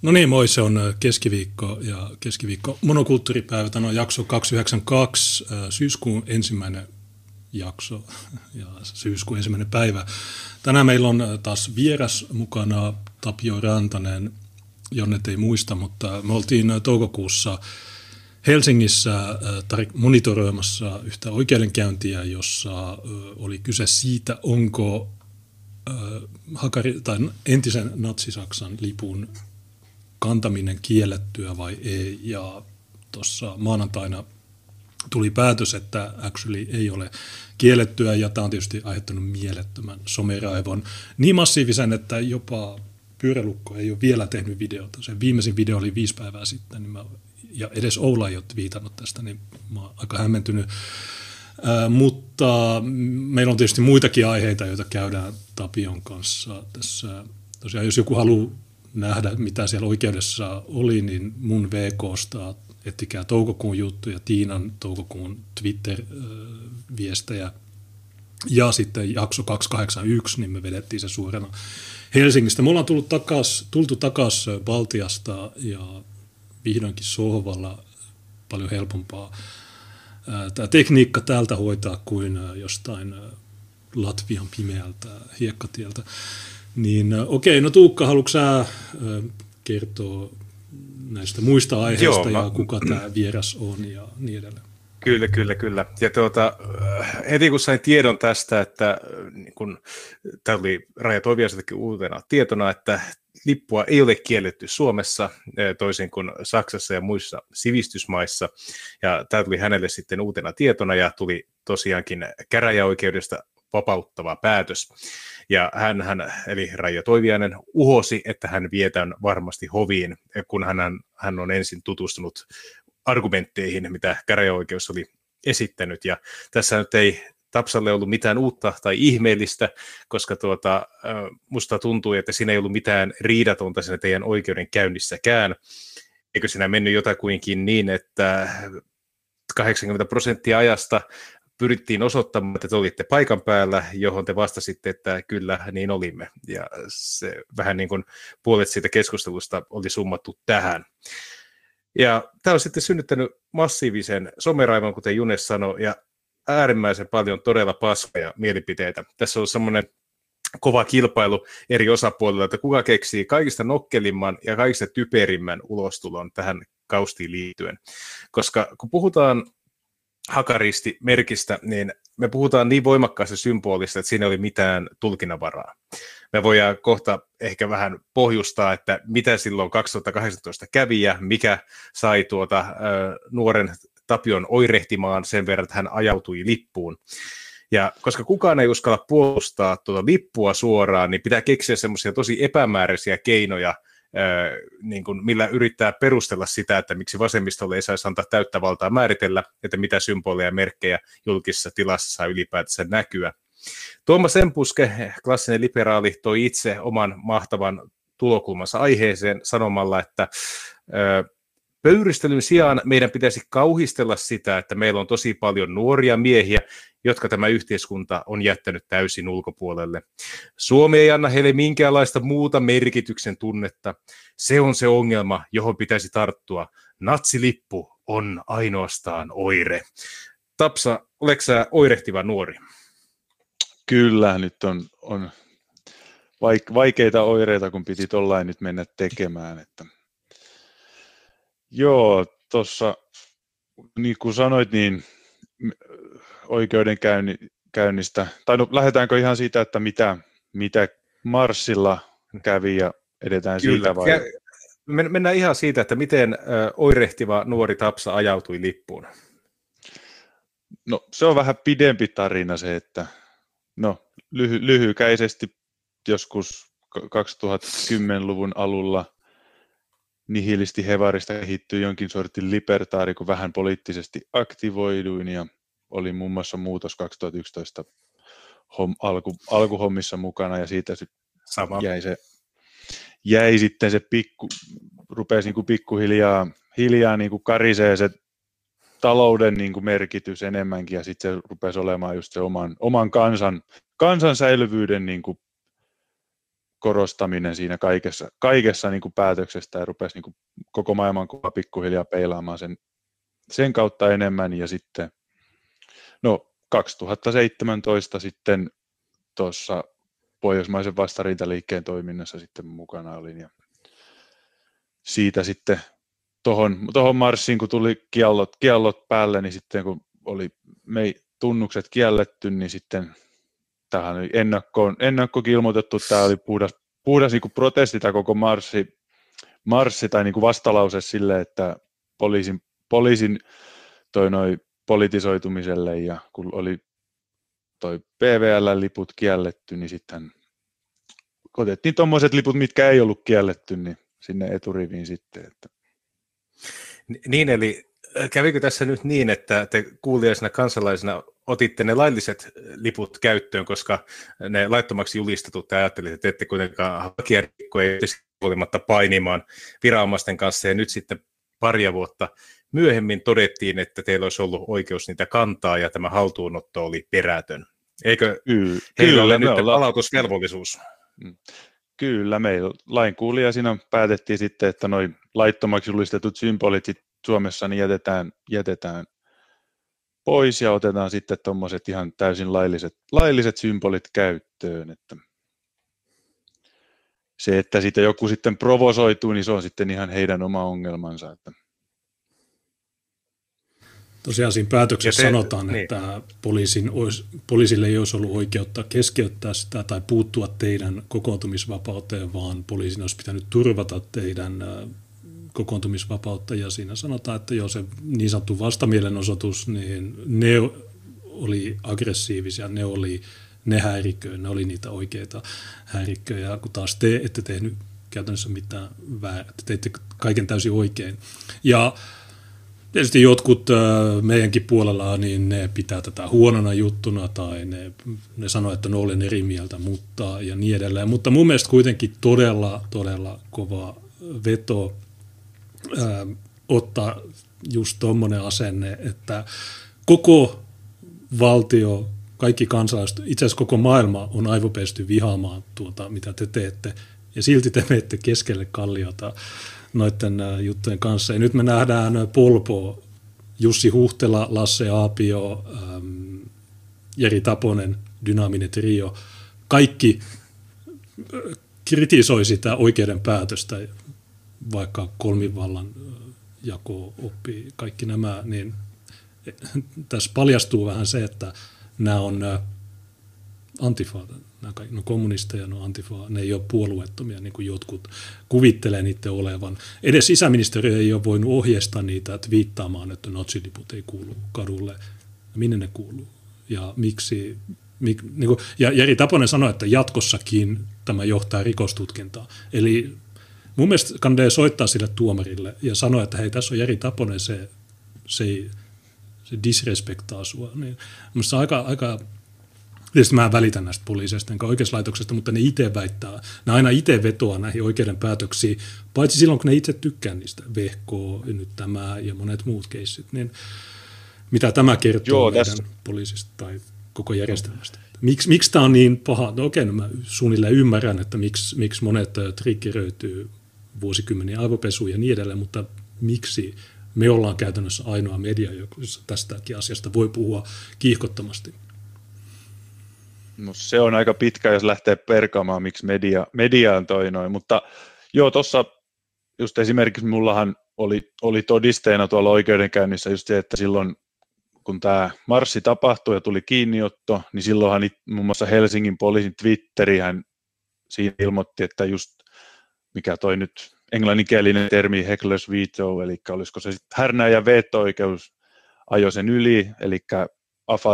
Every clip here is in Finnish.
No niin, moi, se on keskiviikko ja keskiviikko monokulttuuripäivä. Tämä on jakso 292, syyskuun ensimmäinen jakso ja syyskuun ensimmäinen päivä. Tänään meillä on taas vieras mukana, Tapio Rantanen, Jonnet ei muista, mutta me oltiin toukokuussa Helsingissä monitoroimassa yhtä oikeudenkäyntiä, jossa oli kyse siitä, onko entisen natsi-Saksan lipun kantaminen kiellettyä vai ei, ja tuossa maanantaina tuli päätös, että actually ei ole kiellettyä, ja tämä on tietysti aiheuttanut mielettömän someraivon. Niin massiivisen, että jopa Pyörälukko ei ole vielä tehnyt videota. Se viimeisin video oli 5 päivää sitten, ja edes Oula ei ole viitannut tästä, niin mä oon aika hämmentynyt. Mutta meillä on tietysti muitakin aiheita, joita käydään Tapion kanssa tässä. Tosiaan, jos joku haluaa nähdä, mitä siellä oikeudessa oli, niin mun VKsta ettikää toukokuun juttuja, Tiinan toukokuun Twitter-viestejä ja sitten jakso 281, niin me vedettiin se suorana Helsingistä. Me ollaan tultu takaisin Baltiasta ja vihdoinkin sohvalla paljon helpompaa tämä tekniikka täältä hoitaa kuin jostain Latvian pimeältä hiekkatieltä. Niin okei, no Tuukka, haluatko sä kertoa näistä muista aiheista ja kuka tämä vieras on ja niin edelleen? Kyllä. Ja heti kun sain tiedon tästä, että kun tämä oli Raija Toiviaiseltakin uutena tietona, että lippua ei ole kielletty Suomessa, toisin kuin Saksassa ja muissa sivistysmaissa. Ja tämä tuli hänelle sitten uutena tietona ja tuli tosiaankin käräjäoikeudesta vapauttava päätös. Ja hän eli Raija Toiviainen, uhosi, että hän vie tämän varmasti hoviin, kun hän on ensin tutustunut argumentteihin, mitä käräjäoikeus oli esittänyt. Ja tässä nyt ei Tapsalle ollut mitään uutta tai ihmeellistä, koska musta tuntui, että siinä ei ollut mitään riidatonta siinä teidän oikeudenkäynnissäkään. Eikö siinä mennyt jotakuinkin niin, että 80% ajasta pyrittiin osoittamaan, että te olitte paikan päällä, johon te vastasitte, että kyllä, niin olimme. Ja se vähän niin kuin puolet siitä keskustelusta oli summattu tähän. Ja tämä on sitten synnyttänyt massiivisen someraivon, kuten Junes sanoi, ja äärimmäisen paljon todella paskoja mielipiteitä. Tässä on semmoinen kova kilpailu eri osapuolilla, että kuka keksii kaikista nokkelimman ja kaikista typerimmän ulostulon tähän kaustiin liittyen. Koska kun puhutaan hakaristi-merkistä, niin me puhutaan niin voimakkaasta symbolista, että siinä ei ole mitään tulkinnanvaraa. Me voidaan kohta ehkä vähän pohjustaa, että mitä silloin 2018 kävi ja mikä sai nuoren Tapion oirehtimaan sen verran, että hän ajautui lippuun. Ja koska kukaan ei uskalla puolustaa tuota lippua suoraan, niin pitää keksiä semmoisia tosi epämääräisiä keinoja, niin kuin millä yrittää perustella sitä, että miksi vasemmistolle ei saisi antaa täyttä valtaa määritellä, että mitä symboleja ja merkkejä julkisessa tilassa saa ylipäätänsä näkyä. Tuomas Sempuske, klassinen liberaali, toi itse oman mahtavan tulokulmansa aiheeseen sanomalla, että pöyristelyn sijaan meidän pitäisi kauhistella sitä, että meillä on tosi paljon nuoria miehiä, jotka tämä yhteiskunta on jättänyt täysin ulkopuolelle. Suomi ei anna heille minkäänlaista muuta merkityksen tunnetta. Se on se ongelma, johon pitäisi tarttua. Natsilippu on ainoastaan oire. Tapsa, oletko sä oirehtiva nuori? Kyllä, nyt on vaikeita oireita, kun piti tollain nyt mennä tekemään. Että joo, tuossa niin kuin sanoit, niin oikeudenkäynnistä, tai no lähdetäänkö ihan siitä, että mitä marssilla kävi ja edetään Kyllä. siitä vai? Mennään ihan siitä, että miten oirehtiva nuori Tapsa ajautui lippuun. No se on vähän pidempi tarina se, että lyhykäisesti joskus 2010-luvun alulla nihilisti hevarista kehittyi jonkin sortin libertaari, kun vähän poliittisesti aktivoiduin ja oli muun muassa muutos 2011 alkuhommissa mukana ja siitä jäi sitten se rupesi niin kuin pikkuhiljaa niin kuin karisee se talouden niin kuin merkitys enemmänkin ja sitten se rupesi olemaan just se oman kansan säilyvyyden niin kuin korostaminen siinä kaikessa niin kuin päätöksestä ja rupesi niin kuin koko maailmankuva pikkuhiljaa peilaamaan sen kautta enemmän ja sitten 2017 sitten tuossa Pohjoismaisen vastarintaliikkeen toiminnassa sitten mukana olin ja siitä sitten tuohon marssiin, kun tuli kiellot päälle, niin sitten kun oli tunnukset kielletty, niin sitten tähän oli ennakkokin ilmoitettu, että tämä oli puhdas niin kuin protesti tämä koko marssi tai niin kuin vastalause sille, että poliisin politisoitumiselle ja kun oli toi PVL-liput kielletty, niin sitten otettiin tuommoiset liput, mitkä ei ollut kielletty, niin sinne eturiviin sitten. Että. Niin, eli kävikö tässä nyt niin, että te kuuliaisena kansalaisena otitte ne lailliset liput käyttöön, koska ne laittomaksi julistetut, te ajattelitte, että ette kuitenkaan hakia rikkoa, ei huolimatta painimaan viranomaisten kanssa, ja nyt sitten paria vuotta myöhemmin todettiin, että teillä olisi ollut oikeus niitä kantaa, ja tämä haltuunotto oli perätön. Eikö heillä ole nyt palautusvelvollisuus? Kyllä, meillä lainkuulijasina päätettiin sitten, että nuo laittomaksi julistetut symbolit Suomessa niin jätetään pois ja otetaan sitten tuommoiset ihan täysin lailliset symbolit käyttöön. Että se, että siitä joku sitten provosoituu, niin se on sitten ihan heidän oma ongelmansa. Että. Tosiaan siinä päätöksessä sanotaan, niin. Että poliisille ei olisi ollut oikeutta keskeyttää sitä tai puuttua teidän kokoontumisvapauteen, vaan poliisin olisi pitänyt turvata teidän kokoontumisvapautta. Ja siinä sanotaan, että jo se niin sanottu vastamielenosoitus, niin ne oli aggressiivisia, ne häiriköi, ne oli niitä oikeita häiriköjä, kun taas te ette tehnyt käytännössä mitään väärin, te teitte kaiken täysin oikein. Ja tietysti jotkut meidänkin puolella, niin ne pitää tätä huonona juttuna tai ne sanoo, että no olen eri mieltä, mutta ja niin edelleen. Mutta mun mielestä kuitenkin todella kova veto ottaa just tommoinen asenne, että koko valtio, kaikki kansalaiset, itse asiassa koko maailma on aivopesty vihaamaan tuota, mitä te teette, ja silti te menette keskelle kalliota noiden juttujen kanssa. Ja nyt me nähdään Polpo, Jussi Huhtela, Lasse Aapio, Jeri Taponen, dynaaminen trio. Kaikki kritisoi sitä oikeuden päätöstä, vaikka kolmivallan jako oppii kaikki nämä. Niin tässä paljastuu vähän se, että nämä on antifa, no kommunisteja, no antifa, ne ei ole puolueettomia, niin kuin jotkut kuvittelee niiden olevan. Edes sisäministeriö ei ole voinut ohjeistaa niitä twiittaamaan, että natsiliput ei kuulu kadulle. Minne ne kuuluu? Ja miksi? Ja Jeri Taponen sanoi, että jatkossakin tämä johtaa rikostutkintaa. Eli mun mielestä kannattaa soittaa sille tuomarille ja sanoa, että hei, tässä on Jeri Taponen, se disrespektaa sua. Niin, minusta aika tietysti mä välitän näistä poliiseista enkä oikeuslaitoksesta, mutta ne itse väittää, ne aina itse vetoaa näihin oikeuden päätöksiin, paitsi silloin, kun ne itse tykkää niistä, Vehko, nyt tämä ja monet muut keissit, niin mitä tämä kertoo meidän poliisista tai koko järjestelmästä? Miksi tämä on niin paha? No okei, no mä suunnilleen ymmärrän, että miksi monet triggeröityy vuosikymmeniä aivopesuun ja niin edelleen, mutta miksi me ollaan käytännössä ainoa media, jossa tästäkin asiasta voi puhua kiihkottomasti? No, se on aika pitkä, jos lähtee perkaamaan, miksi media on toi noin, mutta joo, tuossa just esimerkiksi mullahan oli todisteena tuolla oikeudenkäynnissä just se, että silloin kun tämä marssi tapahtui ja tuli kiinniotto, niin silloinhan muun muassa Helsingin poliisin Twitterihän siinä ilmoitti, että just mikä toi nyt englanninkielinen termi heckler's veto, eli olisiko se sitten härnäjän veto-oikeus ajoi sen yli, eli AFAT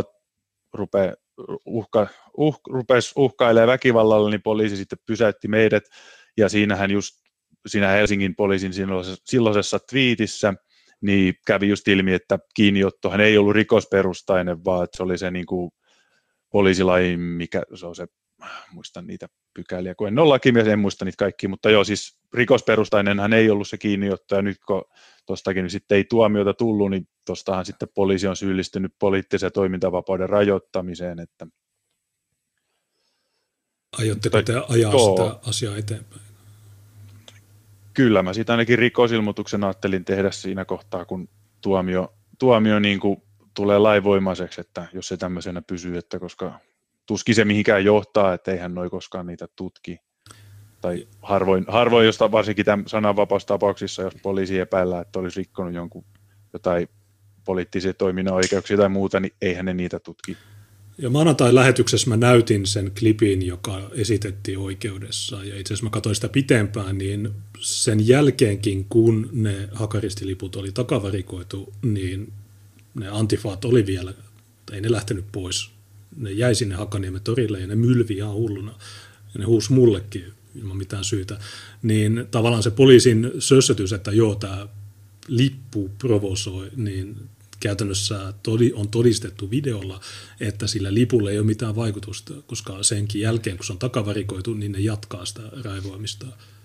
rupesi uhkailemaan väkivallalla, niin poliisi sitten pysäytti meidät, ja siinä Helsingin poliisin silloisessa twiitissä niin kävi just ilmi, että kiinniottohan ei ollut rikosperustainen, vaan että se oli se niin kuin poliisilain, mikä se on se, muistan niitä pykäliä, kun en ole lakimies, en muista niitä kaikkia, mutta joo, siis rikosperustainenhan ei ollut se kiinniotto, ja nyt kun tuostakin sitten ei tuomiota tullut, niin tuostahan sitten poliisi on syyllistynyt poliittisen toimintavapauden rajoittamiseen, että Aiotteko te ajaa sitä asiaa eteenpäin? Kyllä, mä siitä ainakin rikosilmoituksen ajattelin tehdä siinä kohtaa, kun tuomio niin kuin tulee lainvoimaiseksi, että jos se tämmöisenä pysyy, että koska tuskin se mihinkään johtaa, että eihän noi koskaan niitä tutki. Tai harvoin josta varsinkin tämän sananvapaustapauksissa, jos poliisi epäillään, että olisi rikkonut jotain poliittisia toiminnan oikeuksia tai muuta, niin eihän ne niitä tutki. Ja maanantain lähetyksessä mä näytin sen klipin, joka esitettiin oikeudessa, ja itse asiassa mä katsoin sitä pitempään, niin sen jälkeenkin, kun ne hakaristiliput oli takavarikoitu, niin ne antifaat oli vielä, ei ne lähtenyt pois. Ne jäi sinne Hakaniemen torille ja ne mylvi ihan hulluna. Ja ne huusi mullekin ilman mitään syytä. Niin tavallaan se poliisin sössötys, että joo, tämä lippu provosoi, niin käytännössä on todistettu videolla, että sillä lipulla ei ole mitään vaikutusta, koska senkin jälkeen, kun se on takavarikoitu, niin ne jatkaa sitä raivoamista.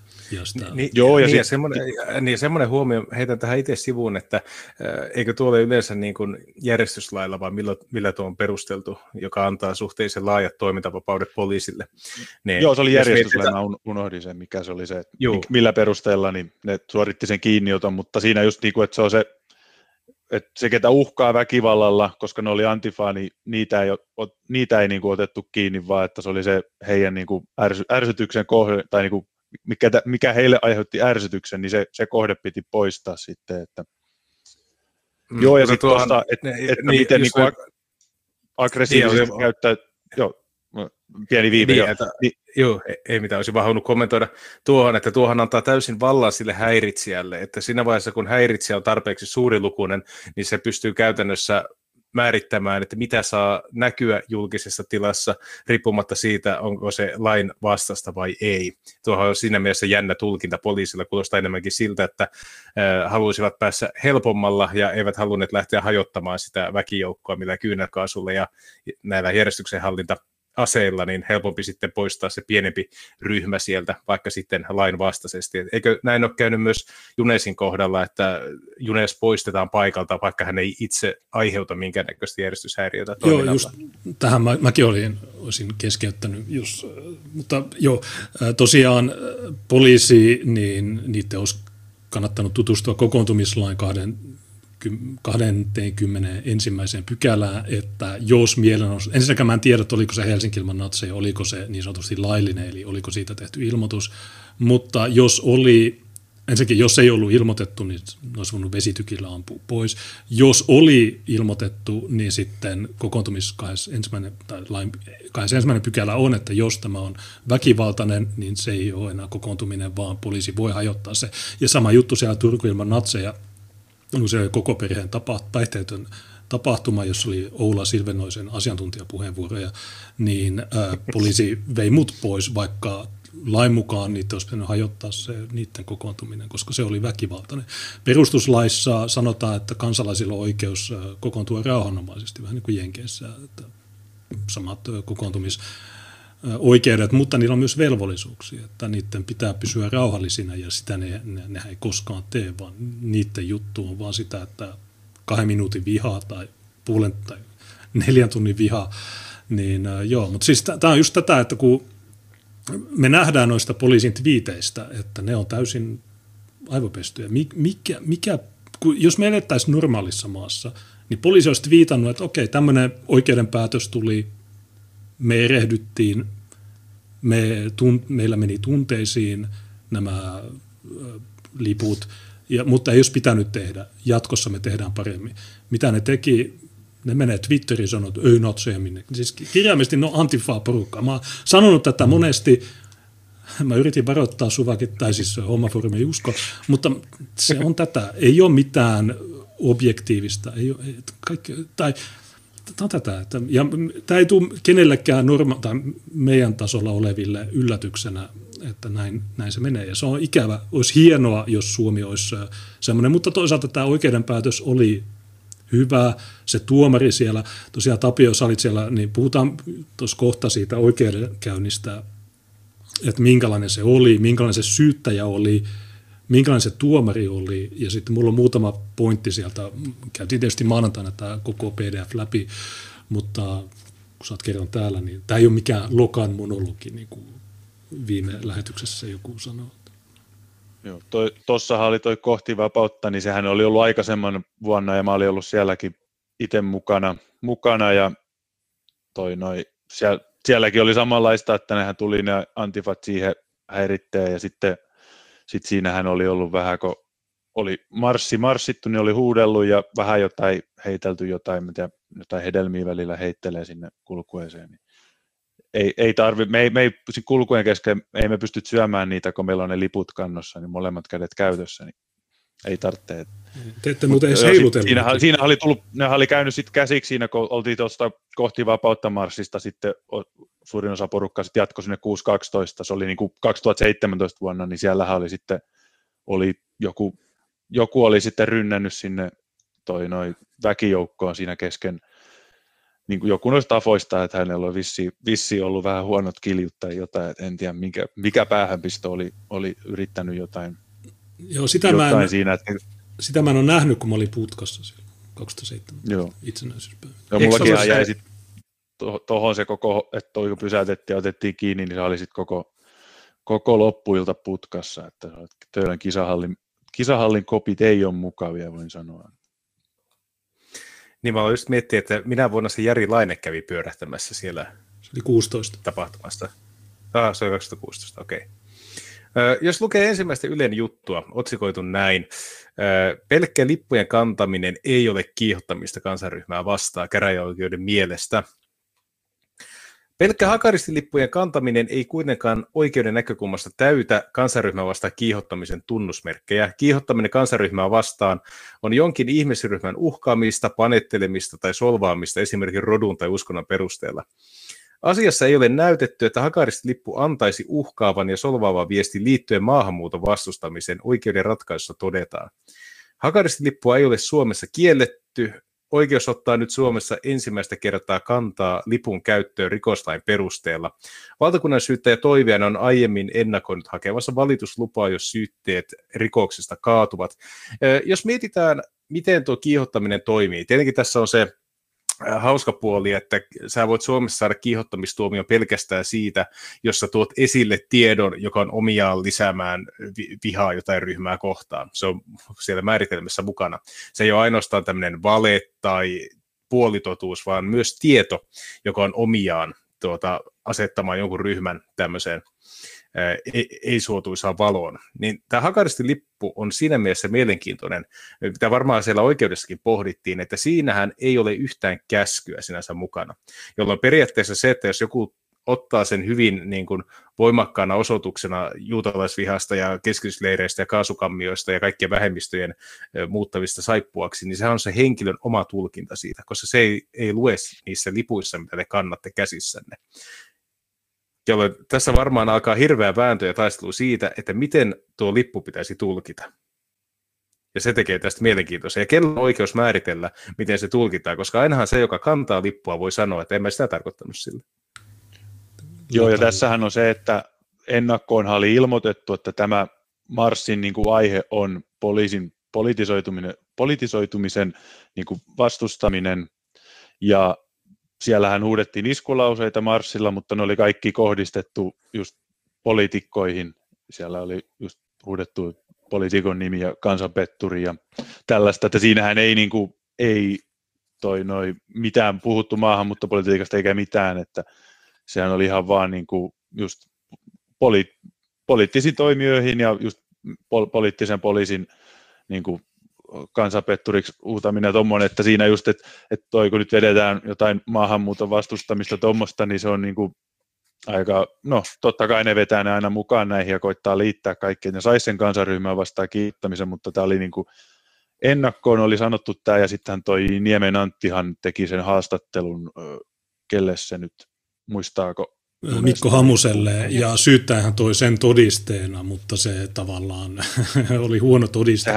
Semmoinen huomio heitän tähän itse sivuun, että eikö tuo ole yleensä niin kuin järjestyslailla, vai millä tuo on perusteltu, joka antaa suhteellisen laajat toimintavapaudet poliisille. Joo, se oli järjestyslailla, mä unohdin sen, mikä se oli se, millä perusteella niin ne suoritti sen kiinnioton, mutta siinä just niin kuin, että se on että se, ketä uhkaa väkivallalla, koska ne oli antifaa, niin niitä ei niin kuin otettu kiinni, vaan että se oli se heidän niin kuin ärsytyksen kohde, tai niin kuin mikä heille aiheutti ärsytyksen, niin se kohde piti poistaa sitten. Että. Joo, ja sitten tuosta, että miten niin kuin aggressiivisesti käyttää, pieni viive. Joo, ei mitään, olisin vaan halunnut kommentoida tuohon, että tuohan antaa täysin vallan sille häiritsijälle, että siinä vaiheessa, kun häiritsijä on tarpeeksi suurilukuinen, niin se pystyy käytännössä määrittämään, että mitä saa näkyä julkisessa tilassa, riippumatta siitä, onko se lain vastasta vai ei. Tuohan on siinä mielessä jännä tulkinta poliisilla, kuulostaa enemmänkin siltä, että haluaisivat päässä helpommalla ja eivät halunneet lähteä hajottamaan sitä väkijoukkoa, millä kyynärkaasulla ja näillä järjestyksenhallinta aseilla, niin helpompi sitten poistaa se pienempi ryhmä sieltä, vaikka sitten lainvastaisesti. Eikö näin ole käynyt myös Junesin kohdalla, että Junes poistetaan paikalta, vaikka hän ei itse aiheuta minkäännäköistä järjestyshäiriötä toiminnalla? Joo, just tähän mäkin olisin keskeyttänyt. Mutta joo, tosiaan poliisi, niin niiden olisi kannattanut tutustua kokoontumislain 21. pykälään, että jos mielenosoitus, ensinnäkään mä en tiedä, oliko se Helsinki ilman natseja, oliko se niin sanotusti laillinen, eli oliko siitä tehty ilmoitus, mutta ensinnäkin jos ei ollut ilmoitettu, niin olisi voinut vesitykillä ampua pois. Jos oli ilmoitettu, niin sitten kokoontumis 21. pykälä on, että jos tämä on väkivaltainen, niin se ei ole enää kokoontuminen, vaan poliisi voi hajottaa se. Ja sama juttu siellä Turku ilman natseja, kun se oli koko perheen päihteetön tapahtuma, jossa oli Oula Silvennoisen asiantuntijapuheenvuoroja, niin poliisi vei mut pois, vaikka lain mukaan niitä olisi pitänyt hajottaa se niiden kokoontuminen, koska se oli väkivaltainen. Perustuslaissa sanotaan, että kansalaisilla on oikeus kokoontua rauhanomaisesti, vähän niin kuin Jenkeissä, että samat kokoontumisoikeudet, mutta niillä on myös velvollisuuksia, että niiden pitää pysyä rauhallisina ja sitä nehän ei koskaan tee, vaan niiden juttu on vaan sitä, että 2 minuutin vihaa tai 0,5 tai 4 tunnin vihaa, niin joo, mutta siis tämä on just tätä, että kun me nähdään noista poliisin twiiteistä, että ne on täysin aivopestyjä. Jos me elettäisiin normaalissa maassa, niin poliisi olisi twiitannut, että okei, tämmöinen oikeudenpäätös tuli, me erehdyttiin, meillä meni tunteisiin nämä liput, mutta ei olisi pitänyt tehdä. Jatkossa me tehdään paremmin. Mitä ne teki? Ne menee Twitteriin ja sanoo, että ei natseja minne. Siis kirjaimellisesti ne on antifaa-porukkaa. Mä oon sanonut tätä monesti. Mä yritin varoittaa Suvakin, tai siis Hommaforum ei usko, mutta se on tätä. Ei ole mitään objektiivista. Ei ole, tämä on tätä. Ja tämä ei tule kenellekään tai meidän tasolla oleville yllätyksenä, että näin se menee. Ja se on ikävä. Olisi hienoa, jos Suomi olisi semmoinen, mutta toisaalta tämä oikeudenpäätös oli hyvä, se tuomari siellä, tosiaan Tapio, sä olit siellä, niin puhutaan tuossa kohta siitä oikeudenkäynnistä, että minkälainen se oli, minkälainen se syyttäjä oli, minkälainen se tuomari oli, ja sitten mulla on muutama pointti sieltä, käytiin tietysti maanantaina tämä koko PDF läpi, mutta kun sä oot kerran täällä, niin tämä ei ole mikään Lokan monologi, niin kuin viime lähetyksessä joku sanoi. Joo, tossahan oli toi Kohti vapautta, niin sehän oli ollut aikaisemman vuonna ja mä olin ollut sielläkin itse mukana ja sielläkin oli samanlaista, että nehän tuli ne antifat siihen häiritteen ja sitten siinähän oli ollut vähän, kun oli marssittu, niin oli huudellut ja vähän jotain heitelty jotain hedelmiä välillä heittelee sinne kulkueeseen. Niin me ei kulkujen kesken, ei me pysty syömään niitä, kun meillä on ne liput kannossa, niin molemmat kädet käytössä, niin ei tarvitse. Te ette muuten edes heilutellut. Siinä oli käynyt sitten käsiksi siinä, kun oltiin tuosta Kohti vapautta marssista, sitten suurin osa porukkaa sitten jatkoi sinne 6.12, se oli niin kuin 2017 vuonna, niin siellähän oli sitten joku oli sitten rynnännyt sinne väkijoukkoon siinä kesken, niin kuin joku noista afoista, että hänellä oli vissi ollut vähän huonot kiljut tai jotain, että en tiedä mikä päähänpisto oli yrittänyt jotain. Joo, sitä mä en ole nähnyt, kun mä olin putkassa silloin 2007 itsenäisyyspäivänä. Joo, mullakin jäi sitten tuohon se koko, että kun pysäytettiin ja otettiin kiinni, niin se oli sitten koko loppuilta putkassa, että Töölön kisahallin kopit ei ole mukavia, voin sanoa. Niin mä aloin just miettiä, että minä vuonna se Jari Laine kävi pyörähtämässä siellä. Se oli 16. Tapahtumasta. Se oli 2016, okei. Jos lukee ensimmäistä Ylen juttua, otsikoitu näin, pelkkä lippujen kantaminen ei ole kiihottamista kansanryhmää vastaan käräjäoikeuden mielestä. Pelkkä hakaristilippujen kantaminen ei kuitenkaan oikeuden näkökulmasta täytä kansanryhmää vastaan kiihottamisen tunnusmerkkejä. Kiihottaminen kansanryhmää vastaan on jonkin ihmisryhmän uhkaamista, panettelemista tai solvaamista esimerkiksi rodun tai uskonnon perusteella. Asiassa ei ole näytetty, että hakaristilippu antaisi uhkaavan ja solvaavan viestin liittyen maahanmuuton vastustamiseen, oikeuden ratkaisussa todetaan. Hakaristilippua ei ole Suomessa kielletty. Oikeus ottaa nyt Suomessa ensimmäistä kertaa kantaa lipun käyttöön rikoslain perusteella. Valtakunnan syyttäjä Toiviainen on aiemmin ennakoinut hakevansa valituslupaa, jos syytteet rikoksesta kaatuvat. Jos mietitään, miten tuo kiihottaminen toimii, tietenkin tässä on se hauska puoli, että sä voit Suomessa saada kiihottamistuomion pelkästään siitä, jos sä tuot esille tiedon, joka on omiaan lisäämään vihaa jotain ryhmää kohtaan. Se on siellä määritelmässä mukana. Se ei ole ainoastaan tämmöinen vale tai puolitotuus, vaan myös tieto, joka on omiaan asettamaan jonkun ryhmän tämmöiseen ei-suotuisaan valoon. Niin tämä hakaristilippu on siinä mielessä mielenkiintoinen, mitä varmaan siellä oikeudessakin pohdittiin, että siinähän ei ole yhtään käskyä sinänsä mukana, jolloin periaatteessa se, että jos joku ottaa sen hyvin niin kuin voimakkaana osoituksena juutalaisvihasta ja keskitysleireistä ja kaasukammioista ja kaikkien vähemmistöjen muuttavista saippuaksi, niin sehän on se henkilön oma tulkinta siitä, koska se ei lue niissä lipuissa, mitä te kannatte käsissänne. Jolloin tässä varmaan alkaa hirveä vääntö ja taistelu siitä, että miten tuo lippu pitäisi tulkita. Ja se tekee tästä mielenkiintoista. Ja kello on oikeus määritellä, miten se tulkitaan, koska ainahan se, joka kantaa lippua, voi sanoa, että en mä sitä tarkoittanut sille. Joo, ja tässähän on se, että ennakkoonhan oli ilmoitettu, että tämä marssin niin kuin aihe on poliisin politisoitumisen niin kuin vastustaminen, ja siellähän huudettiin iskulauseita marssilla, mutta ne oli kaikki kohdistettu just poliitikkoihin. Siellä oli just huudettu poliitikon nimi ja kansanpetturi ja tällaista, että siinähän ei mitään puhuttu maahanmuuttopolitiikasta eikä mitään, että sehän oli ihan vaan niin kuin just poliittisiin toimijoihin ja just poliittisen poliisin niin kuin kansanpetturiksi huutaminen ja tommoinen, että siinä just, että kun nyt vedetään jotain maahanmuuton vastustamista tommoista, niin se on niin kuin aika, no totta kai ne vetää ne aina mukaan näihin ja koittaa liittää kaikkeen ja saisi sen kansanryhmään vastaan kiittämisen, mutta tämä oli niin kuin ennakkoon oli sanottu tämä ja sitten toi Niemen Anttihan teki sen haastattelun, kelle se nyt, muistaako? Mikko Hamuselle, ja syyttäjähän toi sen todisteena, mutta se tavallaan oli huono todiste.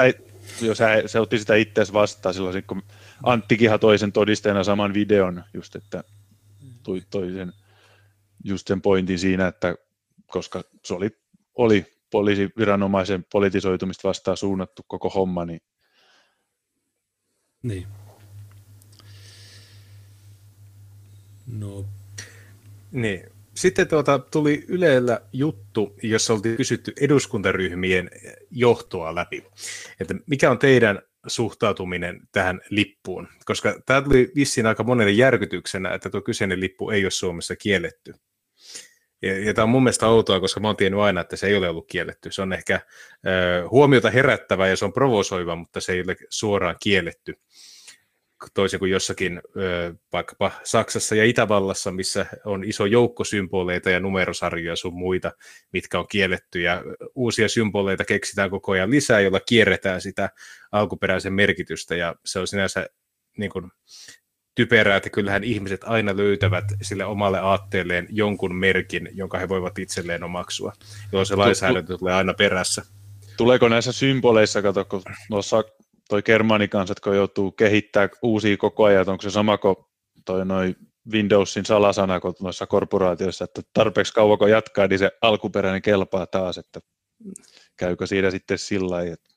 Se otti sitä itseäsi vastaan silloin, kun Anttikinhan toi sen todisteena saman videon, just että toi sen, just sen pointin siinä, että koska se oli poliisiviranomaisen politisoitumista vastaan suunnattu koko homma, niin. No. Niin. Sitten tuli Ylellä juttu, jossa oltiin kysytty eduskuntaryhmien johtoa läpi, että mikä on teidän suhtautuminen tähän lippuun, koska tämä tuli vissiin aika monelle järkytyksenä, että tuo kyseinen lippu ei ole Suomessa kielletty. Ja tämä on mun mielestä outoa, koska mä oon tiennyt aina, että se ei ole ollut kielletty. Se on ehkä huomiota herättävä ja se on provosoiva, mutta se ei ole suoraan kielletty. Toisin kuin jossakin vaikkapa Saksassa ja Itävallassa, missä on iso joukko symboleita ja numerosarjoja sun muita, mitkä on kielletty, ja uusia symboleita keksitään koko ajan lisää, jolla kierretään sitä alkuperäisen merkitystä, ja se on sinänsä niin kuin typerää, että kyllähän ihmiset aina löytävät sille omalle aatteelleen jonkun merkin, jonka he voivat itselleen omaksua, jolloin se lainsäädäntö tulee aina perässä. Tuleeko näissä symboleissa, kato, kun noissa toi germaanikansat, kun joutuu kehittämään uusia koko ajan, onko se sama kuin toi noi Windowsin salasana kuin noissa korporaatioissa, että tarpeeksi kauan kun jatkaa, niin se alkuperäinen kelpaa taas, että käykö siinä sitten sillä lailla, että...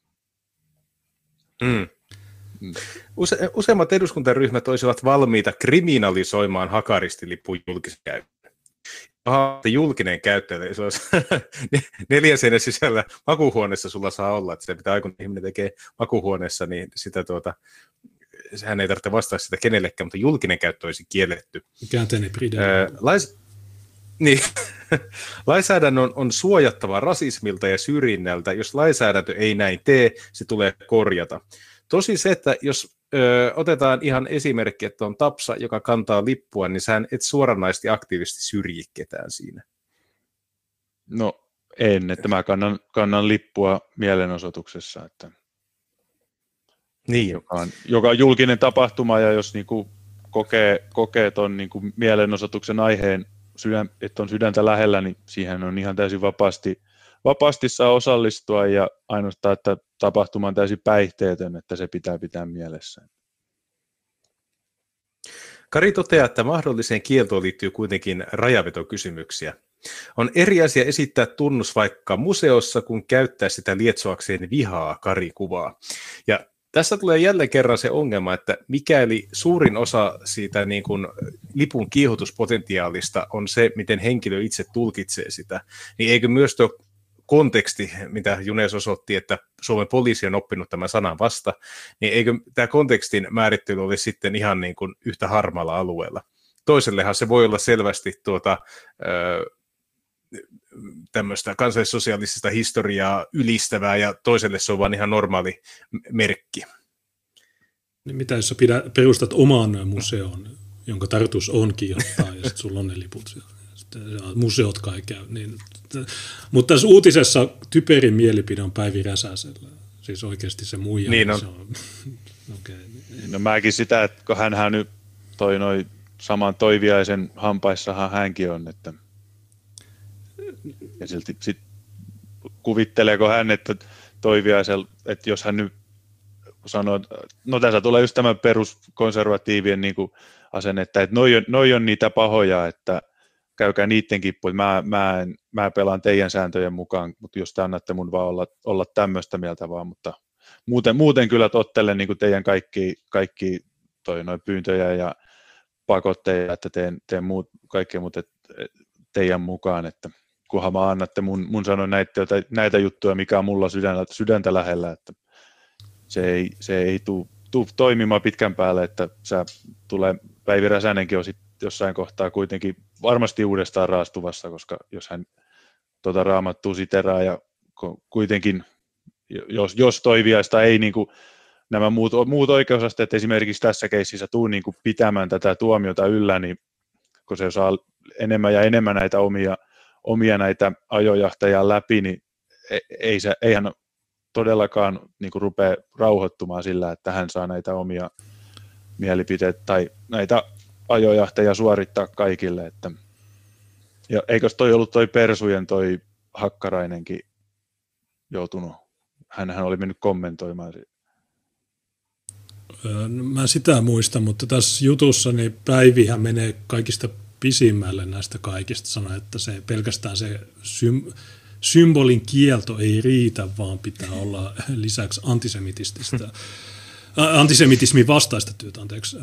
Useimmat eduskuntaryhmät olisivat valmiita kriminalisoimaan hakaristilipun julkisen käytön. Julkinen käyttö, se olisi 4 seinän sisällä makuuhuoneessa sulla saa olla, että se pitää kun ihminen tekee makuuhuoneessa, niin sitä sehän ei tarvitse vastata sitä kenellekään, mutta julkinen käyttö olisi kielletty. Käänteinen pride. Niin. Lainsäädännön on suojattava rasismilta ja syrjinnältä. Jos lainsäädäntö ei näin tee, se tulee korjata. Tosi se, että jos otetaan ihan esimerkki, että on Tapsa, joka kantaa lippua, niin sä et suoranaisesti aktiivisesti syrji ketään siinä. No en, että mä kannan lippua mielenosoituksessa, että niin. joka on julkinen tapahtuma, ja jos niinku kokee ton niinku mielenosoituksen aiheen, että on sydäntä lähellä, niin siihen on ihan täysin vapaasti saa osallistua, ja ainoastaan, että tapahtuma on täysin päihteetön, että se pitää mielessä. Kari toteaa, että mahdolliseen kieltoon liittyy kuitenkin rajavetokysymyksiä. On eri asia esittää tunnus vaikka museossa, kun käyttää sitä lietsoakseen vihaa, Kari kuvaa. Ja tässä tulee jälleen kerran se ongelma, että mikäli suurin osa siitä niin kuin lipun kiihotuspotentiaalista on se, miten henkilö itse tulkitsee sitä, niin eikö myös tuo konteksti, mitä Junes osoitti, että Suomen poliisi on oppinut tämän sanan vasta, niin eikö tämä kontekstin määrittely ole sitten ihan niin kuin yhtä harmaalla alueella? Toisellehan se voi olla selvästi tämmöistä kansallissosiaalista historiaa ylistävää, ja toiselle se on vaan ihan normaali merkki. Niin mitä jos sä perustat oman museon, jonka tarkoitus on kiihottaa, ja sitten sulla on ne liput, museotkaan ei käy. Niin, mutta tässä uutisessa typerin mielipide on Päivi Räsäsellä. Siis oikeasti se muija. Niin on. Se on okay. No mäkin sitä, että kun hänhän nyt toi noin saman Toiviaisen hampaissahan hänkin on, että ja silti sit kuvitteleeko hän, että Toiviaisella, että jos hän nyt sanoo, no tässä tulee just tämä peruskonservatiivien niin kuin asenne, että noi on niitä pahoja, että käykää niiden kimppuun, mä pelaan teidän sääntöjen mukaan, mutta jos te annatte mun vaan olla tämmöistä mieltä vaan, mutta muuten kyllä tottelen niin kuin teidän kaikki noin pyyntöjä ja pakotteja, että teen kaikkea muuta teidän mukaan, että kunhan mä annatte mun sanoa näitä juttuja, mikä on mulla sydäntä lähellä, että se ei tule toimimaan pitkän päälle, että Päivi Räsänenkin on jossain kohtaa kuitenkin varmasti uudestaan raastuvassa, koska jos hän raamattua siteraa ja kuitenkin, jos Toiviaista ei niin kuin, nämä muut oikeusasteet esimerkiksi tässä keississä tuu niin kuin pitämään tätä tuomiota yllä, niin kun se saa enemmän ja enemmän näitä omia näitä ajojahteja läpi, niin eihän todellakaan niin kuin rupea rauhoittumaan sillä, että hän saa näitä omia mielipiteitä tai näitä ajojahteja suorittaa kaikille. Että, ja eikös toi ollut toi Persujen toi Hakkarainenkin joutunut, hänhän oli mennyt kommentoimaan. Mä sitä muistan, mutta tässä jutussa niin Päivihän menee kaikista pisimmälle näistä kaikista, sanoo, että se pelkästään se symbolin kielto ei riitä, vaan pitää olla lisäksi antisemitististä Antisemitismin vastaista työtä, anteeksi.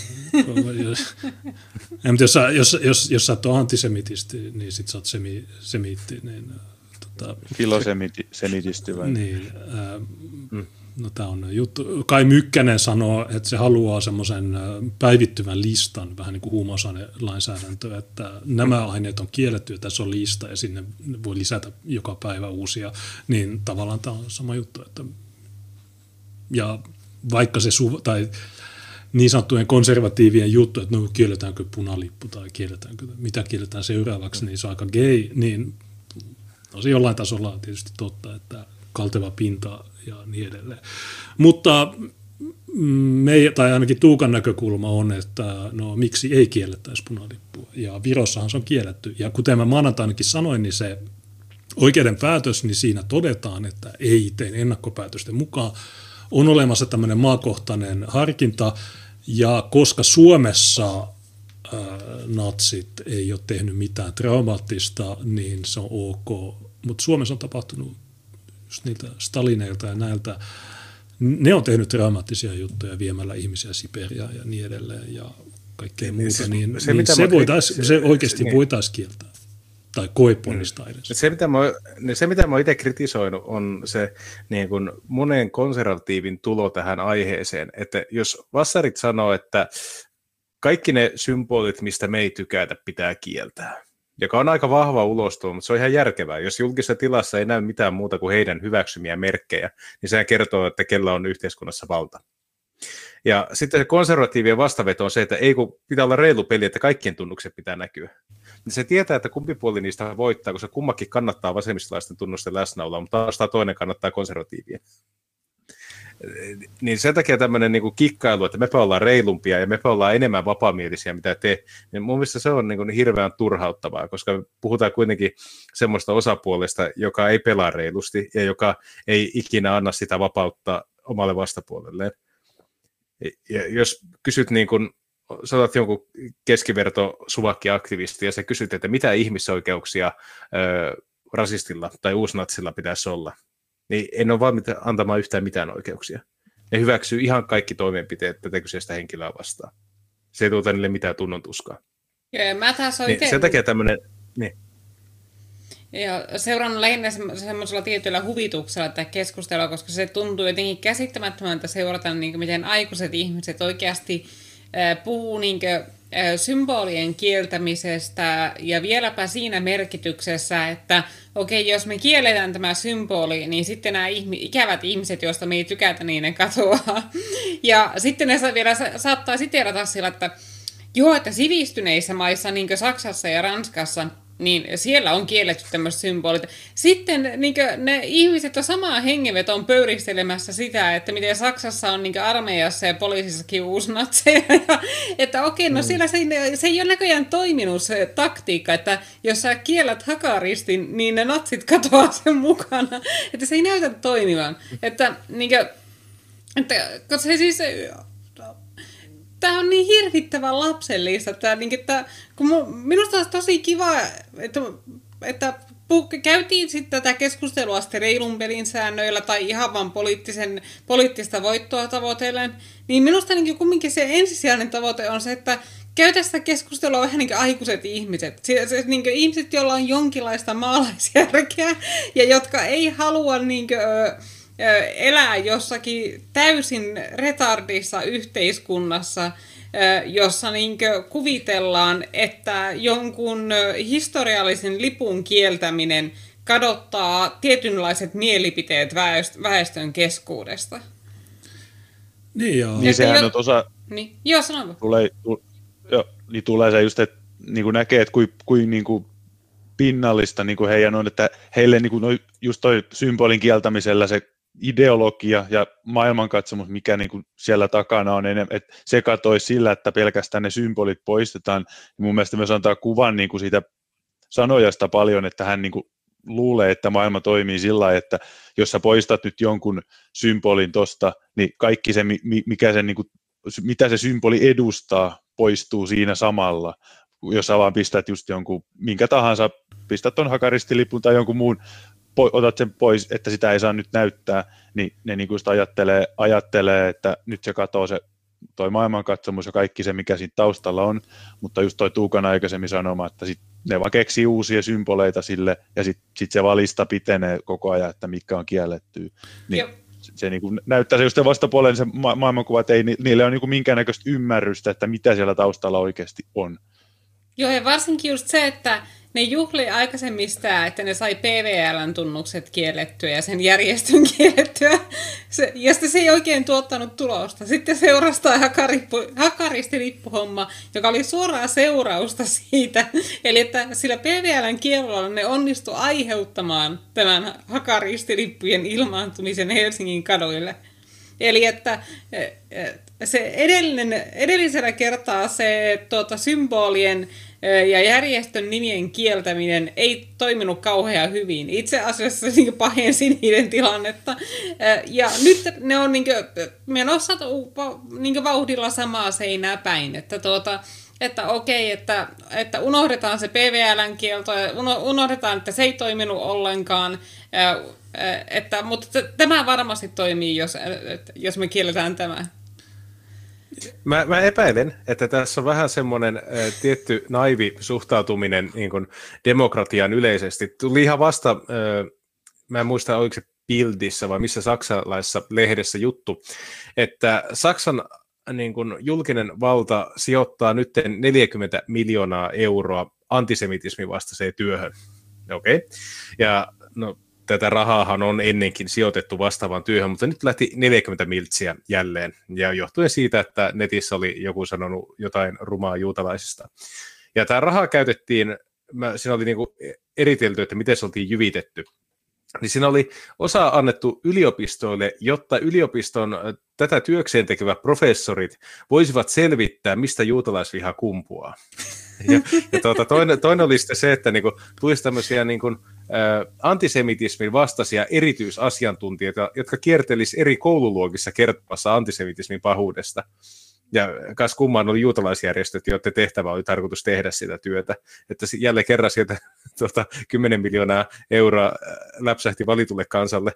Jos sä et ole antisemitisti, niin sit sä oot semiitti. Niin, filosemitisti vai? Niin, no tää on juttu. Kai Mykkänen sanoo, että se haluaa semmoisen päivittyvän listan, vähän niin kuin huumausainelainsäädäntö, että nämä aineet on kielletty ja tässä on lista ja sinne voi lisätä joka päivä uusia, niin tavallaan tämä on sama juttu. Että, ja vaikka se tai niin sanottujen konservatiivien juttu, että no kielletäänkö punalippu tai mitä kielletään seuraavaksi, niin se on aika gay, niin no se jollain tasolla on tietysti totta, että kalteva pinta ja niin edelleen. Mutta tai ainakin Tuukan näkökulma on, että no miksi ei kiellettäisi punalippua. Ja Virossahan se on kielletty. Ja kuten mä maanantainakin sanoin, niin se oikeuden päätös, niin siinä todetaan, että ei tee ennakkopäätösten mukaan. On olemassa tämmöinen maakohtainen harkinta, ja koska Suomessa natsit ei ole tehnyt mitään traumaattista, niin se on ok. Mutta Suomessa on tapahtunut just niiltä Stalineilta ja näiltä, ne on tehnyt dramaattisia juttuja viemällä ihmisiä Siperiaan ja niin edelleen ja kaikkea muuta, se oikeasti voitaisiin kieltää tai koeponnistaa edes. Se, mitä mä oon itse kritisoinut, on se niin kuin monen konservatiivin tulo tähän aiheeseen, että jos vassarit sanoo, että kaikki ne symbolit, mistä me ei tykätä, pitää kieltää, joka on aika vahva ulostulo, mutta se on ihan järkevää. Jos julkisessa tilassa ei näy mitään muuta kuin heidän hyväksymiä merkkejä, niin sehän kertoo, että kellä on yhteiskunnassa valta. Ja sitten se konservatiivien vastaveto on se, että ei kun pitää olla reilu peli, että kaikkien tunnukset pitää näkyä. Se tietää, että kumpi puoli niistä voittaa, koska kummakin kannattaa vasemmistolaisten tunnusten läsnäoloa, mutta taas toinen kannattaa konservatiivien. Niin sen takia tämmöinen niin kuin kikkailu, että mepä ollaan reilumpia ja mepä ollaan enemmän vapaamielisiä, mitä te, niin mun mielestä se on niin kuin hirveän turhauttavaa, koska puhutaan kuitenkin semmoista osapuolesta, joka ei pelaa reilusti ja joka ei ikinä anna sitä vapautta omalle vastapuolelleen. Ja jos kysyt niin kuin, sanotat jonkun keskiverto suvakki-aktivisti ja sä kysyt, että mitä ihmisoikeuksia rasistilla tai uusnatsilla pitäisi olla, niin en ole valmiita antamaan yhtään mitään oikeuksia. Ne hyväksyy ihan kaikki toimenpiteet tätä kyseistä henkilöä vastaan. Se ei tuota niille mitään tunnontuskaa. Mä taas olen niin, sen takia tämmöinen... Niin. Ja seurannut lähinnä semmoisella tietyllä huvituksella tätä keskustelua, koska se tuntuu jotenkin käsittämättömältä seurata, niin miten aikuiset ihmiset oikeasti puhuu niin symbolien kieltämisestä ja vieläpä siinä merkityksessä, että okei, jos me kielletään tämä symboli, niin sitten nämä ikävät ihmiset, joista me ei tykätä, niin ne katoaa. Ja sitten ne vielä saattaa siteerata sillä, että joo, että sivistyneissä maissa, niin kuin Saksassa ja Ranskassa, niin siellä on kielletty tämmöiset symbolit. Sitten niin ne ihmiset on samaan hengenvetoon pöyristelemässä sitä, että miten Saksassa on niin armeijassa ja poliisissakin uusnatseja. Että okei, no siellä se ei ole näköjään toiminut se taktiikka, että jos sä kiellät hakaristin, niin ne natsit katoaa sen mukana. Että se ei näytä toimivan. Että, niin kuin, koska se siis... Tämä on niin hirvittävän lapsellista, että kun minusta olisi tosi kiva, että käytiin sitten tätä keskustelua sitten reilun pelin säännöillä tai ihan vaan poliittista voittoa tavoitellen, niin minusta niin kumminkin se ensisijainen tavoite on se, että käytä sitä keskustelua vähän niin kuin aikuiset ihmiset. Niin kuin ihmiset, joilla on jonkinlaista maalaisjärkeä ja jotka ei halua... Niin kuin, elää jossakin täysin retardissa yhteiskunnassa, jossa niinkö kuvitellaan, että jonkun historiallisen lipun kieltäminen kadottaa tietynlaiset mielipiteet väestön keskuudesta. Niin joo. Niin sehän on osa... Niin. Joo, sanonko. Niin tulee se just, että niin näkee, että kuin niin pinnallista niin heidän on, että heille niin just toi symbolin kieltämisellä se ideologia ja maailmankatsomus, mikä niin kuin siellä takana on enemmän, että se katoisi sillä, että pelkästään ne symbolit poistetaan. Ja mun mielestä myös antaa kuvan niin kuin siitä sanojasta paljon, että hän niin kuin luulee, että maailma toimii sillä lailla, että jos sä poistat nyt jonkun symbolin tosta, niin kaikki se, mikä se, niin kuin, mitä se symboli edustaa, poistuu siinä samalla. Jos sä vaan pistät just jonkun, minkä tahansa, pistät ton hakaristilipun tai jonkun muun otat sen pois, että sitä ei saa nyt näyttää, niin ne niin kuin just ajattelee, että nyt se katoo toi maailmankatsomus ja kaikki se, mikä siinä taustalla on, mutta just toi Tuukan aikaisemmin sanoma, että sit ne vaan keksii uusia symboleita sille, ja sit se valista pitenee koko ajan, että mikä on kiellettyä. Niin se niin kuin näyttää se just vastapuoleen se maailmankuva, että ei niille ole niin kuin minkäännäköistä ymmärrystä, että mitä siellä taustalla oikeasti on. Joo, ja varsinkin just se, että ne juhli aikaisemmin sitä, että ne sai PVL:n tunnukset kiellettyä ja sen järjestön kiellettyä, ja sitten se ei oikein tuottanut tulosta. Sitten seurasi tämä hakaristilippuhomma, joka oli suoraa seurausta siitä, eli että sillä PVL:n kiellolla ne onnistui aiheuttamaan tämän hakaristilippujen ilmaantumisen Helsingin kaduille. Eli että se edellisellä kertaa se symbolien ja järjestön nimien kieltäminen ei toiminut kauhean hyvin. Itse asiassa se pahensi niiden tilannetta. Ja nyt ne on menossa vauhdilla samaa seinää päin. Että okei, että unohdetaan se PVL:n kielto ja unohdetaan, että se ei toiminut ollenkaan. Mutta tämä varmasti toimii, jos me kielletään tämä. Mä epäilen, että tässä on vähän semmoinen tietty naivi suhtautuminen niin kuin demokratiaan yleisesti. Tuli ihan vasta, mä en muista oliko se Bildissä vai missä saksalaisessa lehdessä juttu, että Saksan niin kuin julkinen valta sijoittaa nyt 40 miljoonaa euroa antisemitismin vastaiseen työhön. Okei. Ja no, tätä rahaahan on ennenkin sijoitettu vastaavaan työhön, mutta nyt lähti 40 miltsiä jälleen, ja johtuen siitä, että netissä oli joku sanonut jotain rumaa juutalaisista. Ja tämä raha käytettiin, siinä oli niinku eritelty, että miten se oltiin jyvitetty. Niin siinä oli osa annettu yliopistoille, jotta yliopiston tätä työkseen tekevät professorit voisivat selvittää, mistä juutalaisviha kumpuaa. Ja toinen oli sitten se, että niinku tulisi tämmöisiä niinku, antisemitismin vastaisia erityisasiantuntijoita, jotka kiertelisivät eri koululuokissa kertomassa antisemitismin pahuudesta. Ja kas kummaan oli juutalaisjärjestöt, joiden tehtävä oli tarkoitus tehdä sitä työtä. Että jälleen kerran sieltä 10 miljoonaa euroa läpsähti valitulle kansalle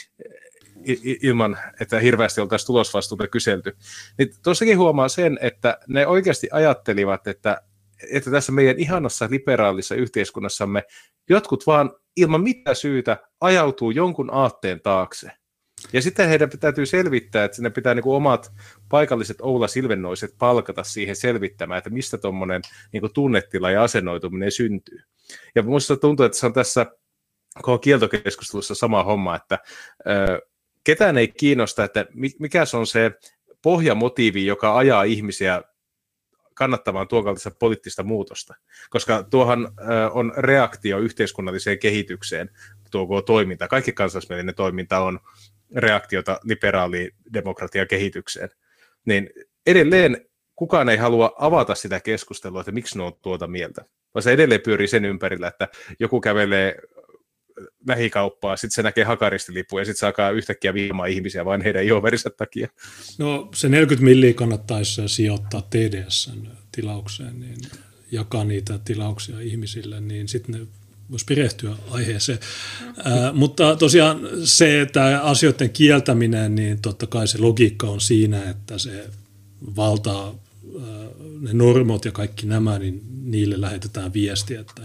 ilman, että hirveästi oltaisiin tulosvastuuta kyselty. Niin tuossakin huomaa sen, että ne oikeasti ajattelivat, että tässä meidän ihanassa liberaalissa yhteiskunnassamme jotkut vaan ilman mitään syytä ajautuu jonkun aatteen taakse. Ja sitten heidän täytyy selvittää, että sinne pitää niinku omat paikalliset Oula-silvennoiset palkata siihen selvittämään, että mistä tuommoinen niinku tunnetila ja asennoituminen syntyy. Ja minusta tuntuu, että se on tässä koko kieltokeskustelussa sama homma, että ketään ei kiinnosta, että mikä se on se pohjamotiivi, joka ajaa ihmisiä kannattamaan tuon kaltaista poliittista muutosta, koska tuohan on reaktio yhteiskunnalliseen kehitykseen, tuo toiminta. Kaikki kansallismielinen toiminta on reaktiota liberaaliin demokratian kehitykseen. Niin edelleen kukaan ei halua avata sitä keskustelua, että miksi ne on tuota mieltä, vaan se edelleen pyörii sen ympärillä, että joku kävelee lähikauppaa, sitten se näkee hakaristilippuja ja sitten se alkaa yhtäkkiä viimaa ihmisiä vain heidän ihoverinsä takia. No se 40 milliä kannattaisi sijoittaa TDS:n tilaukseen, niin jakaa niitä tilauksia ihmisille, niin sitten ne voisi perehtyä aiheeseen. Mutta tosiaan se, että asioiden kieltäminen, niin totta kai se logiikka on siinä, että se valtaa ne normot ja kaikki nämä, niin niille lähetetään viesti, että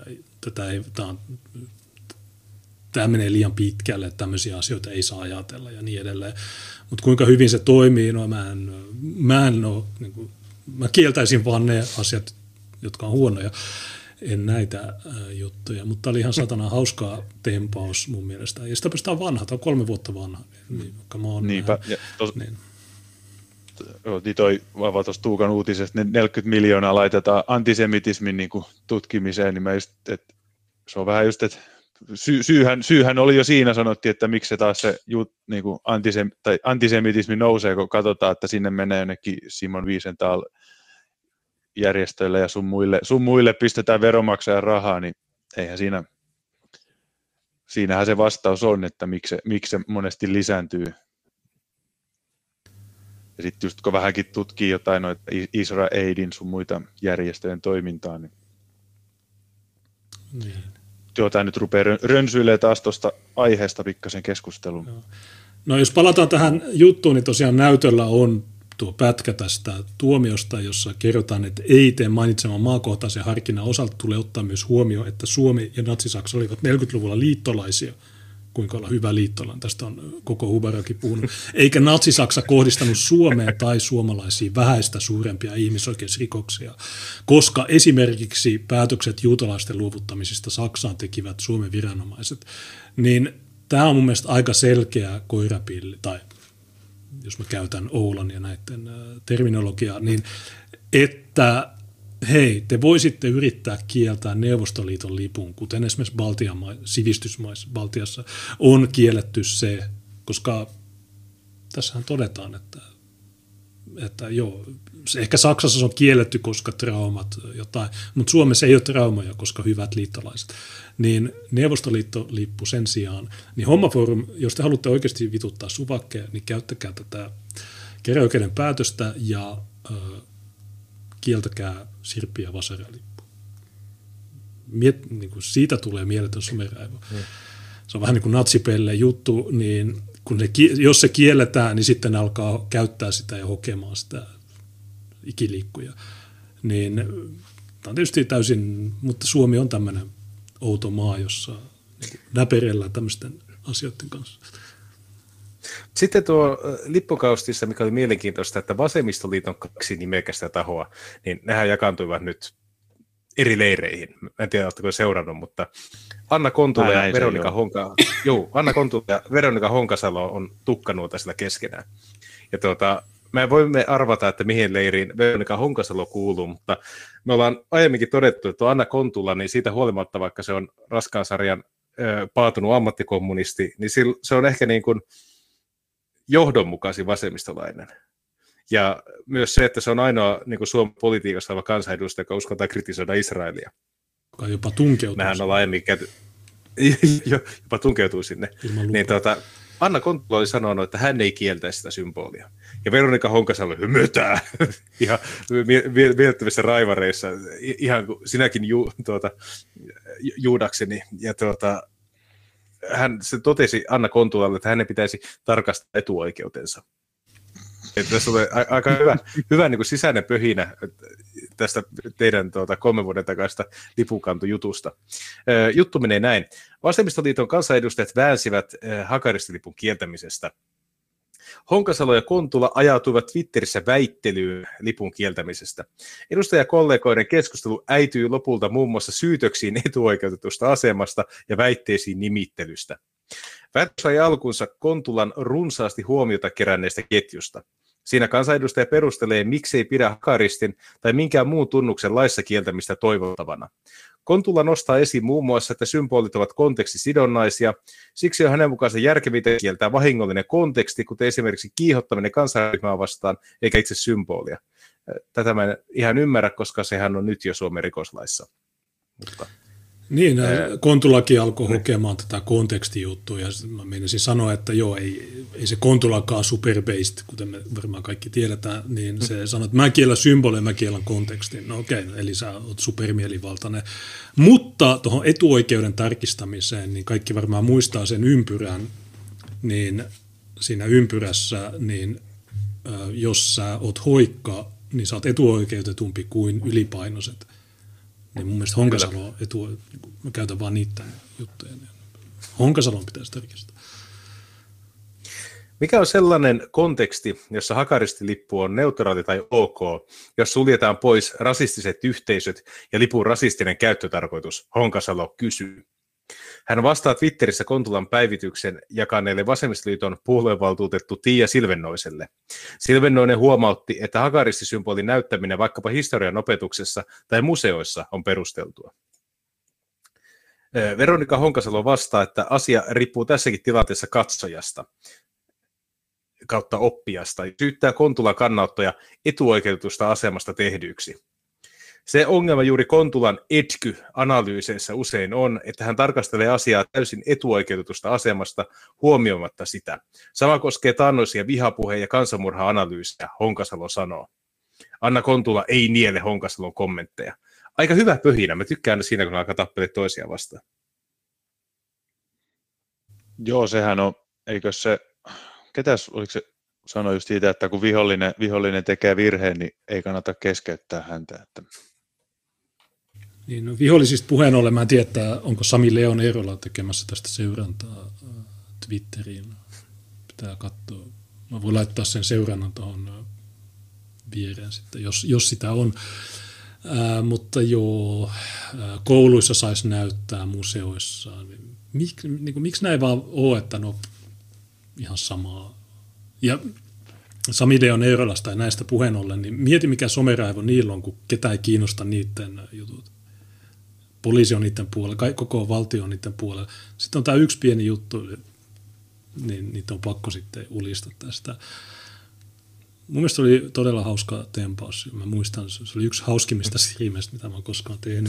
tämä menee liian pitkälle, että tämmöisiä asioita ei saa ajatella ja niin edelleen. Mutta kuinka hyvin se toimii, no mä kieltäisin vaan ne asiat, jotka on huonoja, en näitä juttuja, mutta oli ihan satana hauskaa tempaus mun mielestä. Ja sitä pystytään vanha, tämä on 3 vuotta vanha. Niinpä. Toi tuossa Tuukan uutisesta, 40 miljoonaa laitetaan antisemitismin niin kuin tutkimiseen, niin se on vähän just, että syyhän oli jo siinä, sanottiin, että miksi se taas se niin kuin antisemitismi nousee, kun katsotaan, että sinne menee jonnekin Simon Wiesenthal järjestöille ja sun muille pistetään veronmaksajan rahaa, niin eihän siinähän se vastaus on, että miksi se monesti lisääntyy. Ja sitten just kun vähänkin tutkii jotain noita Israelin sun muita järjestöjen toimintaa, niin. Joo, tämä nyt rupeaa rönsyilemään taas tuosta aiheesta pikkasen keskusteluun. No jos palataan tähän juttuun, niin tosiaan näytöllä on tuo pätkä tästä tuomiosta, jossa kerrotaan, että EIT:n mainitseman maakohtaisen harkinnan osalta tulee ottaa myös huomioon, että Suomi ja Natsi-Saksa olivat 40-luvulla liittolaisia. Kuinka olla hyvä liittolainen, tästä on koko Hubarakin puhunut, eikä Natsi-Saksa kohdistanut Suomeen tai suomalaisiin vähäistä suurempia ihmisoikeusrikoksia, koska esimerkiksi päätökset juutalaisten luovuttamisesta Saksaan tekivät Suomen viranomaiset, niin tämä on mun mielestä aika selkeä koirapilli, tai jos mä käytän Oulan ja näiden terminologiaa, niin että hei, te voisitte yrittää kieltää Neuvostoliiton lipun, kuten esimerkiksi sivistysmaissa Baltiassa on kielletty se, koska tässähän todetaan, että joo, ehkä Saksassa se on kielletty, koska traumat jotain, mutta Suomessa ei ole traumaja, koska hyvät liittolaiset. Niin Neuvostoliitto-lippu sen sijaan, niin Hommaforum, jos te haluatte oikeasti vituttaa suvakkeja, niin käyttäkää tätä käräjäoikeuden päätöstä ja kieltäkää sirppi- ja vasaralippu. Niin siitä tulee mieletön someraivo. Se on vähän niin kuin natsipelle juttu, niin jos se kielletään, niin sitten ne alkaa käyttää sitä ja hokemaan sitä ikiliikkuja. Niin tämä on tietysti täysin, mutta Suomi on tämmöinen outo maa, jossa näperellään tämmöisten asioiden kanssa. Sitten tuo lippukaustissa, mikä oli mielenkiintoista, että Vasemmistoliiton 2 nimekästä tahoa, niin nehän jakaantuivat nyt eri leireihin. Mä en tiedä, oletteko seurannut, mutta Anna Kontula ja Veronika Honkasalo on tukkanuota sillä keskenään. Ja me voimme arvata, että mihin leiriin Veronika Honkasalo kuuluu, mutta me ollaan aiemminkin todettu, että Anna Kontula, niin siitä huolimatta, vaikka se on raskaan sarjan paatunut ammattikommunisti, niin se on ehkä niin kuin johdonmukaisin vasemmistolainen. Ja myös se, että se on ainoa niin kuin Suomen politiikassa oleva kansanedustaja, joka uskotaan kritisoida Israelia. Joka jopa tunkeutuu. Mehän ollaan aiemmin jopa tunkeutuu sinne. Niin, Anna Kontula oli sanonut, että hän ei kieltäisi sitä symbolia. Ja Veronika Honkasalo oli hymytää ihan mielettömissä raivareissa, ihan kuin sinäkin juudakseni. Ja se totesi Anna Kontulalle, että hänen pitäisi tarkastaa etuoikeutensa. Että tässä oli aika hyvä niin kuin sisäinen pöhinä tästä teidän 3 vuoden takaista lipunkantojutusta. Juttu menee näin. Vasemmistoliiton kansanedustajat väänsivät hakaristilipun kieltämisestä. Honkasalo ja Kontula ajautuivat Twitterissä väittelyyn lipun kieltämisestä. Edustajakollegoiden keskustelu äityi lopulta muun muassa syytöksiin etuoikeutetusta asemasta ja väitteisiin nimittelystä. Väitös sai alkunsa Kontulan runsaasti huomiota keränneestä ketjusta. Siinä kansanedustaja perustelee, miksei pidä hakaristin tai minkään muun tunnuksen laissa kieltämistä toivottavana. Kontula nostaa esiin muun muassa, että symbolit ovat kontekstisidonnaisia, siksi on hänen mukaansa järkevintä kieltää vahingollinen konteksti, kuten esimerkiksi kiihottaminen kansanryhmää vastaan, eikä itse symbolia. Tätä mä en ihan ymmärrä, koska sehän on nyt jo Suomen rikoslaissa. Mutta niin, Kontulakin alkoi hokemaan tätä kontekstijuttua, ja mä meinasin sanoa, että joo, ei se Kontulakaan superbased, kuten me varmaan kaikki tiedetään, niin se sanoi, että mä kiellän symboleja, mä kiellän kontekstin. No okei, eli sä oot supermielivaltainen. Mutta tuohon etuoikeuden tarkistamiseen, niin kaikki varmaan muistaa sen ympyrän, niin siinä ympyrässä, niin jos sä oot hoikka, niin sä oot etuoikeutetumpi kuin ylipainoiset. Niin mun mielestä Honkasalo mä käytän vaan niitä juttuja. Honkasalon pitäisi tarkistaa. Mikä on sellainen konteksti, jossa hakaristilippu on neutraali tai ok, jos suljetaan pois rasistiset yhteisöt ja lipun rasistinen käyttötarkoitus, Honkasalo kysyy. Hän vastaa Twitterissä Kontulan päivityksen jakaneelle Vasemmistoliiton puoluevaltuutettu Tiia Silvennoiselle. Silvennoinen huomautti, että hakaristisymbolin näyttäminen vaikkapa historian opetuksessa tai museoissa on perusteltua. Veronika Honkasalo vastaa, että asia riippuu tässäkin tilanteessa katsojasta kautta oppijasta. Syyttää Kontulan kannanottoja etuoikeutetusta asemasta tehdyiksi. Se ongelma juuri Kontulan ETKY-analyyseissä usein on, että hän tarkastelee asiaa täysin etuoikeutetusta asemasta huomioimatta sitä. Sama koskee taannoisia vihapuhe- ja kansanmurha-analyysejä, Honkasalo sanoo. Anna Kontula ei niele Honkasalon kommentteja. Aika hyvä pöhinä, mä tykkään siinä, kun alkaa tappelemaan toisia vastaan. Joo, sehän on, eikö se, oliko se sanoi just siitä, että kun vihollinen tekee virheen, niin ei kannata keskeyttää häntä. Että... Niin, no, vihollisista puheen ollen mä en tiedä, onko Sami Leon Eerola tekemässä tästä seurantaa Twitteriin. Pitää katsoa. Mä voin laittaa sen seurannan tuohon viereen sitten, jos sitä on. Mutta joo, kouluissa saisi näyttää, museoissa. Miksi näin vaan ole, että no ihan samaa. Ja Sami Leon Eerolasta ja näistä puheen ollen, niin mieti mikä someraivo niillä on, kun ketään ei kiinnosta niiden jutut. Poliisi on niiden puolella, koko valtio on niiden puolella. Sitten on tämä yksi pieni juttu, niin niitä on pakko sitten ulista tästä. Mun mielestä oli todella hauska tempaus. Mä muistan, se oli yksi hauskimmista striimeistä, mitä mä oon koskaan tehnyt.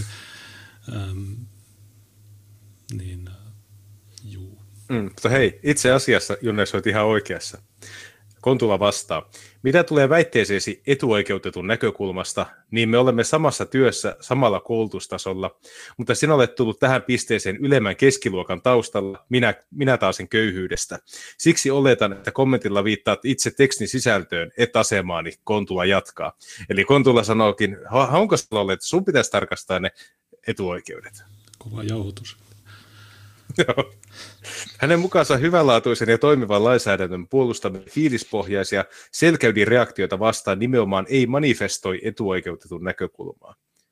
Juu. Mutta hei, itse asiassa, Junne, olet ihan oikeassa. Kontula vastaa. Mitä tulee väitteeseesi etuoikeutetun näkökulmasta, niin me olemme samassa työssä samalla koulutustasolla, mutta sinä olet tullut tähän pisteeseen ylemmän keskiluokan taustalla, minä taas sen köyhyydestä. Siksi oletan, että kommentilla viittaat itse tekstin sisältöön, et asemaani, Kontula jatkaa. Eli Kontula sanookin, onko sinulla ollut, että sun pitäisi tarkastaa ne etuoikeudet? Kova jauhotus. Joo. Hänen mukaansa hyvänlaatuisen ja toimivan lainsäädännön puolustaminen fiilispohjaisia selkäydinreaktioita vastaan nimenomaan ei manifestoi etuoikeutetun näkökulmaa.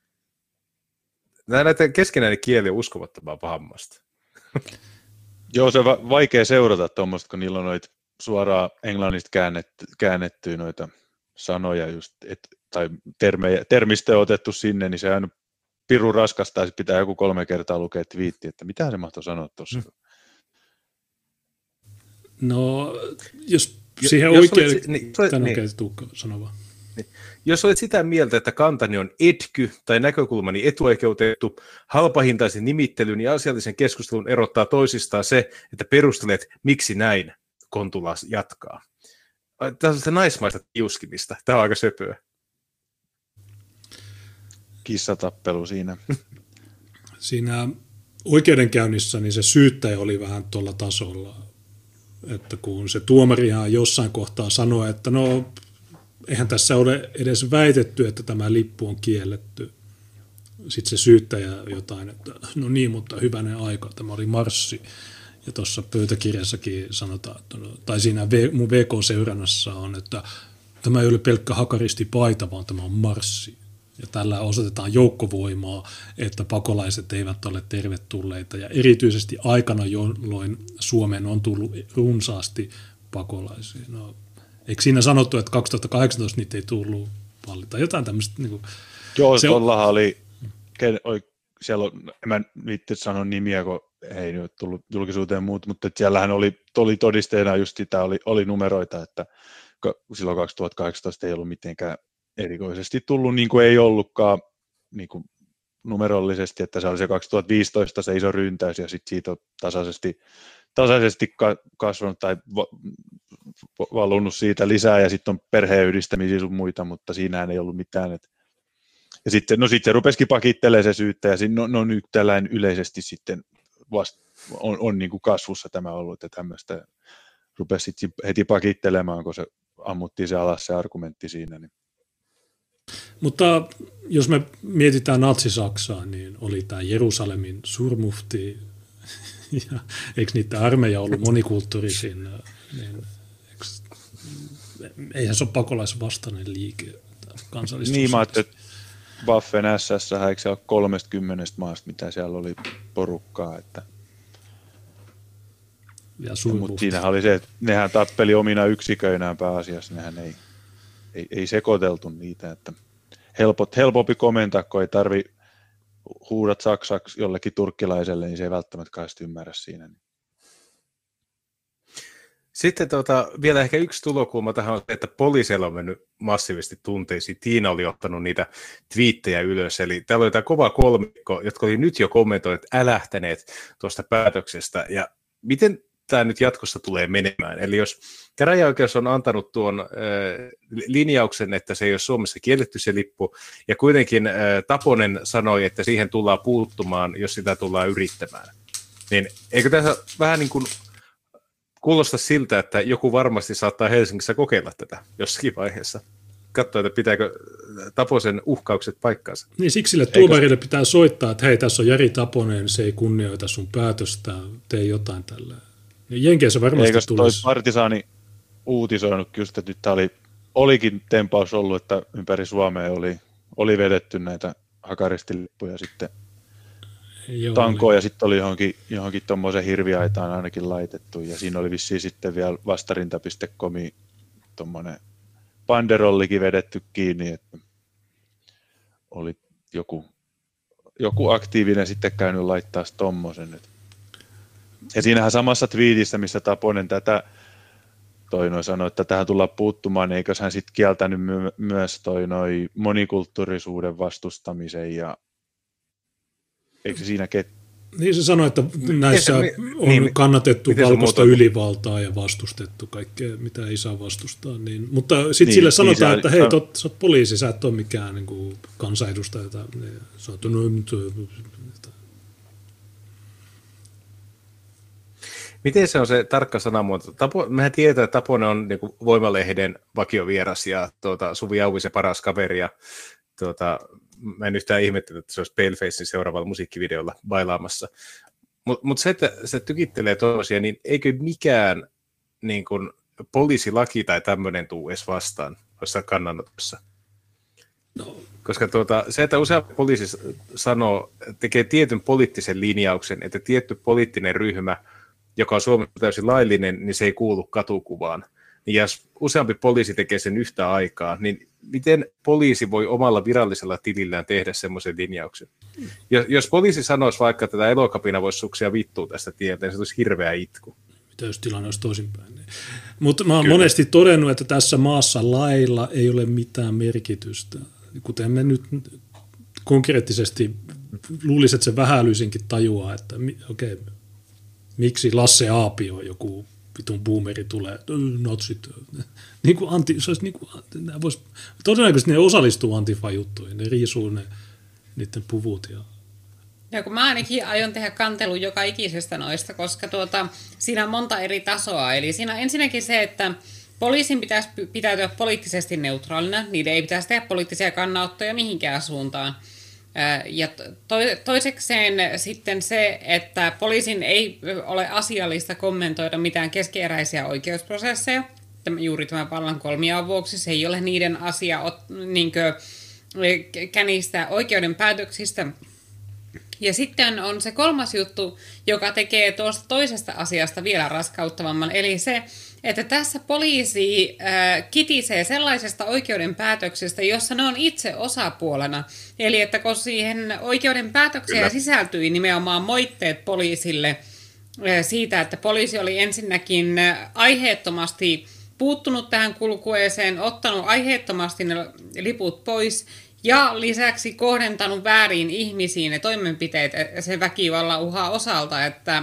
Näiden keskenäinen kieli on uskomattoman pahammasta. Joo, se on vaikea seurata tuommoista, kun niillä on noita suoraan englannista käännettyä noita sanoja just, tai termistöä otettu sinne, niin se on pirun raskasta, ja pitää joku 3 kertaa lukea twiitti, että mitä se mahtoi sanoa tuossa. No, jos siihen oikein... Sano vaan. Niin. Jos olet sitä mieltä, että kantani on etky tai näkökulmani etuoikeutettu, halpahintaisen nimittelyn ja asiallisen keskustelun erottaa toisistaan se, että perustelet, miksi näin, Kontula jatkaa. Tämä on se naismaista tiuskimista. Tämä on aika söpöä. Kissatappelu siinä. Siinä oikeudenkäynnissä niin se syyttäjä oli vähän tuolla tasolla, että kun se tuomarihan jossain kohtaa sanoi, että no eihän tässä ole edes väitetty, että tämä lippu on kielletty. Sitten se syyttäjä jotain, että no niin, mutta hyvänen aika, tämä oli marssi. Ja tuossa pöytäkirjassakin sanotaan, että no, tai siinä mun VK-seurannassa on, että tämä ei ole pelkkä hakaristipaita, vaan tämä on marssi. Ja tällä osoitetaan joukkovoimaa, että pakolaiset eivät ole tervetulleita. Ja erityisesti aikana, jolloin Suomeen on tullut runsaasti pakolaisia. No, eikö siinä sanottu, että 2018 niitä ei tullut paljon? Tai jotain tämmöistä. Niin kuin, joo, tuollahan oli, siellä on, en mä viitti sanoa nimiä, kun ei nyt tullut julkisuuteen muut, mutta siellähän oli todisteena just sitä, oli numeroita, että silloin 2018 ei ollut mitenkään erikoisesti tullut, niin kuin ei ollutkaan niin kuin numerollisesti, että se oli se 2015 se iso ryntäys, ja sitten siitä on tasaisesti kasvanut tai valunut siitä lisää, ja sitten on perheenyhdistämisiä sun muita, mutta siinähän ei ollut mitään. Ja sitten se rupesikin pakittelemaan se syyttäjä, ja no nyt tällainen yleisesti sitten on niin kuin kasvussa tämä ollut, että tämmöistä rupesi sitten heti pakittelemaan, kun se ammuttiin se alas se argumentti siinä, niin. Mutta jos me mietitään natsi-Saksaa, niin oli tämä Jerusalemin surmufti, ja eikö niitä armeija ollut monikulttuurisin, niin eihän se ole pakolaisvastainen liike kansallistus. Niin, mä ajattelin, että Waffen SS, eikö se ole 30 maasta, mitä siellä oli porukkaa, että. Mutta siinähän oli se, että nehän tappeli omina yksiköinään pääasiassa, nehän ei sekoiteltu niitä, että helpompi komentaa, kun ei tarvi huudat saksaksi jollekin turkkilaiselle, niin se ei välttämättä kai ymmärrä siinä. Sitten vielä ehkä yksi tulokulma tähän on se, että poliisilla on mennyt massiivisesti tunteisiin. Tiina oli ottanut niitä twiittejä ylös, eli täällä oli tämä kova kolmikko, jotka oli nyt jo kommentoineet, älähtäneet tuosta päätöksestä, ja miten tämä nyt jatkossa tulee menemään. Eli jos käräjäoikeus on antanut tuon linjauksen, että se ei ole Suomessa kielletty se lippu, ja kuitenkin Taponen sanoi, että siihen tullaan puuttumaan, jos sitä tullaan yrittämään, niin eikö tässä vähän niin kuin kuulostaa siltä, että joku varmasti saattaa Helsingissä kokeilla tätä jossakin vaiheessa. Katsoa, että pitääkö Taposen uhkaukset paikkaansa. Niin siksi sille tuomarille pitää soittaa, että hei, tässä on Jari Taponen, se ei kunnioita sun päätöstä, tee jotain tällä. Jenkeissä varmasti eikö tulisi. toi Partisaani uutisoinut just, että nyt olikin tempaus ollut, että ympäri Suomea oli vedetty näitä hakaristilippuja sitten tankoon ja sitten oli johonkin tuommoisen hirviaitaan ainakin laitettu ja siinä oli vissiin sitten vielä vastarinta.comi tuommoinen banderollikin vedetty kiinni, että oli joku aktiivinen sitten käynyt laittaa tommosen. Ja siinähän samassa twiitissä, missä Taponen tätä sanoi, että tähän tullaan puuttumaan, niin eikös hän sitten kieltänyt myös monikulttuurisuuden vastustamisen ja eikö se siinä Niin se sanoi, että näissä on kannatettu valkoista ylivaltaa ja vastustettu kaikkea, mitä ei saa vastustaa. Niin, mutta sitten sille sanotaan, että hei, sä oot poliisi, sä et ole mikään niin kuin kansanedustaja. Sä oot, Miten se on se tarkka sanamuoto? Mehän tiedetään, että Taponen on niin kuin Voimalehden vakiovieras ja Suvi Auvisen paras kaveri. Ja, mä en yhtään ihmettele, että se olisi Palefacein seuraavalla musiikkivideolla bailaamassa. Mutta se, että se tykittelee tuollaisia, niin eikö mikään niin kuin poliisilaki tai tämmöinen tule edes vastaan jossain kannanotossa? No. Koska se, että useampi poliisi tekee tietyn poliittisen linjauksen, että tietty poliittinen ryhmä, joka on Suomessa täysin laillinen, niin se ei kuulu katukuvaan. Niin jos useampi poliisi tekee sen yhtä aikaa, niin miten poliisi voi omalla virallisella tilillään tehdä semmoisen linjauksen? Jos poliisi sanoisi vaikka, että tämä Elokapina voisi suksia vittua tästä tieltä, niin se olisi hirveä itku. Mitä jos tilanne olisi toisinpäin? Mutta mä oon monesti todennut, että tässä maassa lailla ei ole mitään merkitystä. Kuten me nyt konkreettisesti luulisin, että se vähälyisinkin tajuaa, että okei, miksi Lasse Aapio joku vitun boomeri tulee, natsit. Niin kuin se olisi niin kuin, todennäköisesti ne osallistuu Antifa-juttuihin, ne riisuu niiden puvut. Ja kun mä ainakin aion tehdä kantelun joka ikisestä noista, koska siinä on monta eri tasoa. Eli siinä on ensinnäkin se, että poliisin pitäisi pitäytyä poliittisesti neutraalina, niiden ei pitäisi tehdä poliittisia kannanottoja mihinkään suuntaan. Ja toisekseen sitten se, että poliisin ei ole asiallista kommentoida mitään keskeeräisiä oikeusprosesseja. Juuri tämä vallan kolmijaon vuoksi se ei ole niiden asia känistä oikeuden päätöksistä. Ja sitten on se kolmas juttu, joka tekee tuosta toisesta asiasta vielä raskauttavamman, eli se, että tässä poliisi kitisee sellaisesta oikeuden päätöksestä, jossa ne on itse osapuolena. Eli että kun siihen oikeuden päätökseen sisältyi nimenomaan moitteet poliisille siitä, että poliisi oli ensinnäkin aiheettomasti puuttunut tähän kulkueeseen, ottanut aiheettomasti ne liput pois ja lisäksi kohdentanut väärin ihmisiin ne toimenpiteet sen väkivallan uhan osalta, että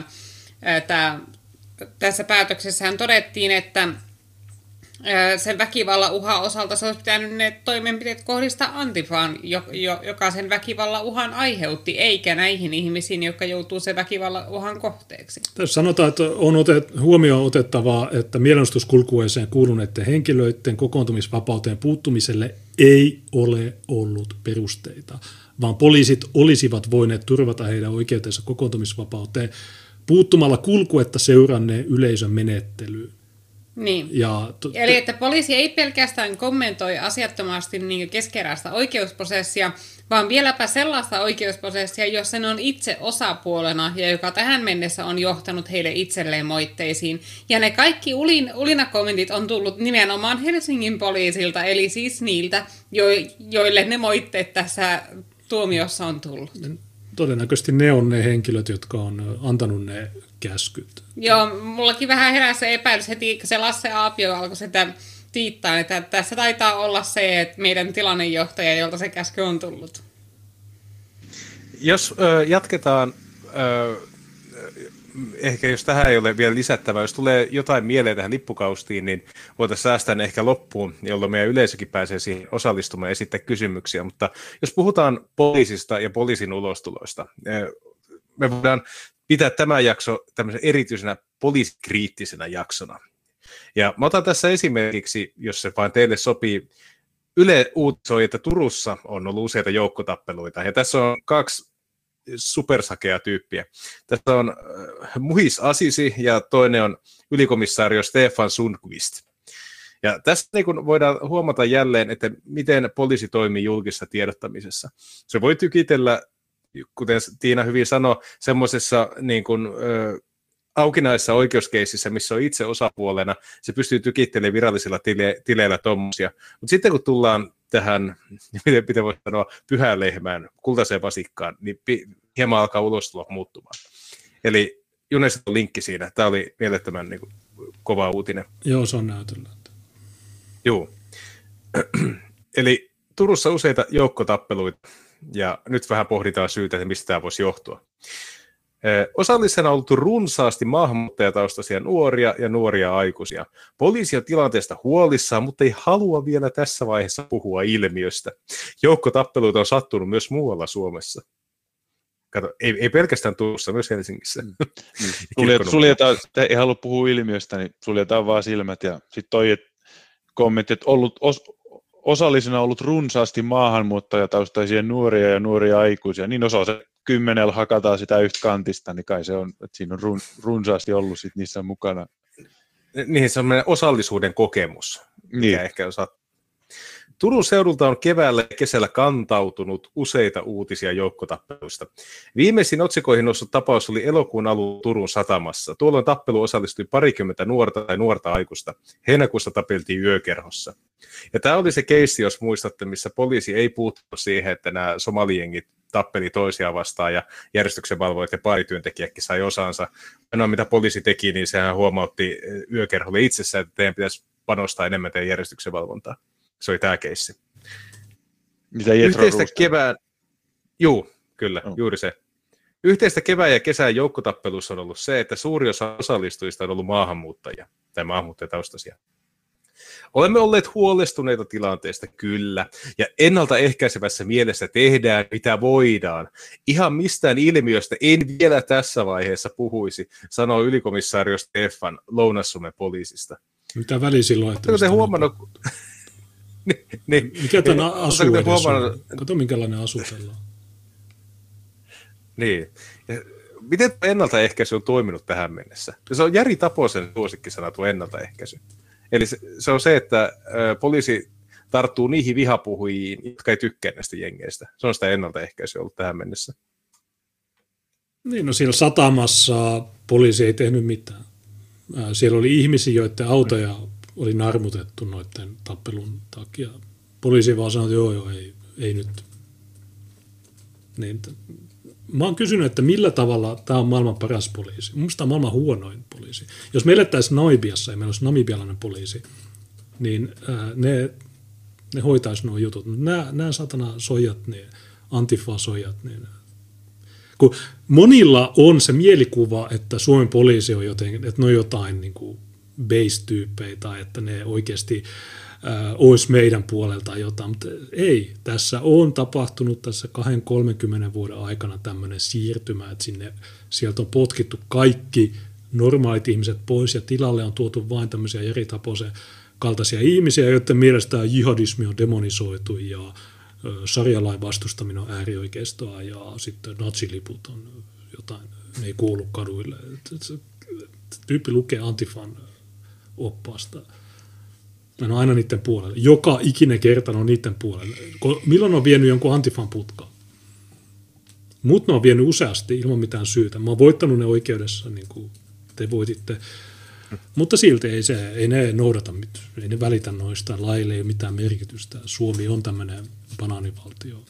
tässä päätöksessähän todettiin, että sen väkivallan uhan osalta se olisi pitänyt ne toimenpiteet kohdistaa Antifaan, joka sen väkivallan uhan aiheutti, eikä näihin ihmisiin, jotka joutuu sen väkivallan uhan kohteeksi. Tässä sanotaan, että on huomioon otettavaa, että mielenosoituskulkueeseen kuuluneiden henkilöiden kokoontumisvapauteen puuttumiselle ei ole ollut perusteita, vaan poliisit olisivat voineet turvata heidän oikeutensa kokoontumisvapauteen puuttumalla kulkuetta seuranneen yleisön menettelyyn. Niin. Eli että poliisi ei pelkästään kommentoi asiattomasti niin keskeräistä oikeusprosessia, vaan vieläpä sellaista oikeusprosessia, jossa ne on itse osapuolena ja joka tähän mennessä on johtanut heille itselleen moitteisiin. Ja ne kaikki ulinakommentit on tullut nimenomaan Helsingin poliisilta, eli siis niiltä, joille ne moitteet tässä tuomiossa on tullut. Todennäköisesti ne on ne henkilöt, jotka on antanut ne käskyt. Joo, mullakin vähän heräsi se epäilys heti, kun se Lasse Aapio alkoi sitä tiittaa, että tässä taitaa olla se, että meidän tilannejohtaja, jolta se käsky on tullut. Jos jatketaan, ehkä jos tähän ei ole vielä lisättävää, jos tulee jotain mieleen tähän lippukaustiin, niin voitaisiin säästää ne ehkä loppuun, jolloin meidän yleisökin pääsee siihen osallistumaan ja esittää kysymyksiä. Mutta jos puhutaan poliisista ja poliisin ulostuloista, me voidaan pitää tämä jakso tämmöisen erityisenä poliisikriittisenä jaksona. Ja mä otan tässä esimerkiksi, jos se vain teille sopii, Yle uutisoi, että Turussa on ollut useita joukkotappeluita, ja tässä on 2 supersakea tyyppiä. Tässä on Muhis Asisi ja toinen on ylikomissaario Stefan Sundqvist. Ja tässä niin kun voidaan huomata jälleen, että miten poliisi toimii julkisessa tiedottamisessa. Se voi tykitellä, kuten Tiina hyvin sanoi, semmoisessa niin kuin aukinaisessa oikeuskeississä, missä on itse osapuolena, se pystyy tykittelemään virallisilla tileillä tommosia. Mutta sitten kun tullaan tähän, miten voisi sanoa, pyhään lehmään, kultaiseen vasikkaan, niin hieman alkaa ulostulot muuttumaan. Eli Junesilla on linkki siinä. Tämä oli mielettömän niin kuin, kova uutinen. Joo, se on näytöllä. Joo. Eli Turussa useita joukkotappeluita, ja nyt vähän pohditaan syytä, että mistä tämä voisi johtua. Osallisena on ollut runsaasti maahanmuuttajataustaisia nuoria ja nuoria aikuisia. Poliisi on tilanteesta huolissaan, mutta ei halua vielä tässä vaiheessa puhua ilmiöstä. Joukkotappeluita on sattunut myös muualla Suomessa. Kato, ei pelkästään Turussa, myös Helsingissä. Suljetaan, ei halua puhua ilmiöstä, niin suljetaan vaan silmät. Ja sitten toi kommentti, että osallisena ollut runsaasti maahanmuuttajataustaisia nuoria ja nuoria aikuisia, niin osa se 10 hakataan sitä yhtä kantista, niin kai se on, että siinä on runsaasti ollut sit niissä mukana. Niin, se on meidän osallisuuden kokemus. Niin. Ehkä Turun seudulta on keväällä ja kesällä kantautunut useita uutisia joukkotappeluista. Viimeisin otsikoihin noussut tapaus oli elokuun alulla Turun satamassa. Tuolloin tappeluun osallistui 20 nuorta tai nuorta aikuista. Heinäkuussa tapeltiin yökerhossa. Ja tämä oli se keissi, jos muistatte, missä poliisi ei puuttunut siihen, että nämä somalijengit tappeli toisiaan vastaan ja järjestyksenvalvojat ja baarityöntekijätkin sai osansa. Ainoa mitä poliisi teki, niin sehän huomautti yökerholle itsessään, että teidän pitäisi panostaa enemmän teidän järjestyksenvalvontaa. Se oli tämä keissi. Mitä Jetro kevään... Juu, kyllä, juuri se. Yhteistä kevään ja kesän joukkotappelussa on ollut se, että suuri osa osallistujista on ollut maahanmuuttajia tai maahanmuuttajataustaisia. Olemme olleet huolestuneita tilanteesta, kyllä, ja ennaltaehkäisevässä mielessä tehdään, mitä voidaan. Ihan mistään ilmiöstä en vielä tässä vaiheessa puhuisi, sanoo ylikomissaario Stefan Lounais-Suomen poliisista. Mitä väliä silloin? Oletteko te huomannut... Mikä tämän asu edes on? Kato, minkälainen asu tällä on. Niin. Ja miten ennaltaehkäisy on toiminut tähän mennessä? Se on Jari Taposen suosikkisana tuo ennaltaehkäisy. Eli se on se, että poliisi tarttuu niihin vihapuhujiin, jotka ei tykkää näistä jengeistä. Se on sitä ennaltaehkäisyä ollut tähän mennessä. Niin, no siellä satamassa poliisi ei tehnyt mitään. Siellä oli ihmisiä, joiden autoja oli narmutettu noiden tappelun takia. Poliisi vaan sanoi, että joo, ei nyt. Niin, mä oon kysynyt, että millä tavalla tämä on maailman paras poliisi. Mun mielestä tämä on maailman huonoin poliisi. Jos me elettäisiin Namibiassa ja meillä olisi namibialainen poliisi, niin ne hoitaisi nuo jutut. Nämä satana sojat, niin antifa-sojat, niin kun monilla on se mielikuva, että Suomen poliisi on jotenkin, että ne on jotain niin kuin base-tyyppejä tai että ne oikeasti olisi meidän puolelta jotain, mutta ei. Tässä on tapahtunut tässä 20-30 vuoden aikana tämmöinen siirtymä, että sieltä on potkittu kaikki normaalit ihmiset pois ja tilalle on tuotu vain tämmöisiä Jari Taposen kaltaisia ihmisiä, joiden mielestä jihadismi on demonisoitu ja sarjalain vastustaminen on äärioikeistoa ja sitten natsiliput on jotain, ne ei kuulu kaduille. Tyyppi lukee Antifan oppaasta. Mä oon aina niiden puolella. Joka ikinen kerta on niiden puolella. Milloin on vienyt jonkun Antifan putkaan? Mut ne on vienyt useasti ilman mitään syytä. Mä oon voittanut ne oikeudessa, niin kuin te voititte. Mutta silti ei ne noudata mitään. Ei ne välitä noista. Laille ei ole mitään merkitystä. Suomi on tämmöinen banaanivaltio.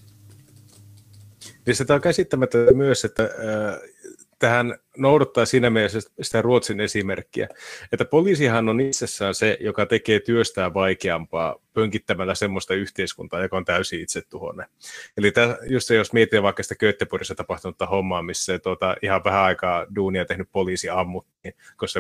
Ja sitä on käsittämättä myös, että tähän noudattaa siinä mielessä sitä Ruotsin esimerkkiä, että poliisihan on itsessään se, joka tekee työstään vaikeampaa pönkittämällä semmoista yhteiskuntaa, joka on täysin itsetuhoinen. Eli just se, jos miettii vaikka sitä Göteborgissa tapahtunutta hommaa, missä ihan vähän aikaa duunia tehnyt poliisi ammuttiin, koska se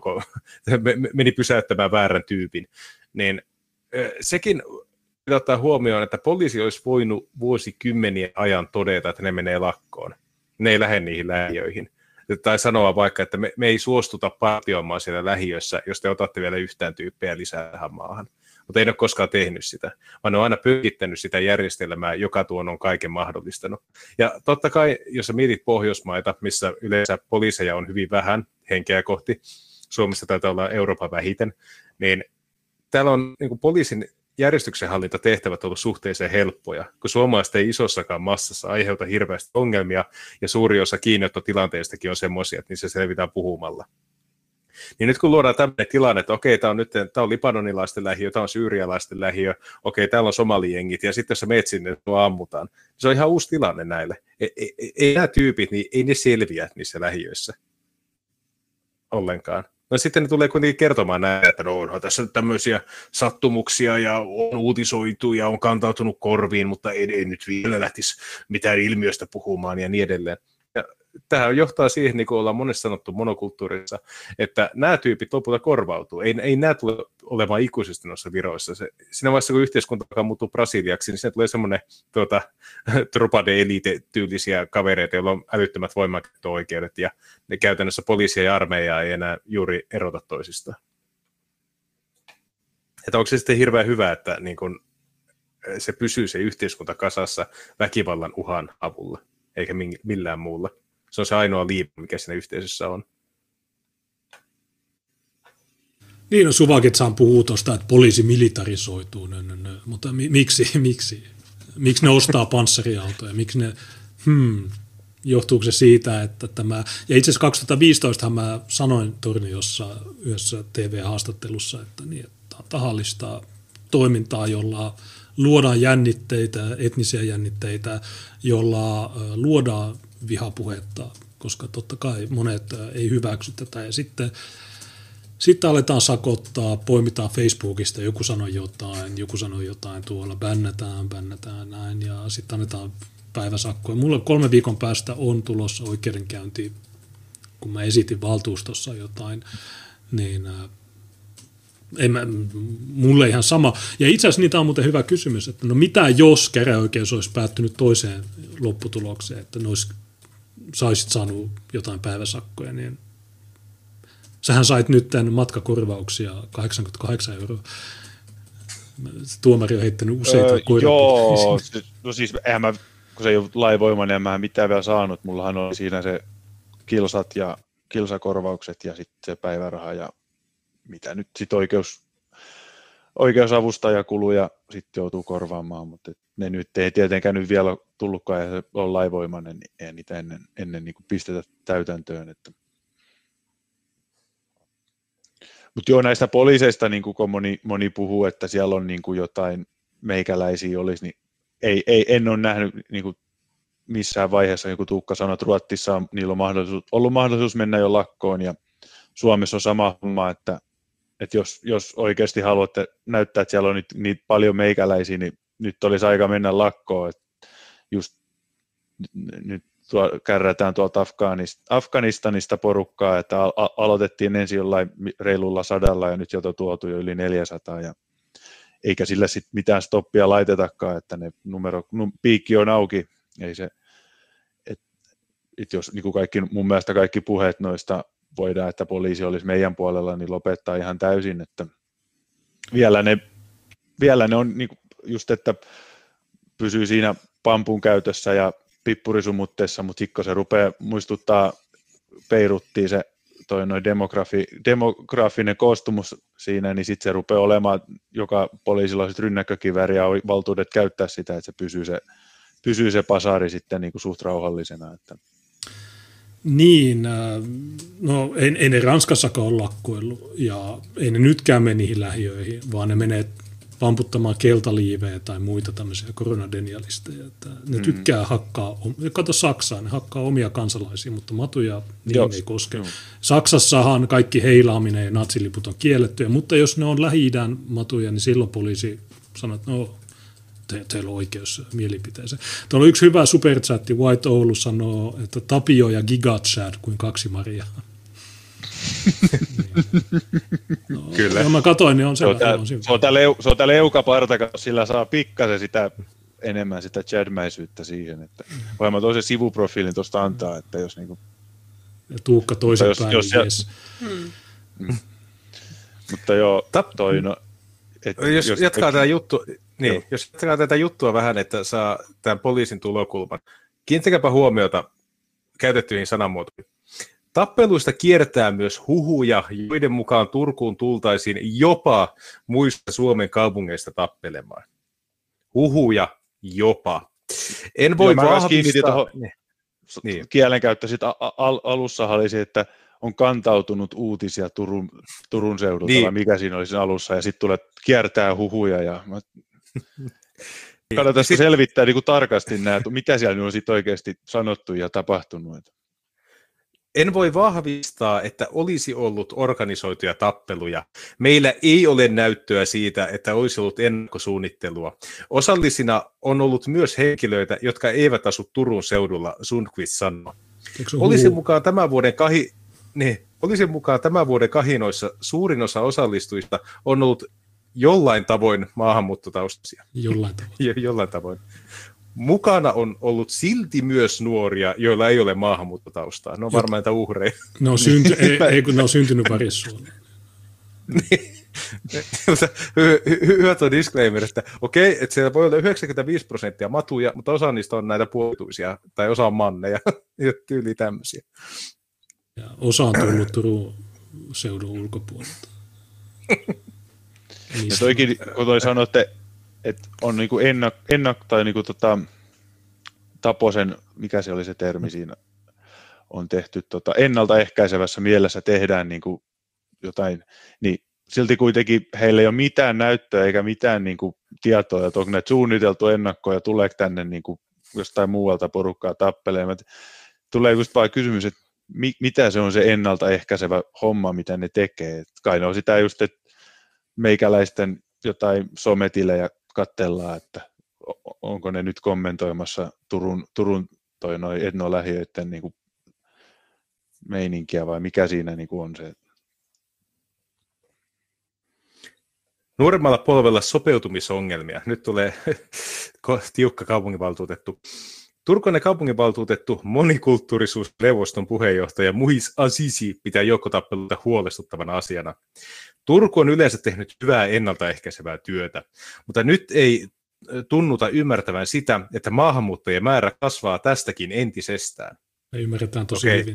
meni pysäyttämään väärän tyypin, niin sekin pitää ottaa huomioon, että poliisi olisi voinut vuosikymmenien ajan todeta, että ne menee lakkoon. Ne ei lähde niihin lähiöihin. tai sanoa vaikka, että me ei suostuta partioimaan siellä lähiössä, jos te otatte vielä yhtään tyyppejä lisää tähän maahan. Mutta ei ole koskaan tehnyt sitä, vaan ne on aina pyrittänyt sitä järjestelmää, joka tuon on kaiken mahdollistanut. Ja totta kai, jos sä mietit Pohjoismaita, missä yleensä poliiseja on hyvin vähän henkeä kohti, Suomessa taitaa olla Euroopan vähiten, niin täällä on niin kuin poliisin järjestyksenhallintatehtävät ollut suhteellisen helppoja, kun suomalaiset ei isossakaan massassa aiheuta hirveästi ongelmia, ja suuri osa kiinniottotilanteistakin on semmoisia, että niissä selvitään puhumalla. Niin nyt kun luodaan tämmöinen tilanne, että okei, tämä on libanonilaisten lähiö, tämä on syyrialaisten lähiö, okei, täällä on somalijengit, ja sitten jos sä meet sinne, niin ammutaan. Se on ihan uusi tilanne näille. Ei nämä tyypit, niin ei ne selviä niissä lähiöissä ollenkaan. No sitten ne tulee kuitenkin kertomaan näin, että no onhan tässä nyt tämmöisiä sattumuksia ja on uutisoitu ja on kantautunut korviin, mutta ei nyt vielä lähtisi mitään ilmiöstä puhumaan ja niin edelleen. Ja tähän johtaa siihen, niin kuin ollaan monesti sanottu monokulttuurissa, että nämä tyypit lopulta korvautuu. Ei nämä tule olemaan ikuisesti noissa viroissa. Siinä vaiheessa, kun yhteiskunta alkaa muuttua Brasiliaksi, niin siinä tulee semmoinen tropa de elite-tyylisiä kavereita, joilla on älyttömät voimankäyttöoikeudet, ja ne käytännössä poliisia ja armeijaa ei enää juuri erota toisistaan. Että onko se sitten hirveän hyvä, että niin kun se pysyy se yhteiskunta kasassa väkivallan uhan avulla, eikä millään muulla. Se on se ainoa liipa, mikä siinä yhteisössä on. Niin, no Suvakitsaan puhuu tuosta, että poliisi militarisoituu, mutta miksi? Miksi ne ostaa panssariautoja? Miksi ne, johtuuko se siitä, että tämä, ja itse asiassa 2015 mä sanoin Torniossa yhdessä TV-haastattelussa, että tämä on tahallista toimintaa, jolla luodaan jännitteitä, etnisiä jännitteitä, jolla luodaan vihapuhetta, koska totta kai monet ei hyväksy tätä. Ja sitten aletaan sakottaa, poimitaan Facebookista, joku sanoi jotain tuolla, bännätään näin, ja sitten annetaan päiväsakkoja. Mulla 3 viikon päästä on tulossa oikeudenkäynti, kun mä esitin valtuustossa jotain, niin mulle ihan sama. Ja itse asiassa niitä on muuten hyvä kysymys, että no mitä jos käräjäoikeus olisi päättynyt toiseen lopputulokseen, että sä olisit saanut jotain päiväsakkoja, niin sähän sait nyt tämän matkakorvauksia 88 €. Tuomari on heittänyt useita koiraa. Joo, no siis eihän mä, kun se ei ole lainvoimainen, en mä mitään vielä saanut. Mullahan oli siinä se kilsat ja kilsakorvaukset ja sitten se päiväraha ja mitä nyt sitten oikeusavustajakuluja sitten joutuu korvaamaan, mutta ne nyt ei tietenkään nyt vielä tullutkaan ja se on lainvoimainen, niin ei niitä ennen niin kuin pistetä täytäntöön. Mutta joo, näistä poliiseista, niin kuin moni puhuu, että siellä on niin kuin jotain meikäläisiä olisi, niin en ole nähnyt niin kuin missään vaiheessa, niin kuin Tuukka sanoi, että Ruotsissa niillä on ollut mahdollisuus mennä jo lakkoon, ja Suomessa on sama homma, että jos oikeasti haluatte näyttää, että siellä on niitä paljon meikäläisiä, niin nyt olisi aika mennä lakkoon. Että just nyt kärrätään tuolta Afganistanista porukkaa, että aloitettiin ensin jollain reilulla 100 ja nyt jo tuotu jo yli 400 ja eikä sillä sitten mitään stoppia laitetakaan, että ne piikki on auki. Ei se, et jos niin kuin mun mielestä kaikki puheet noista voidaan, että poliisi olisi meidän puolella, niin lopettaa ihan täysin, että vielä ne on niin kuin just, että pysyy siinä pampun käytössä ja pippurisumutteessa, mutta sitten kun se rupeaa muistuttaa Beiruttiin se demografinen koostumus siinä, niin sitten se rupeaa olemaan, joka poliisilla on rynnäkkökivääri ja valtuudet käyttää sitä, että se pysyy se pasari sitten niin kuin suht rauhallisena. Että. Niin, no ei ne Ranskassakaan ole lakkoillut ja ei ne nytkään mene niihin lähiöihin, vaan ne menee pamputtamaan keltaliivejä tai muita tämmöisiä koronadenialisteja. Ne tykkää kato Saksaa, ne hakkaa omia kansalaisia, mutta matuja niihin ei koske. Joo. Saksassahan kaikki heilaaminen ja natsiliput on kiellettyjä, mutta jos ne on Lähi-idän matuja, niin silloin poliisi sanoo, että no, teillä on oikeus mielipiteeseen. Tuolla on yksi hyvä superchatti, White Oulu sanoo, että Tapio ja GigaChat kuin 2 Mariaa. No, kyllä. Mä katsoin, niin on se. Se on tää leukaparta, sillä saa pikkasen sitä enemmän sitä chadmäisyyttä siihen, että voin mä toisen sivuprofiilin tuosta antaa, että jos niinku Tuukka toisinpäin. Mutta joo, jos jatkaa tätä juttua, niin, jos jatkaa tätä juttua vähän, että saa tämän poliisin tulokulman. Kiinnittäkääpä huomiota käytettyihin sanamuotoihin. Tappeluista kiertää myös huhuja, joiden mukaan Turkuun tultaisiin jopa muista Suomen kaupungeista tappelemaan. Huhuja jopa. En voi vahvistaa. Niin. Kielenkäyttö sitten alussa oli se, että on kantautunut uutisia Turun seudulta, niin. Vai mikä siinä oli siinä alussa, ja sitten tulee kiertää huhuja. Ja kannattaa selvittää niin kuin tarkasti nämä, mitä siellä on sitten oikeasti sanottu ja tapahtunut. En voi vahvistaa, että olisi ollut organisoituja tappeluja. Meillä ei ole näyttöä siitä, että olisi ollut ennakkosuunnittelua. Osallisina on ollut myös henkilöitä, jotka eivät asu Turun seudulla, Sundqvist sanoo. Poliisin mukaan tämän vuoden kahinoissa suurin osa osallistujista on ollut jollain tavoin maahanmuuttotaustaisia. Jollain tavoin. Mukana on ollut silti myös nuoria, joilla ei ole maahanmuuttotaustaa. Ne on varmaan näitä uhreja. Kun ne on syntynyt parissa Suomeen. Hyvä tuo disclaimer, että okei, että siellä voi olla 95% matuja, mutta osa niistä on näitä puolituisia, tai osa on manneja, tyyliä tämmöisiä. Ja osa on tullut Turun seudun ulkopuolelta. Ja toikin, kun toi sanoi, että on niinku tai niinku Taposen, mikä se oli se termi siinä, on tehty ennaltaehkäisevässä mielessä tehdään niinku jotain, niin silti kuitenkin heillä ei ole mitään näyttöä eikä mitään niinku tietoa, että onko näitä suunniteltu ennakkoa ja tuleeko tänne niinku jostain muualta porukkaa tappelemaan. Tulee just vaan kysymys, että mitä se on se ennaltaehkäisevä homma, mitä ne tekee. Et kai ne on sitä just, että meikäläisten jotain sometilejä katsellaan, että onko ne nyt kommentoimassa Turun toi etnolähiöiden niinku meininkiä vai mikä siinä niinku on se. Nuoremmalla polvella sopeutumisongelmia. Nyt tulee tiukka kaupunginvaltuutettu. Turkuinen kaupunginvaltuutettu monikulttuurisuusneuvoston puheenjohtaja Muhis Azizi pitää joukkotappeluita huolestuttavana asiana. Turku on yleensä tehnyt hyvää ennaltaehkäisevää työtä, mutta nyt ei tunnuta ymmärtävän sitä, että maahanmuuttajien määrä kasvaa tästäkin entisestään. Me ymmärretään tosi hyvin.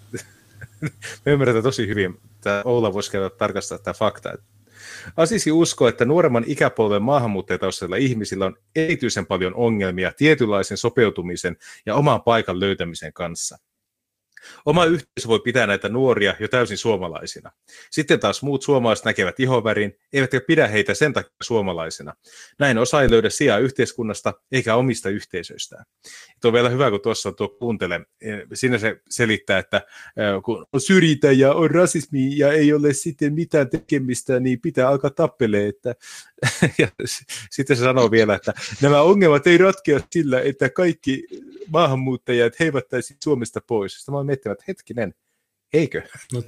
Me ymmärretään tosi hyvin. Oula voisi käydä tarkastaa tämä fakta. Azizi uskoo, että nuoremman ikäpolven maahanmuuttajataustaisilla ihmisillä on erityisen paljon ongelmia tietynlaisen sopeutumisen ja oman paikan löytämisen kanssa. Oma yhteisö voi pitää näitä nuoria jo täysin suomalaisina. Sitten taas muut suomalaiset näkevät ihonvärin, eivätkä pidä heitä sen takia suomalaisina. Näin osa ei löydä sijaa yhteiskunnasta eikä omista yhteisöistään. Tuo on vielä hyvä, kun tuossa tuo kuuntele. Siinä se selittää, että kun on syrjintä ja on rasismi ja ei ole sitten mitään tekemistä, niin pitää alkaa tappelee. Ja sitten se sanoo vielä, että nämä ongelmat ei ratkea sillä, että kaikki maahanmuuttajat heivattaisiin Suomesta pois. Sitten mä oon miettinyt, että hetkinen, eikö? No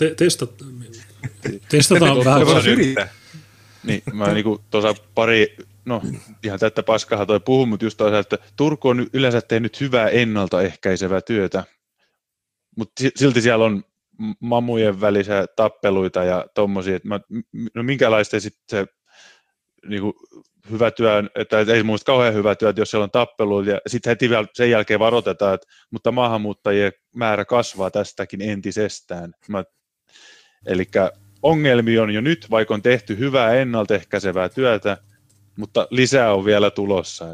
testataan vähän. Niin, mä niinku tuossa ihan tätä paskahan toi puhun, mutta just toisaalta, että Turku on yleensä tehnyt hyvää ennaltaehkäisevää työtä, mutta silti siellä on mamujen välisiä tappeluita ja tommosia, että no minkälaista sitten se niinku hyvä työ, että ei mun kauhean hyvä työ, jos siellä on tappelu, ja sitten heti vielä sen jälkeen varoitetaan, mutta maahanmuuttajien määrä kasvaa tästäkin entisestään. Eli ongelmia on jo nyt, vaikka on tehty hyvää ennaltaehkäisevää työtä, mutta lisää on vielä tulossa.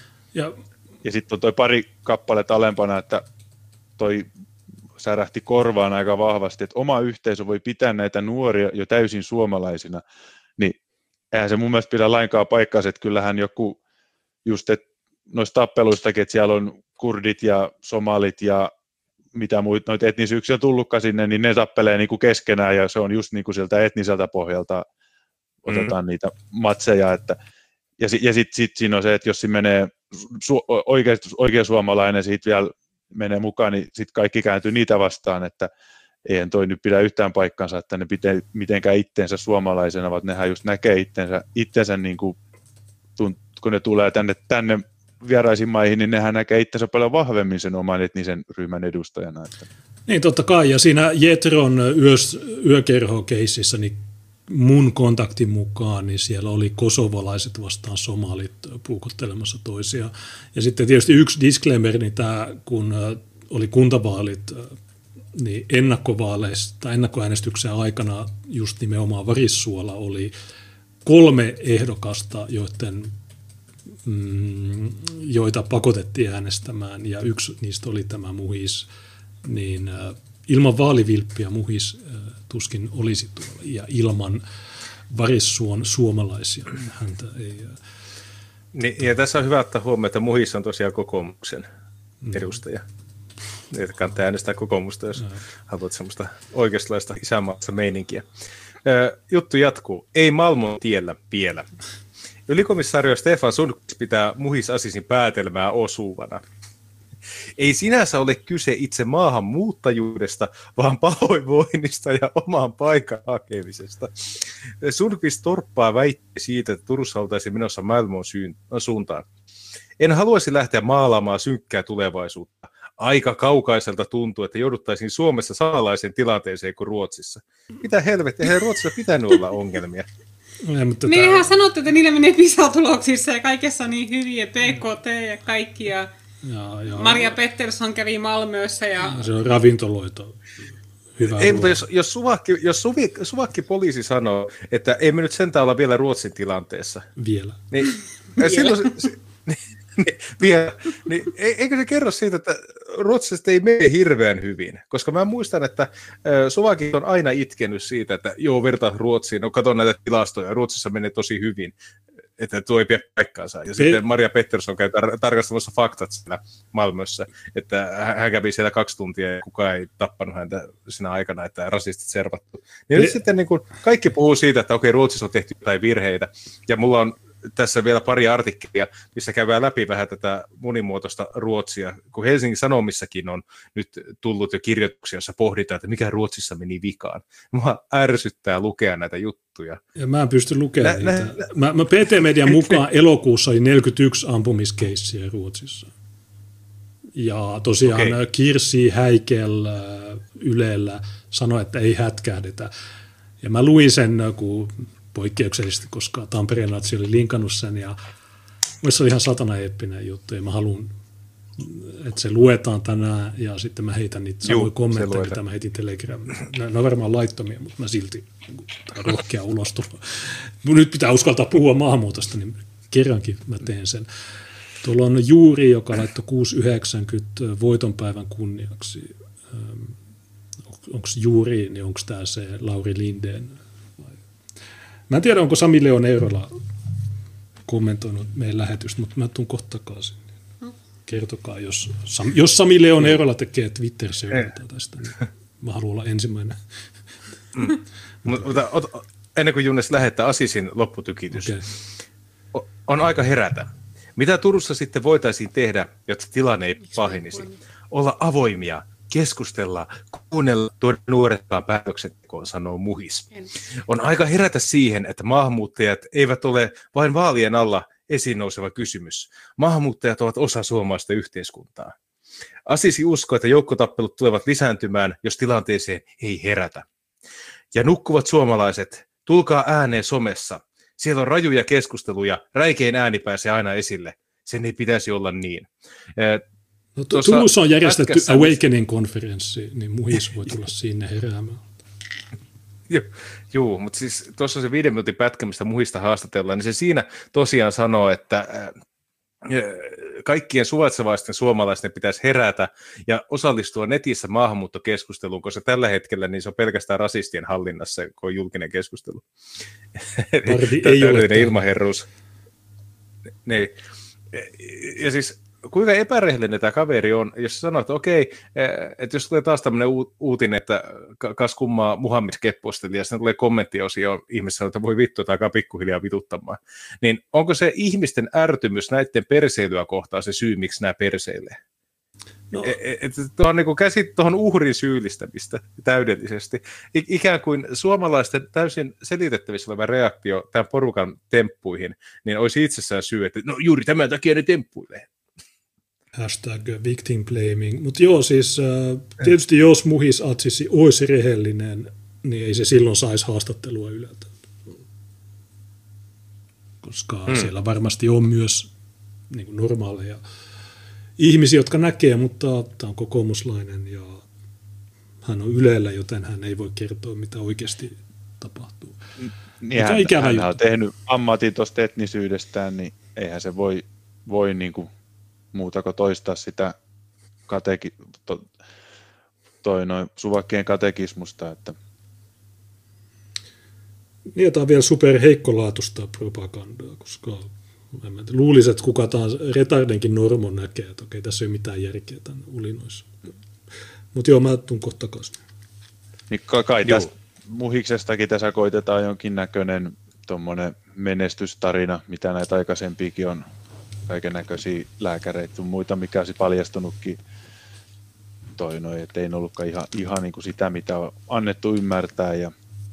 Ja sitten on toi pari kappaletta alempana, että toi särähti korvaan aika vahvasti, että oma yhteisö voi pitää näitä nuoria jo täysin suomalaisina, niin eihän se mun mielestä pidä lainkaan paikkaansa, että kyllähän joku just, että noista tappeluistakin, että siellä on kurdit ja somalit ja mitä muita noita etnisyyksiä on tullutkaan sinne, niin ne tappelee niinku keskenään ja se on just niinku sieltä etniseltä pohjalta otetaan niitä matseja. Ja sitten siinä on se, että jos siinä menee oikea suomalainen siitä vielä menee mukaan, niin sitten kaikki kääntyy niitä vastaan, että eihän toi nyt pidä yhtään paikkansa, että ne pitää mitenkään itteensä suomalaisena, vaan nehän just näkee itsensä niin kuin, kun ne tulee tänne vieraisiin maihin, niin nehän näkee itsensä paljon vahvemmin sen oman etnisen ryhmän edustajana. Niin totta kai, ja siinä Jetron yökerho-keississä niin mun kontaktin mukaan, niin siellä oli kosovolaiset vastaan somalit puukottelemassa toisia. Ja sitten tietysti yksi disclaimer, niin tämä, kun oli kuntavaalit, niin ennakkoäänestyksen aikana just nimenomaan Varissuolla oli 3 ehdokasta, joita pakotettiin äänestämään, ja yksi niistä oli tämä Muhis, niin ilman vaalivilppiä Muhis tuskin olisi tuolla, ja ilman Varissuon suomalaisia häntä ei... Niin, ja tässä on hyvä ottaa huomioon, että Muhis on tosiaan kokoomuksen edustaja. Että kannattaa äänestää kokoomusta, jos haluat semmoista oikeistolaista isänmaallista meininkiä. Juttu jatkuu. Ei Malmon tiellä vielä. Ylikomissario Stefan Sundqvist pitää Muhis Asisin päätelmää osuvana. Ei sinänsä ole kyse itse maahanmuuttajuudesta, vaan pahoinvoinnista ja oman paikan hakemisesta. Sundqvist torppaa väitteen siitä, että Turussa oltaisiin menossa Malmon suuntaan. En haluaisi lähteä maalaamaan synkkää tulevaisuutta. Aika kaukaiselta tuntuu, että jouduttaisiin Suomessa samanlaiseen tilanteeseen kuin Ruotsissa. Mitä helvettiä, eihän Ruotsissa pitänyt olla ongelmia. Niinhän sanotte, että niillä menee PISA-tuloksissa ja kaikessa on niin hyviä, PKT ja kaikki. Ja Maria Pettersson kävi Malmössä. Ja se on ravintoloita. Hyvä ei, mutta jos suvakki poliisi sanoo, että ei me nyt sentään olla vielä Ruotsin tilanteessa. Vielä. Niin, silloin... Vielä, niin eikö se kerro siitä, että Ruotsista ei mene hirveän hyvin? Koska mä muistan, että Suvakki on aina itkenyt siitä, että joo, vertaa Ruotsiin, no katon näitä tilastoja, Ruotsissa menee tosi hyvin, että tuo ei pidä paikkaansa. Ja sitten Maria Pettersson käy tarkastamassa faktat siinä Malmössä, että hän kävi siellä 2 tuntia ja kukaan ei tappanut häntä siinä aikana, että rasistit servattu. Niin nyt sitten niin kun kaikki puhuu siitä, että okei, Ruotsissa on tehty jotain virheitä, ja mulla on tässä vielä pari artikkelia, missä käydään läpi vähän tätä monimuotoista Ruotsia, kun Helsingin Sanomissakin on nyt tullut jo kirjoituksia, jossa pohditaan, että mikä Ruotsissa meni vikaan. Mua ärsyttää lukea näitä juttuja. Ja mä en pysty lukemaan niitä. Mä PT-median mukaan elokuussa oli 41 ampumiskeissiä Ruotsissa. Ja tosiaan Kirsi Häikel Ylellä sanoi, että ei hätkähdetä. Ja mä luin sen, kun poikkeuksellisesti, koska Tampereen natsi oli linkannut sen, ja se oli ihan satanaeeppinen juttu, ja mä haluan, että se luetaan tänään, ja sitten mä heitän niitä samoja kommentteja, mitä mä heitin Telegramissa. Ne on varmaan laittomia, mutta mä silti rohkea ulostulo. Nyt pitää uskaltaa puhua maahanmuutosta, niin kerrankin mä teen sen. Tuolla on Juuri, joka laittoi 6,90 voitonpäivän kunniaksi. Onko Juuri, niin onko tämä se Lauri Lindén? Mä en tiedä, onko Sami Leon Eurola kommentoinut meidän lähetystä, mutta mä tuun kohta takaisin. Kertokaa, jos Sami Leon Eurola tekee Twitter-seurantaa tästä, niin mä haluan olla ensimmäinen. Mutta ennen kuin Junnes lähettää Asisin lopputykitys, on aika herätä. Mitä Turussa sitten voitaisiin tehdä, jotta tilanne ei pahenisi? Olla avoimia, keskustella, kuunnella tuoda nuoretkaan päätöksentekoon, sanoo Muhis. On aika herätä siihen, että maahanmuuttajat eivät ole vain vaalien alla esiin nouseva kysymys. Maahanmuuttajat ovat osa suomalaista yhteiskuntaa. Asisi uskoo, että joukkotappelut tulevat lisääntymään, jos tilanteeseen ei herätä. Ja nukkuvat suomalaiset, tulkaa ääneen somessa. Siellä on rajuja keskusteluja, räikein ääni pääsee aina esille. Sen ei pitäisi olla niin. Turussa on järjestetty Awakening-konferenssi, niin Muhis voi tulla sinne heräämään. Joo, mutta siis tuossa se 5 minuutin pätkä, mistä Muhista haastatellaan, niin se siinä tosiaan sanoo, että kaikkien suvaitsevaisten suomalaisten pitäisi herätä ja osallistua netissä maahanmuuttokeskusteluun, koska tällä hetkellä niin se on pelkästään rasistien hallinnassa, kun on julkinen keskustelu. Ei ole ilmaherruus. Niin. Ja siis kuinka epärehellinen tämä kaveri on, jos sanoo, että okei, että jos tulee taas tämmöinen uutinen, että kas kummaa Muhammed kepposteli, ja sitten tulee kommenttiosio, ihmiset sanoo, että voi vittu, että alkaa pikkuhiljaa vituttamaan, niin onko se ihmisten ärtymys näiden perseilyä kohtaan se syy, miksi nämä perseilee? No. Tuo on niin käsit tuohon uhrin syyllistämistä täydellisesti. Ikään kuin suomalaisten täysin selitettävissä oleva reaktio tämän porukan temppuihin, niin olisi itsessään syy, että no juuri tämän takia ne temppuilee. Victim blaming. Mutta joo, siis tietysti jos Muhis Atsissi olisi rehellinen, niin ei se silloin saisi haastattelua Yleltä. Koska siellä varmasti on myös niin kuin normaaleja ihmisiä, jotka näkee, mutta tämä on kokoomuslainen ja hän on Ylellä, joten hän ei voi kertoa, mitä oikeasti tapahtuu. Niin hän on tehnyt ammatin tuosta etnisyydestään, niin eihän se voi niin kuin muuta kuin toistaa sitä suvakkien katekismusta. Että. Niin, tämä on vielä superheikkolaatuista propagandaa, koska luulisin, että kuka taas retardenkin normon näkee, että okei, tässä ei ole mitään järkeä tämän ulinoissa. Mutta joo, mä tuun kohta takaisin. Niin kai tästä Muhiksestakin tässä koitetaan jonkinnäköinen tuommoinen menestystarina, mitä näitä aikaisempiakin on, kaikennäköisiä lääkäreitä ja muita, mikä olisi paljastunutkin että ei ollutkaan ihan niin kuin sitä, mitä on annettu ymmärtää, ja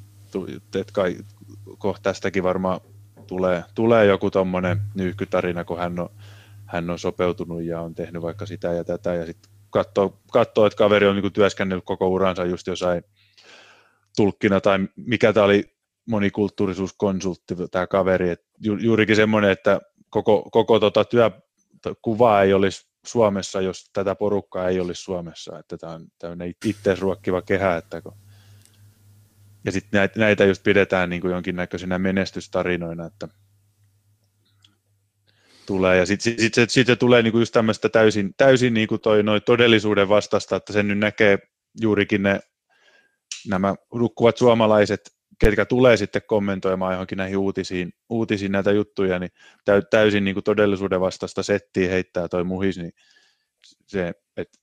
kohta tästäkin varmaan tulee joku tommonen nyyhkytarina, kun hän on sopeutunut ja on tehnyt vaikka sitä ja tätä, ja sitten katsoo, että kaveri on niin kuin työskennellyt koko uransa just jossain tulkkina, tai mikä tämä oli, monikulttuurisuuskonsultti tämä kaveri, että juurikin semmoinen, että koko työkuvaa ei olisi Suomessa, jos tätä porukkaa ei olisi Suomessa, että tämä on tämmöinen itseensä ruokkiva kehä, ja sitten näitä just pidetään niin kuin jonkinnäköisinä menestystarinoina, että tulee, ja sitten se tulee niin kuin just tämmöistä täysin niin kuin todellisuuden vastasta, että sen nyt näkee juurikin nämä nukkuvat suomalaiset, ketkä tulee sitten kommentoimaan johonkin näihin uutisiin näitä juttuja, niin täysin niin kuin todellisuuden vastasta settiä heittää toi Muhis, niin se, että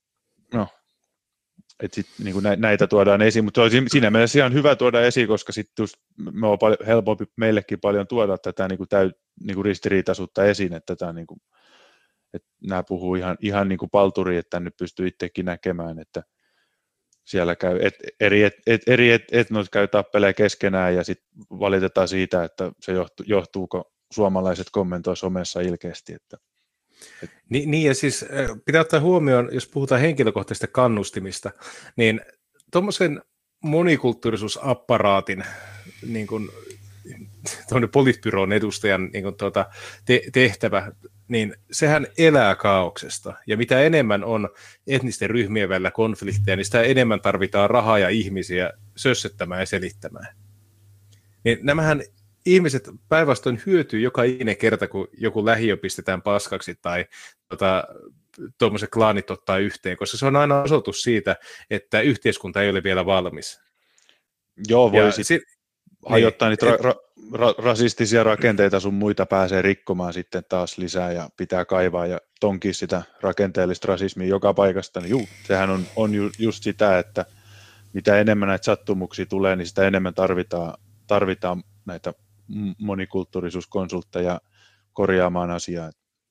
niin kuin näitä tuodaan esiin, mutta se on siinä mielessä ihan hyvä tuoda esiin, koska sitten me on helpompi meillekin paljon tuoda tätä niin kuin ristiriitaisuutta esiin, että että nämä puhuu ihan niin kuin palturi, että nyt pystyy itsekin näkemään, että siellä käy eri etnot käy tappelemaan keskenään ja sitten valitetaan siitä, että se johtuuko suomalaiset kommentoi somessa ilkeästi. Niin ja siis pitää ottaa huomioon, jos puhutaan henkilökohtaisista kannustimista, niin tuommoisen monikulttuurisuusapparaatin niin kuin politbyroon edustajan niin kuin tehtävä, niin sehän elää kaauksesta. Ja mitä enemmän on etnisten ryhmien välillä konflikteja, niin sitä enemmän tarvitaan rahaa ja ihmisiä sössettämään ja selittämään. Niin nämähän ihmiset päinvastoin hyötyy joka ikinen kerta, kun joku lähiö pistetään paskaksi tai tuommoiset klaanit ottaa yhteen, koska se on aina osoitus siitä, että yhteiskunta ei ole vielä valmis. Joo, voisi hajottaa niitä rasistisia rakenteita sun muita pääsee rikkomaan sitten taas lisää ja pitää kaivaa ja tonkia sitä rakenteellista rasismia joka paikasta. Niin sehän on just sitä, että mitä enemmän näitä sattumuksia tulee, niin sitä enemmän tarvitaan näitä monikulttuurisuuskonsultteja korjaamaan asiaa.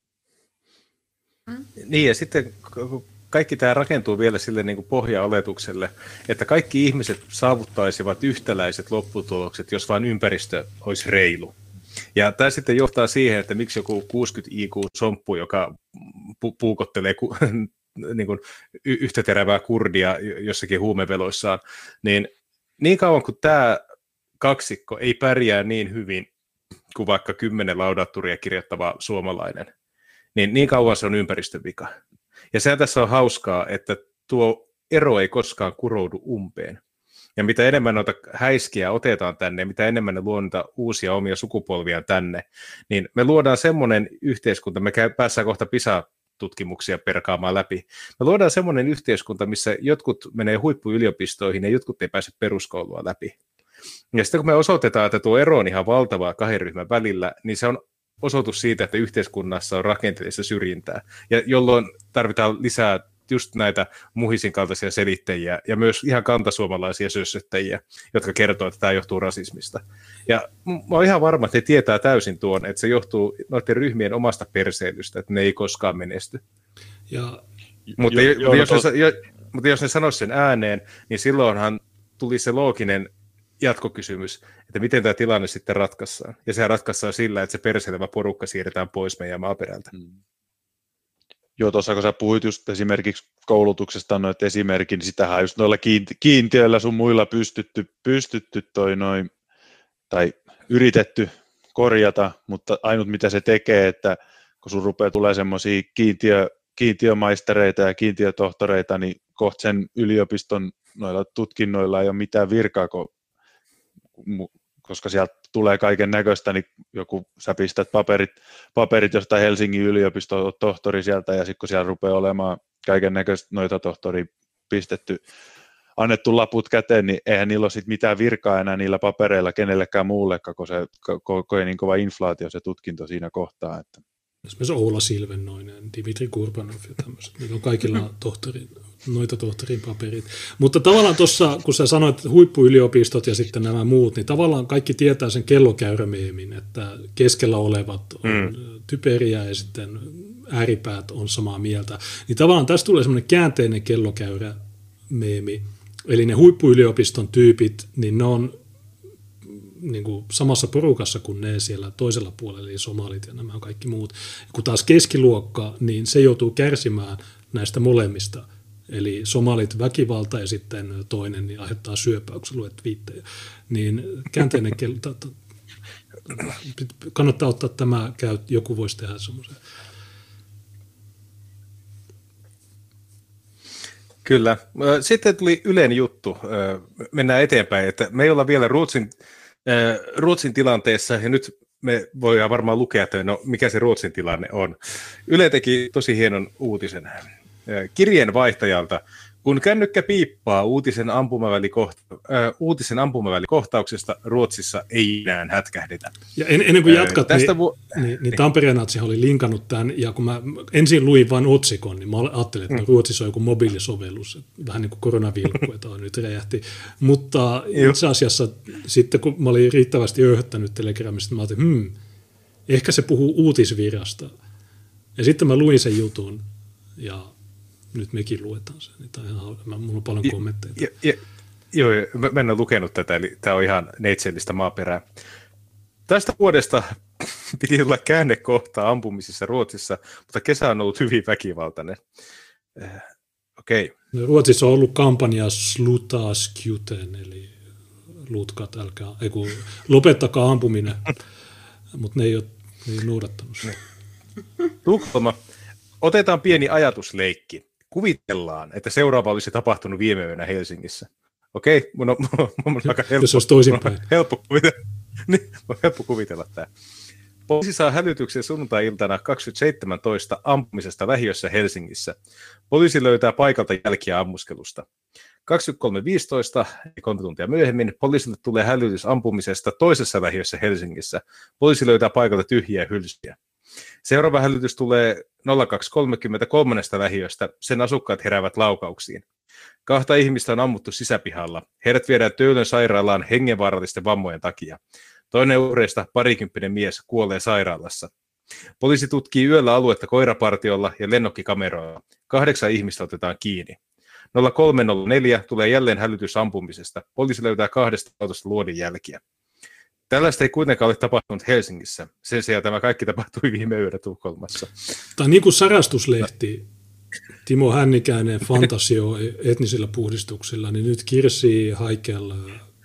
Niin ja sitten kaikki tämä rakentuu vielä sille niin kuin pohjaoletukselle, että kaikki ihmiset saavuttaisivat yhtäläiset lopputulokset, jos vain ympäristö olisi reilu. Ja tämä sitten johtaa siihen, että miksi joku 60 IQ-somppu, joka puukottelee niin kuin yhtä terävää kurdia jossakin huumeveloissaan, niin kauan kuin tämä kaksikko ei pärjää niin hyvin kuin vaikka 10 laudatturia kirjoittava suomalainen, niin kauan se on ympäristön vika. Ja se tässä on hauskaa, että tuo ero ei koskaan kuroudu umpeen. Ja mitä enemmän noita häiskiä otetaan tänne, mitä enemmän ne luodaan uusia omia sukupolvia tänne, niin me luodaan semmoinen yhteiskunta, me päästään kohta PISA-tutkimuksia perkaamaan läpi. Me luodaan semmoinen yhteiskunta, missä jotkut menee huippuyliopistoihin ja jotkut ei pääse peruskoulua läpi. Ja sitten kun me osoitetaan, että tuo ero on ihan valtavaa kahden ryhmän välillä, niin se on osoitus siitä, että yhteiskunnassa on rakenteellista syrjintää, ja jolloin tarvitaan lisää just näitä Muhisin kaltaisia selittäjiä ja myös ihan kantasuomalaisia sössöttäjiä, jotka kertoo, että tämä johtuu rasismista. Ja mä oon ihan varma, että he tietää täysin tuon, että se johtuu noiden ryhmien omasta perseilystä, että ne ei koskaan menesty. Mutta jos ne sanoisi sen ääneen, niin silloinhan tuli se looginen jatkokysymys, että miten tämä tilanne sitten ratkaissaan. Ja se ratkaissaan sillä, että se perseilevä porukka siirretään pois meidän maaperältä. Joo, tuossa kun sä puhuit just esimerkiksi koulutuksesta noit esimerkin, niin sitähän just noilla kiintiöillä sun muilla pystytty tai yritetty korjata, mutta ainut mitä se tekee, että kun sun rupeaa tulee semmoisia kiintiömaistereita ja kiintiötohtoreita, niin kohta sen yliopiston noilla tutkinnoilla ei ole mitään virkaa, koska sieltä tulee kaiken näköistä, niin sä pistät paperit jostain Helsingin yliopiston, oot tohtori sieltä, ja sitten kun siellä rupeaa olemaan kaiken näköistä noita tohtoria pistetty, annettu laput käteen, niin eihän niillä ole sit mitään virkaa enää niillä papereilla kenellekään muulle, kun se niin kova inflaatio se tutkinto siinä kohtaa. Että. Esimerkiksi Oula Silvennoinen, Dimitri Kurbanov ja tämmöiset, niillä on kaikilla noita tohtorin paperit. Mutta tavallaan tuossa, kun sä sanoit huippuyliopistot ja sitten nämä muut, niin tavallaan kaikki tietää sen kellokäyrämeemin, että keskellä olevat on typeriä ja sitten ääripäät on samaa mieltä. Niin tavallaan tästä tulee semmoinen käänteinen kellokäyrämeemi. Eli ne huippuyliopiston tyypit, niin ne on niin kuin samassa porukassa kuin ne siellä toisella puolella, eli somalit ja nämä kaikki muut. Kun taas keskiluokka, niin se joutuu kärsimään näistä molemmista. Eli somalit väkivalta ja sitten toinen niin aiheuttaa syöpää, kun sä luet viittejä. Niin käänteinen kannattaa ottaa tämä joku voisi tehdä semmoisen. Kyllä. Sitten tuli Ylen juttu. Mennään eteenpäin, että me ei olla vielä Ruotsin tilanteessa, ja nyt me voidaan varmaan lukea, että no, mikä se Ruotsin tilanne on. Yle teki tosi hienon uutisen kirjeenvaihtajalta. Kun kännykkä piippaa, uutisen ampumavälikohtauksesta Ruotsissa ei enää hätkähdetä. Ja ennen kuin jatkat, niin Tampereen Natsihan oli linkannut tämän, ja kun mä ensin luin vain otsikon, niin mä ajattelin, että Ruotsissa on joku mobiilisovellus, vähän niin kuin koronavilkku, että nyt räjähti. Mutta itse asiassa sitten, kun mä olin riittävästi öyhöttänyt Telegramista, mä ajattelin, ehkä se puhuu uutisvirasta. Ja sitten mä luin sen jutun, ja nyt mekin luetaan sen. Mulla on paljon kommentteja. Joo, mä en ole lukenut tätä, eli tämä on ihan neitsellistä maaperää. Tästä vuodesta piti olla käännekohtaa ampumisissa Ruotsissa, mutta kesä on ollut hyvin väkivaltainen. Okei. No, Ruotsissa on ollut kampanja Sluta skjuten, eli lutkat, lopettakaa ampuminen, mutta ne ei ole noudattanut sitä. Tukholma. Otetaan pieni ajatusleikki. Kuvitellaan, että seuraava olisi tapahtunut viime yönä Helsingissä. Okei, mun on aika helppo kuvitella tämä. Poliisi saa hälytyksen sunnuntai-iltana 2017 ampumisesta lähiössä Helsingissä. Poliisi löytää paikalta jälkiä ammuskelusta. 23.15, 3 tuntia myöhemmin, poliisille tulee hälytys ampumisesta toisessa lähiössä Helsingissä. Poliisi löytää paikalta tyhjiä hylsyjä. Seuraava hälytys tulee 02.30 kolmannesta lähiöstä, sen asukkaat heräävät laukauksiin. 2 ihmistä on ammuttu sisäpihalla. Heidät viedään Töölön sairaalaan hengenvaarallisten vammojen takia. Toinen uhreista, 20 mies, kuolee sairaalassa. Poliisi tutkii yöllä aluetta koirapartiolla ja lennokkikameroilla. 8 ihmistä otetaan kiinni. 03.04 tulee jälleen hälytys ampumisesta. Poliisi löytää 2 autosta luodin jälkiä. Tällaista ei kuitenkaan ole tapahtunut Helsingissä. Sen sijaan tämä kaikki tapahtui viime yönä Tukholmassa. Tämä on niin kuin Sarastuslehti. Timo Hännikäinen fantasioi etnisillä puhdistuksilla, niin nyt Kirsi Haikella.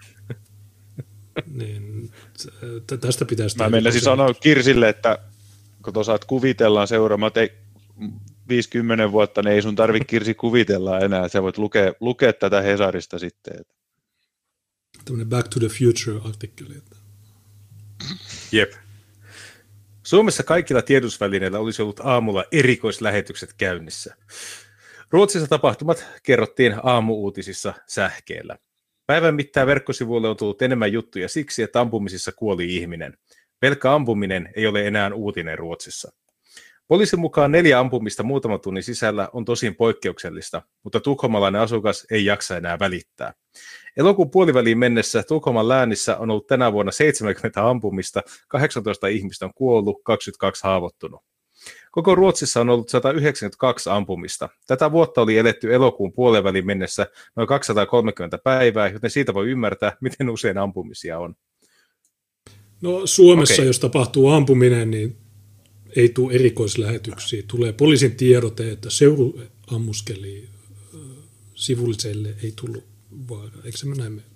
Niin, tästä pitäisi... Mä menisin sanoa Kirsille, että kun tuossa kuvitellaan seuraamat 50 vuotta, niin ei sun tarvitse Kirsi kuvitella enää. Sä voit lukea tätä Hesarista sitten. Tämmöinen Back to the Future-artikkeli. Jep. Suomessa kaikilla tiedotusvälineillä olisi ollut aamulla erikoislähetykset käynnissä. Ruotsissa tapahtumat kerrottiin aamu-uutisissa sähkeellä. Päivän mittaan verkkosivuille on tullut enemmän juttuja siksi, että ampumisissa kuoli ihminen. Pelkkä ampuminen ei ole enää uutinen Ruotsissa. Poliisin mukaan 4 ampumista muutaman tunnin sisällä on tosin poikkeuksellista, mutta tukholmalainen asukas ei jaksa enää välittää. Elokuun puoliväliin mennessä Tukholman läänissä on ollut tänä vuonna 70 ampumista, 18 ihmistä on kuollut, 22 haavoittunut. Koko Ruotsissa on ollut 192 ampumista. Tätä vuotta oli eletty elokuun puoliväliin mennessä noin 230 päivää, joten siitä voi ymmärtää, miten usein ampumisia on. No Suomessa, jos tapahtuu ampuminen, niin ei tule erikoislähetyksiä. Tulee poliisin tiedote, että Seuru ammuskeli sivulliselle, ei tullut vaaraa. Eikö se näin mene?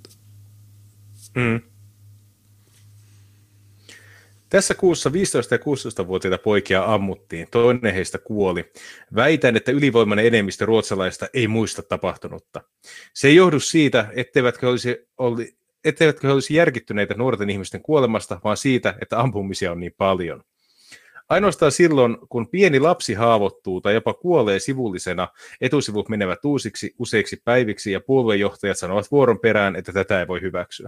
Tässä kuussa 15- ja 16-vuotiaita poikia ammuttiin, toinen heistä kuoli. Väitän, että ylivoimainen enemmistö ruotsalaisista ei muista tapahtunutta. Se ei johdu siitä, etteivätkö he olisi järkyttyneitä nuorten ihmisten kuolemasta, vaan siitä, että ampumisia on niin paljon. Ainoastaan silloin, kun pieni lapsi haavoittuu tai jopa kuolee sivullisena, etusivut menevät uusiksi useiksi päiviksi ja puoluejohtajat sanovat vuoron perään, että tätä ei voi hyväksyä.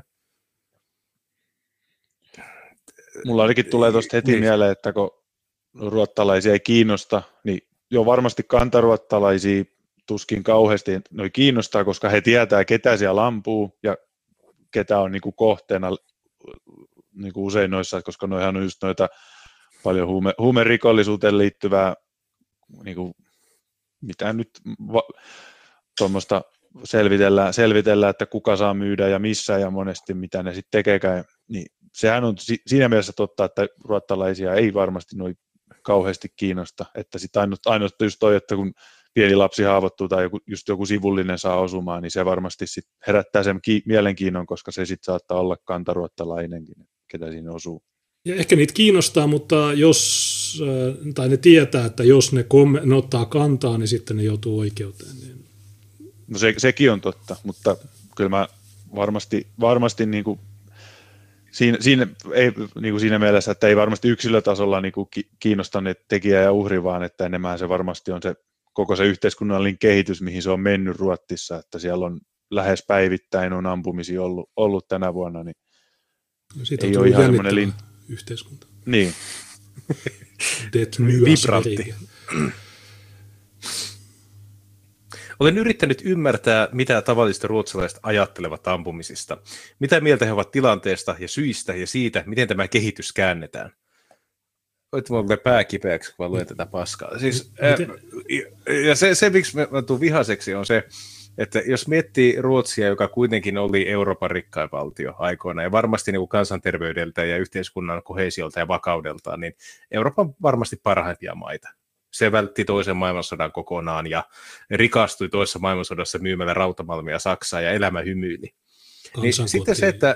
Mulla ainakin tulee tuosta heti mieleen, että kun ruottalaisia ei kiinnosta, niin jo varmasti kantaruottalaisia tuskin kauheasti noi kiinnostaa, koska he tietää, ketä siellä ampuu ja ketä on niinku kohteena niinku usein noissa, koska noihan on just noita paljon huumerikollisuuteen liittyvää, niinku, mitä nyt tuommoista selvitellään, että kuka saa myydä ja missä ja monesti mitä ne sitten tekeekään, niin sehän on siinä mielessä totta, että ruottalaisia ei varmasti noin kauheasti kiinnosta, että sitten ainoastaan just toi, että kun pieni lapsi haavoittuu tai just joku sivullinen saa osumaan, niin se varmasti sit herättää sen mielenkiinnon, koska se sitten saattaa olla kantaruottalainenkin, ketä siinä osuu. Ja ehkä niitä kiinnostaa, mutta tai ne tietää, että jos ne ottaa kantaa, niin sitten ne joutuu oikeuteen. Niin. No sekin on totta, mutta kyllä mä varmasti niin kuin siinä mielessä, että ei varmasti yksilötasolla niin kuin kiinnosta ne tekijä ja uhri, vaan että enemmän se varmasti on se koko se yhteiskunnallinen kehitys, mihin se on mennyt Ruotsissa, että siellä on lähes päivittäin on ampumisia ollut tänä vuonna, niin siitä ei ole ihan semmoinen yhteiskunta. Niin. Vibrantti. Olen yrittänyt ymmärtää, mitä tavalliset ruotsalaiset ajattelevat ampumisista. Mitä mieltä he ovat tilanteesta ja syistä ja siitä, miten tämä kehitys käännetään. Voitte mulle pää kipeäksi, kun mä luen tätä paskaa. Siis, ja se, miksi mä tuun vihaseksi, on se, että jos miettii Ruotsia, joka kuitenkin oli Euroopan rikkain valtio aikoina, ja varmasti niin kuin kansanterveydeltä ja yhteiskunnan koheesiolta ja vakaudeltaan, niin Euroopan varmasti parhaimpia maita. Se vältti toisen maailmansodan kokonaan ja rikastui toisessa maailmansodassa myymällä rautamalmia Saksaan ja elämä hymyili. Niin sitten se, että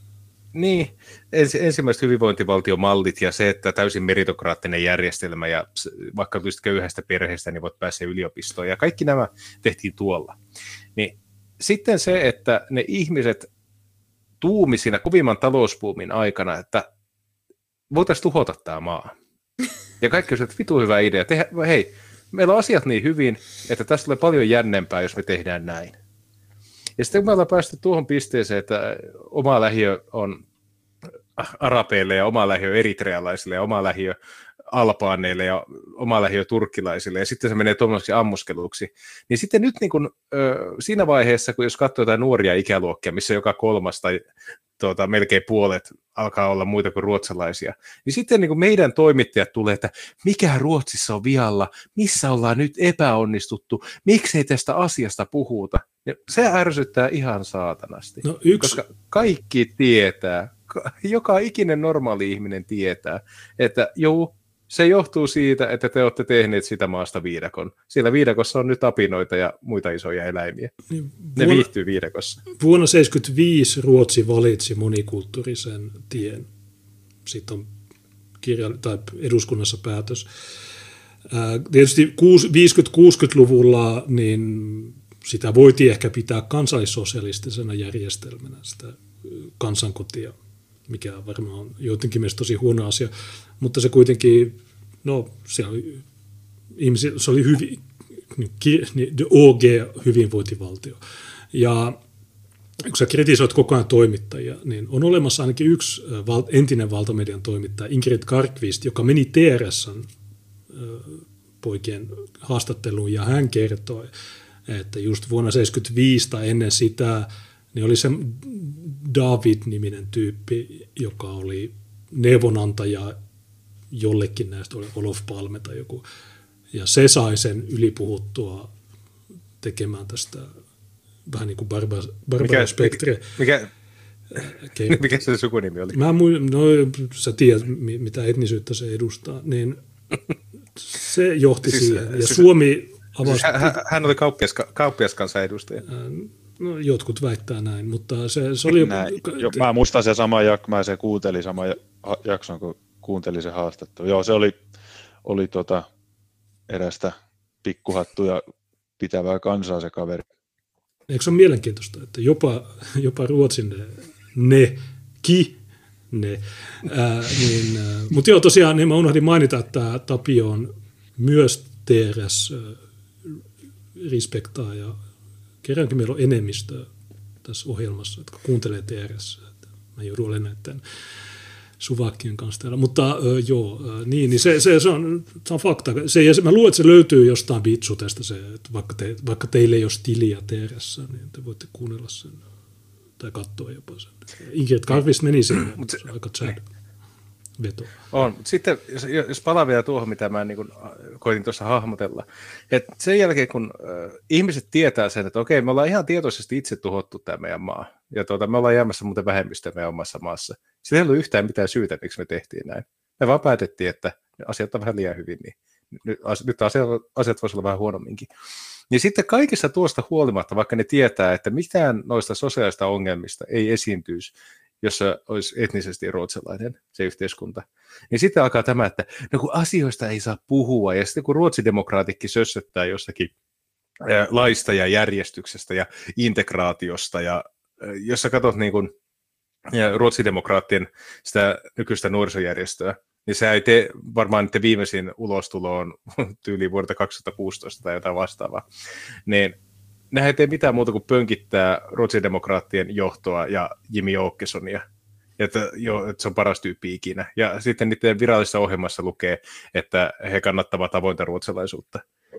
ensimmäiset hyvinvointivaltiomallit ja se, että täysin meritokraattinen järjestelmä ja vaikka tulisit köyhästä perheestä, niin voit päästä yliopistoon ja kaikki nämä tehtiin tuolla. Niin sitten se, että ne ihmiset tuumi siinä kovimman talousbuumin aikana, että voitaisiin tuhota tämä maa. Ja kaikki on se, että vitu hyvä idea. Hei, meillä on asiat niin hyvin, että tästä tulee paljon jännempää, jos me tehdään näin. Ja sitten kun me ollaan päästy tuohon pisteeseen, että oma lähiö on arabeille ja oma lähiö eritrealaisille ja oma lähiö albaaneille ja oma lähiö turkkilaisille ja sitten se menee tuommoiseksi ammuskeluksi, niin sitten nyt niin kun, siinä vaiheessa, kun jos katsoo jotain nuoria ikäluokkia, missä joka kolmas tai melkein puolet alkaa olla muita kuin ruotsalaisia, niin sitten niin kuin meidän toimittajat tulee, että mikä Ruotsissa on vialla, missä ollaan nyt epäonnistuttu, miksei tästä asiasta puhuta. Ja se ärsyttää ihan saatanasti, koska kaikki tietää, joka ikinen normaali ihminen tietää, että se johtuu siitä, että te olette tehneet sitä maasta viidakon. Siellä viidakossa on nyt apinoita ja muita isoja eläimiä. Ne viihtyy viidakossa. Vuonna 1975 Ruotsi valitsi monikulttuurisen tien. Siitä on eduskunnassa päätös. Tietysti 50-60-luvulla niin sitä voitiin ehkä pitää kansallissosialistisena järjestelmänä, sitä kansankotia, mikä varmaan on joidenkin mielestä tosi huono asia, mutta se kuitenkin, se oli the OG-hyvinvointivaltio. Ja kun sä kritisoit koko ajan toimittajia, niin on olemassa ainakin yksi entinen valtamedian toimittaja, Ingrid Carqvist, joka meni TRS:n poikien haastatteluun, ja hän kertoi, että just vuonna 1975 tai ennen sitä, niin oli se David-niminen tyyppi, joka oli neuvonantaja jollekin näistä, oli Olof Palme tai joku, ja se sai sen ylipuhuttua tekemään tästä vähän niin kuin Barbara Spectre. Mikä se sukunimi oli? Sä tiedät, mitä etnisyyttä se edustaa, niin Se johti Siis- siihen. Ja siis- Suomi avasi... Hän oli kauppiaskansanedustaja. No, jotkut väittää näin, mutta se oli... Mä muistan se sama mä se kuuntelin sama jakson, kun kuuntelin se haastattelu. Joo, se oli erästä pikkuhattuja pitävää kansaa se kaveri. Eikö se ole mielenkiintoista, että jopa Ruotsin mutta joo, tosiaan niin mä unohdin mainita, että Tapio on myös TRS respektaa ja kerrankin meillä on enemmistö tässä ohjelmassa, jotka kuuntelee TRS. Mä joudun olemaan näiden suvakkien kanssa täällä. Mutta niin se on fakta. Mä luulen, että se löytyy jostain vitsu tästä, että vaikka teille ei ole tiliä TRS, niin te voitte kuunnella sen tai katsoa jopa sen. Ingrid Carvis meni sinne, se on aika Chad veto. On, mutta sitten jos palaan vielä tuohon, mitä mä niin koitin tuossa hahmotella, että sen jälkeen kun ihmiset tietää sen, että okei, me ollaan ihan tietoisesti itse tuhottu tämä meidän maa, ja me ollaan jäämässä muuten vähemmistöä meidän omassa maassa, sitten ei ollut yhtään mitään syytä, miksi me tehtiin näin. Me vaan päätettiin, että asiat on vähän liian hyvin, niin nyt asiat voisivat olla vähän huonomminkin. Niin sitten kaikista tuosta huolimatta, vaikka ne tietää, että mitään noista sosiaalista ongelmista ei esiintyisi, jossa olisi etnisesti ruotsalainen se yhteiskunta, niin sitten alkaa tämä, että no kun asioista ei saa puhua, ja sitten kun ruotsidemokraatikki sössöttää jostakin laista ja järjestyksestä ja integraatiosta, ja jos sä katsot niin kuin ruotsidemokraattien sitä nykyistä nuorisojärjestöä, niin se ei tee varmaan niiden viimeisin ulostuloon tyyliin vuodelta 2016 tai jotain vastaavaa, niin nehän ei tee mitään muuta kuin pönkittää ruotsidemokraattien johtoa ja Jimmy Åkessonia, että se on paras tyyppi ikinä. Ja sitten niiden virallisessa ohjelmassa lukee, että he kannattavat avointa ruotsalaisuutta.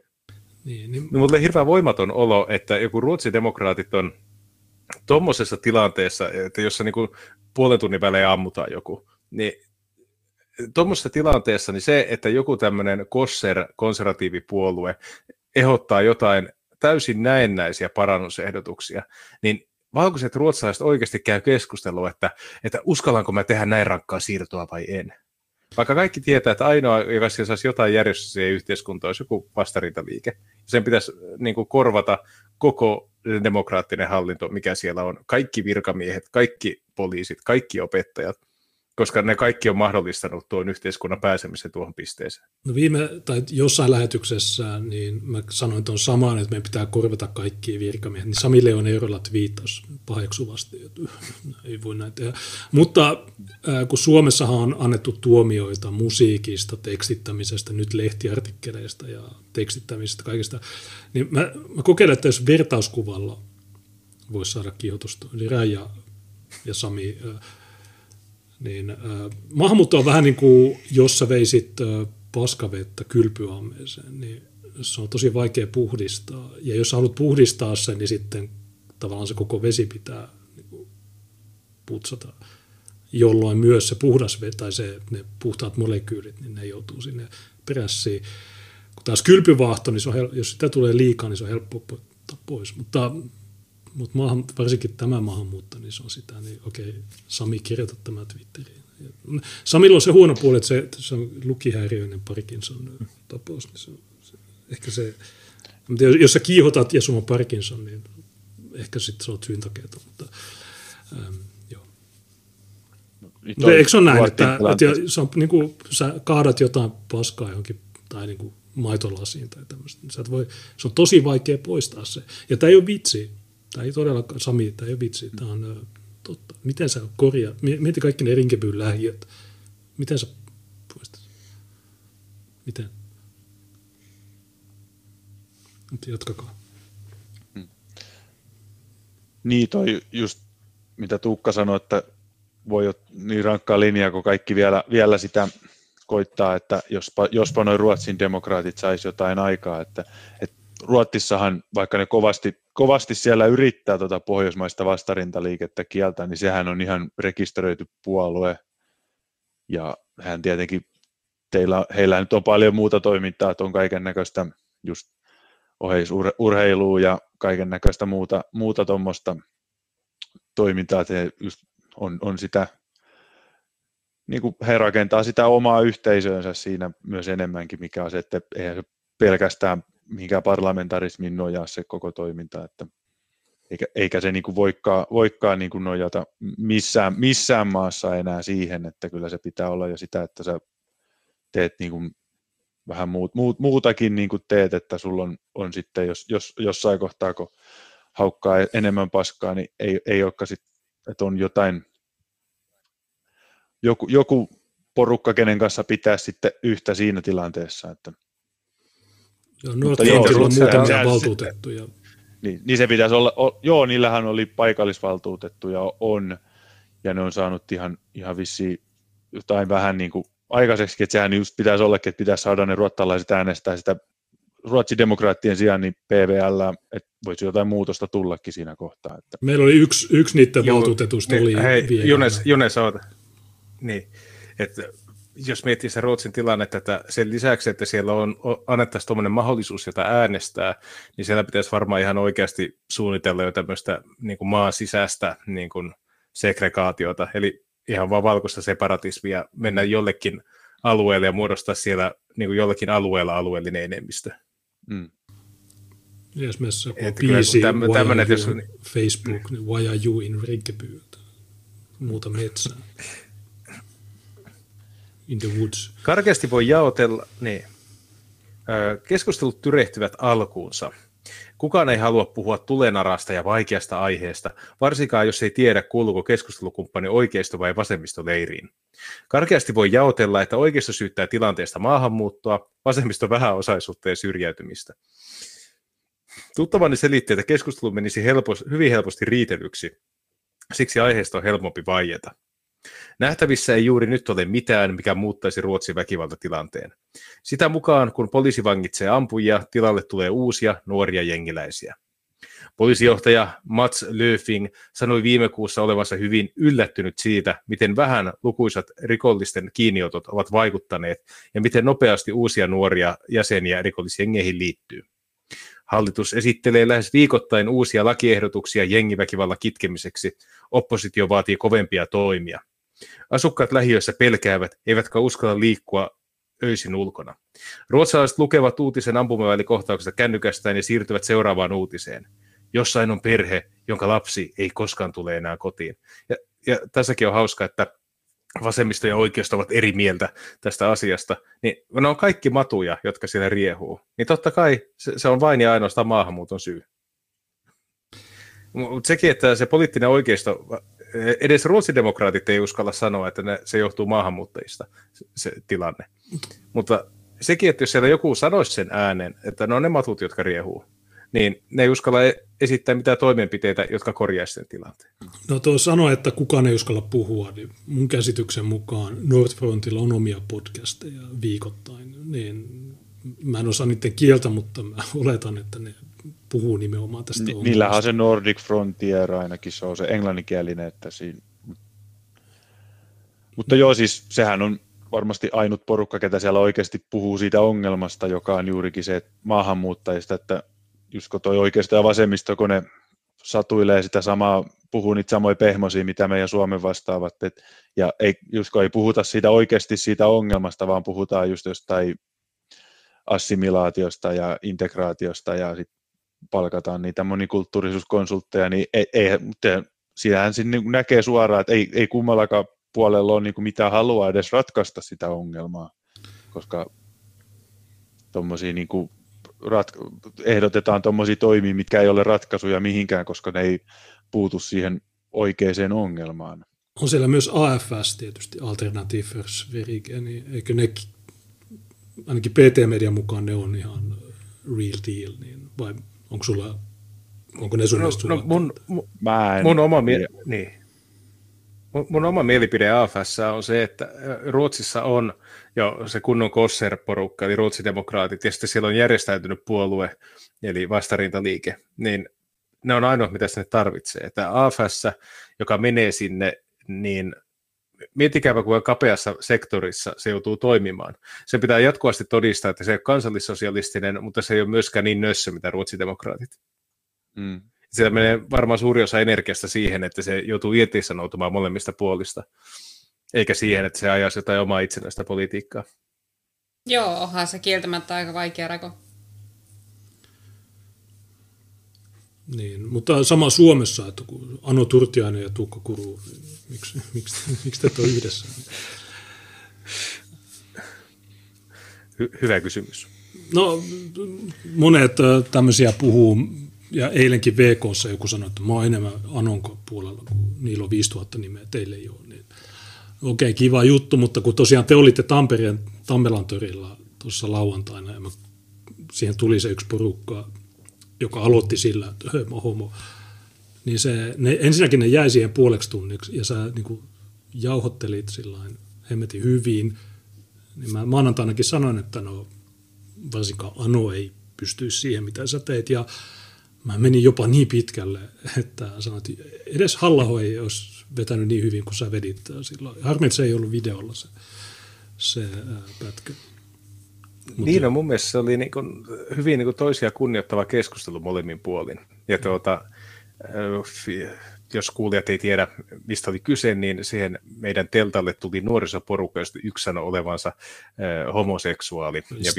Niin. No, mulle hirveän voimaton olo, että joku ruotsidemokraatit on tuommoisessa tilanteessa, että jossa niin kuin puolen tunnin välein ammutaan joku, niin tuommoisessa tilanteessa niin se, että joku tämmöinen konservatiivipuolue ehdottaa jotain täysin näennäisiä parannusehdotuksia, niin valkoiset ruotsalaiset oikeasti käy keskustelua, että uskallanko mä tehdä näin rankkaa siirtoa vai en. Vaikka kaikki tietää, että ainoa, joka saisi jotain järjestystä yhteiskuntaan, olisi joku vastarintaliike. Sen pitäisi niin kuin korvata koko demokraattinen hallinto, mikä siellä on. Kaikki virkamiehet, kaikki poliisit, kaikki opettajat, koska ne kaikki on mahdollistanut tuon yhteiskunnan pääsemisen tuohon pisteeseen. No jossain lähetyksessä niin mä sanoin tuon samaan, että meidän pitää korvata kaikki virkamiehet. Niin Sami Leon Eurolat viittasi paheksuvasti, että ei voi näin tehdä. Mutta kun Suomessahan on annettu tuomioita musiikista, tekstittämisestä, nyt lehtiartikkeleista ja tekstittämisestä, kaikesta, niin mä kokeilen, että jos vertauskuvalla voisi saada kiihotusta, eli Raija ja Sami... Niin, maahanmuutto on vähän niin kuin, jos sä veisit paskavettä kylpyammeeseen, niin se on tosi vaikea puhdistaa. Ja jos sä haluat puhdistaa sen, niin sitten tavallaan se koko vesi pitää niin kuin putsata, jolloin myös se puhdas vesi tai ne puhtaat molekyylit, niin ne joutuu sinne perässiin. Kun taas kylpyvaahto, niin jos sitä tulee liikaa, niin se on helppo ottaa pois. Mutta varsinkin tämä maahanmuutto, niin se on sitä, niin okei, Sami, kirjoita tämä Twitteriin. Samilla on se huono puoli, että se on lukihäiriöinen Parkinson-tapaus, niin ehkä se, jos sä kiihotat ja sulla on Parkinson, niin ehkä sitten se on syyntakeeta, mutta joo. Eikö se ole näin, että se on, niin kuin, sä kaadat jotain paskaa johonkin, tai niin kuin maitolasiin tai tämmöistä, niin se on tosi vaikea poistaa se. Ja tämä ei ole vitsi. Tämä ei todellakaan, Sami, tämä ei ole vitsi, tämä on totta. Miten sä korjaat? Mieti kaikki ne Rinkebyn lähiöt. Miten sä poistat? Miten? Mutta jatkakaa. Niin, toi just mitä Tuukka sanoi, että voi olla niin rankkaa linjaa, kun kaikki vielä sitä koittaa, että jospa noin Ruotsin demokraatit saisi jotain aikaa, että Ruotsissahan, vaikka ne kovasti siellä yrittää tuota pohjoismaista vastarintaliikettä kieltää, niin sehän on ihan rekisteröity puolue. Ja hän tietenkin, heillä nyt on paljon muuta toimintaa, että on kaiken näköistä just oheisurheilua ja kaiken näköistä muuta tuommoista toimintaa, että just on sitä niin kuin he rakentaa sitä omaa yhteisöönsä siinä myös enemmänkin, mikä on se, että eihän se pelkästään mihinkään parlamentarismiin nojaa se koko toiminta, että eikä se niin kuin voikaan niin kuin nojata missään maassa enää siihen, että kyllä se pitää olla jo sitä, että sä teet niin kuin vähän muutakin niin kuin teet, että sulla on sitten, jos jossain kohtaa, kun haukkaa enemmän paskaa, niin ei olekaan sitten, että on jotain, joku porukka, kenen kanssa pitää sitten yhtä siinä tilanteessa. Että. Nordfrontilla on muutamia valtuutettuja. Niin se pitäisi olla, joo, niillähän oli paikallisvaltuutettuja on, ja ne on saanut ihan vissiin jotain vähän niin kuin aikaiseksi, että sehän just pitäisi ollakin, että pitäisi saada ne ruottalaiset äänestää sitä ruotsidemokraattien sijaan niin PVL, että voisi jotain muutosta tullakin siinä kohtaa. Että. Meillä oli yksi niiden valtuutetusta oli Junes, niin, että jos miettii se Ruotsin tilannetta, että sen lisäksi, että siellä annettaisiin tuommoinen mahdollisuus, jota äänestää, niin siellä pitäisi varmaan ihan oikeasti suunnitella jo tämmöistä niin kuin maan sisäistä niin kuin segregaatiota, eli ihan vaan valkoista separatismia, mennä jollekin alueelle ja muodostaa siellä niin kuin jollakin alueella alueellinen enemmistö. Yes, messä biisi Facebook, niin Why are you in Rinkeby? Muuta metsää. In the woods. Karkeasti voi jaotella, niin. Keskustelut tyrehtyvät alkuunsa. Kukaan ei halua puhua tulenarasta ja vaikeasta aiheesta, varsinkaan jos ei tiedä, kuuluuko keskustelukumppani oikeisto- vai vasemmistoleiriin. Karkeasti voi jaotella, että oikeisto syyttää tilanteesta maahanmuuttoa, vasemmisto vähäosaisuutta ja syrjäytymistä. Tuttavani selitti, että keskustelu menisi hyvin helposti riitelyksi, siksi aiheesta on helpompi vaieta. Nähtävissä ei juuri nyt ole mitään, mikä muuttaisi Ruotsin väkivaltatilanteen. Sitä mukaan, kun poliisi vangitsee ampujia, tilalle tulee uusia, nuoria jengiläisiä. Poliisijohtaja Mats Löfving sanoi viime kuussa olevansa hyvin yllättynyt siitä, miten vähän lukuisat rikollisten kiinniotot ovat vaikuttaneet ja miten nopeasti uusia nuoria jäseniä rikollisjengeihin liittyy. Hallitus esittelee lähes viikoittain uusia lakiehdotuksia jengiväkivallan kitkemiseksi. Oppositio vaatii kovempia toimia. Asukkaat lähiöissä pelkäävät, eivätkä uskalla liikkua öisin ulkona. Ruotsalaiset lukevat uutisen ampumavälikohtauksesta kännykästään ja siirtyvät seuraavaan uutiseen. Jossain on perhe, jonka lapsi ei koskaan tule enää kotiin. Ja tässäkin on hauska, että vasemmisto ja oikeisto ovat eri mieltä tästä asiasta, niin ne on kaikki matuja, jotka siellä riehuu. Niin totta kai se on vain ja ainoastaan maahanmuuton syy. Mutta sekin, että se poliittinen oikeisto, edes ruotsidemokraatit ei uskalla sanoa, että se johtuu maahanmuuttajista, se tilanne. Mutta sekin, että jos siellä joku sanoisi sen äänen, että ne on ne matut, jotka riehuu, niin ne ei uskalla esittää mitään toimenpiteitä, jotka korjaisivat sen tilanteen. No tuo sanoa, että kukaan ei uskalla puhua, niin mun käsityksen mukaan Nordfrontilla on omia podcasteja viikoittain. Niin mä en osaa niiden kieltä, mutta mä oletan, että ne puhuu nimenomaan tästä ongelmasta. Niillähän on se Nordic Frontier ainakin, se on se englanninkielinen. Että siinä. Mutta joo, siis sehän on varmasti ainut porukka, ketä siellä oikeasti puhuu siitä ongelmasta, joka on juurikin se maahanmuuttajista, että just kun toi oikeisto ja vasemmisto, kun ne satuilee sitä samaa, puhuu niitä samoja pehmosia, mitä meidän Suomen vastaavat, ja just kun ei puhuta siitä oikeasti siitä ongelmasta, vaan puhutaan just jostain assimilaatiosta ja integraatiosta, ja sitten palkataan niitä monikulttuurisuuskonsultteja, niin siinähän siinä näkee suoraan, että ei kummallakaan puolella ole mitään halua edes ratkaista sitä ongelmaa, koska tuommoisia ehdotetaan tuommoisia toimia, mitkä ei ole ratkaisuja mihinkään, koska ne ei puutu siihen oikeaan ongelmaan. On siellä myös AFS tietysti, Alternative für Sverige, niin eikö ne, ainakin PT-median mukaan ne on ihan real deal, niin vai onko ne sun mielestä Mun oma mielipide AFS on se, että Ruotsissa on jo se kunnon Kosser-porukka, eli ruotsidemokraatit, ja sitten siellä on järjestäytynyt puolue, eli vastarintaliike, niin ne on ainoa, mitä sinne tarvitsee. Että AFS, joka menee sinne, niin miettikääpä, kuinka kapeassa sektorissa se joutuu toimimaan. Se pitää jatkuvasti todistaa, että se ei ole kansallissosialistinen, mutta se ei ole myöskään niin nössö, mitä ruotsidemokraatit. Siellä menee varmaan suuri osa energiasta siihen, että se joutuu irtisanoutumaan molemmista puolista. eikä siihen, että se ajaisi jotain omaa itsenäistä politiikkaa. Joo, onhan se kieltämättä aika vaikea rako. Niin, mutta sama Suomessa, että kun Ano Turtiainen ja Tuukka Kuru, niin miksi te ole yhdessä? Hyvä kysymys. No, monet tämmöisiä puhuu, ja eilenkin VK:ssa joku sanoi, että mä oon enemmän Anon puolella, kun niillä on 5000 nimeä, teille ei ole. Niin, okei, kiva juttu, mutta kun tosiaan te olitte Tampereen Tammelan torilla tuossa lauantaina, ja siihen tuli se yksi porukka, joka aloitti sillä, että homo, niin ensinnäkin ne jäi siihen puoleksi tunniksi, ja sä niin kuin jauhottelit sillain hemmetin hyvin, niin mä maanantainakin sanoin, että no varsinkaan Ano ei pystyisi siihen, mitä sä teet, ja mä menin jopa niin pitkälle, että sanoin, että edes Halla-aho ei olisi vetänyt niin hyvin kuin sä vedit silloin. Harmi, että se ei ollut videolla se pätkä. Niin, no mun mielestä se oli niin kuin hyvin niin kuin toisia kunnioittava keskustelu molemmin puolin. Ja jos kuulijat ei tiedä, mistä oli kyse, niin siihen meidän teltalle tuli nuorisoporukka, josta yksi sanoi olevansa homoseksuaali ja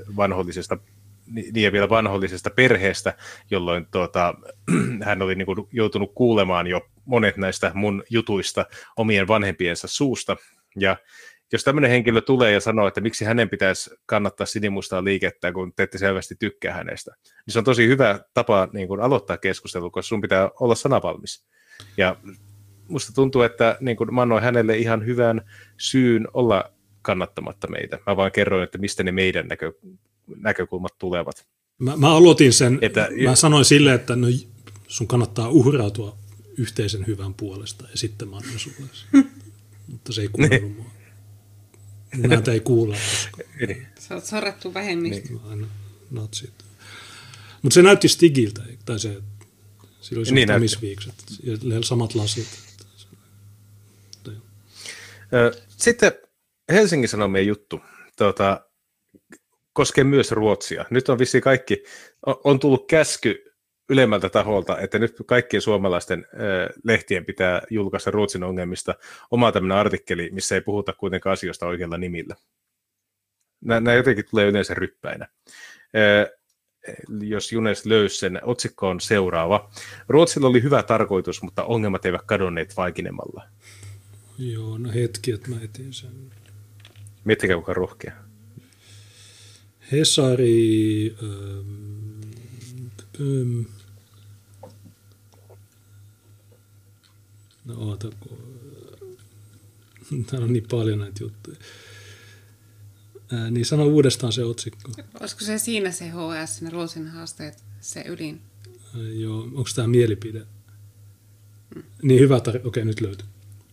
vielä vanhollisesta perheestä, jolloin hän oli niin kuin joutunut kuulemaan jo monet näistä mun jutuista omien vanhempiensa suusta. Ja jos tämmöinen henkilö tulee ja sanoo, että miksi hänen pitäisi kannattaa sinimustaa liikettä, kun te ette selvästi tykkää hänestä, niin se on tosi hyvä tapa niin kuin aloittaa keskustelua, koska sun pitää olla sanavalmis. Ja musta tuntuu, että niin kuin mä annoin hänelle ihan hyvän syyn olla kannattamatta meitä. Mä vaan kerroin, että mistä ne meidän näkökulmat tulevat. Mä aloitin sen, mä sanoin silleen, että no, sun kannattaa uhrautua yhteisen hyvän puolesta, ja sitten mä annan sulle sen. Mutta se ei kuulunut mua. Näitä ei kuulla. Sä oot sorrettu vähemmistö. Aina natsit. Mutta se näytti Stigiltä, tai se, sillä oli niin tamisviikset ja samat lasit. Sitten Helsingin Sanomien juttu koskee myös Ruotsia. Nyt on vissiin kaikki, on tullut käsky ylemmältä taholta, että nyt kaikkien suomalaisten lehtien pitää julkaista Ruotsin ongelmista oma tämmöinen artikkeli, missä ei puhuta kuitenkaan asioista oikealla nimillä. Nämä jotenkin tulee yleensä ryppäinä. Jos Junes löysi sen, otsikko on seuraava. Ruotsilla oli hyvä tarkoitus, mutta ongelmat eivät kadonneet vaikenemalla. Joo, no hetki, että mä etin sen. Miettikää kukaan rohkea. Hesari... No oota, täällä on niin paljon näitä juttuja. Niin sano uudestaan se otsikko. Olisiko se siinä se HS, ne Ruotsin haasteet, se ydin? Joo, onko tämä mielipide? Niin hyvä okei, nyt löytyy.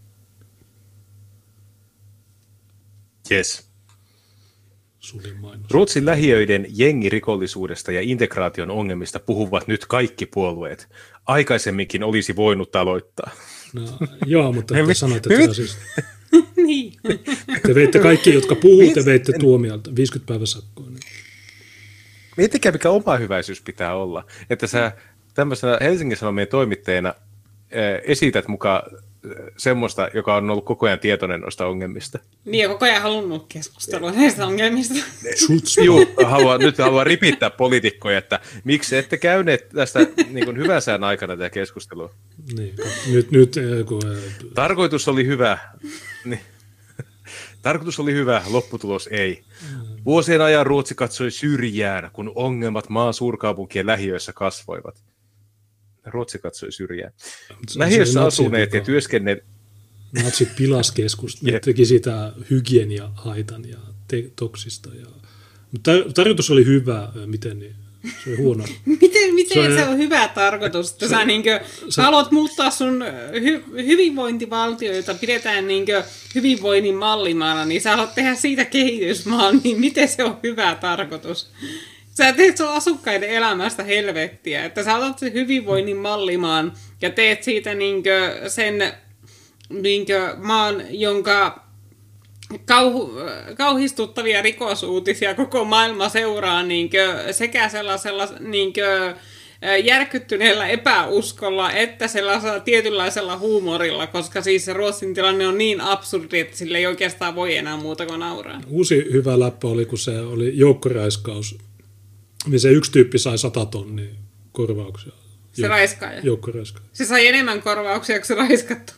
Yes. Mainos. Ruotsin lähiöiden jengirikollisuudesta ja integraation ongelmista puhuvat nyt kaikki puolueet. Aikaisemminkin olisi voinut aloittaa. No, joo, mutta te sanoitte, että siis... Niin. Te veitte kaikki, jotka puhuu, te veitte tuomialta 50 päivän sakkoa. Niin. Miettikää, mikä oma hyväisyys pitää olla. Että sä tämmöisenä Helsingin Sanomien toimittajana esität mukaan semmoista, joka on ollut koko ajan tietoinen noista ongelmista. Niin, ja koko ajan halunnut keskustelua näistä ongelmista. Joo, nyt haluan ripittää poliitikkoja, että miksi ette käyneet tästä niin kuin hyvän sään aikana tätä keskustelua. Niin, nyt kun... Tarkoitus oli hyvä. Niin. Tarkoitus oli hyvä, lopputulos ei. Vuosien ajan Ruotsi katsoi syrjään, kun ongelmat maan suurkaupunkien lähiöissä kasvoivat. Ruotsi katsoi syrjään. Lähiössä asuneet ja työskennelleet... Natsit pilas keskustelua. Ne teki sitä hygienia-haitan ja toksista. Mutta tarkoitus oli hyvä, miten niin? Se oli huono. Miten se on hyvä tarkoitus, että sä haluat muuttaa sun hyvinvointivaltio, jota pidetään hyvinvoinnin mallimaana, niin sä haluat tehdä siitä kehitysmaan, niin miten se on hyvä tarkoitus? Sä teet sun asukkaiden elämästä helvettiä, että sä otat sen hyvinvoinnin mallimaan ja teet siitä sen maan, jonka kauhistuttavia rikosuutisia koko maailma seuraa sekä sellaisella järkyttyneellä epäuskolla että sellaisella tietynlaisella huumorilla, koska siis se Ruotsin tilanne on niin absurdi, että sille ei oikeastaan voi enää muuta kuin nauraa. Uusi hyvä läppä oli, kun se oli joukkoraiskaus, niin se yksi tyyppi sai 100 tonnia korvauksia. Se raiskaaja. Joukkoraiskaaja. Se sai enemmän korvauksia kuin se raiskattu.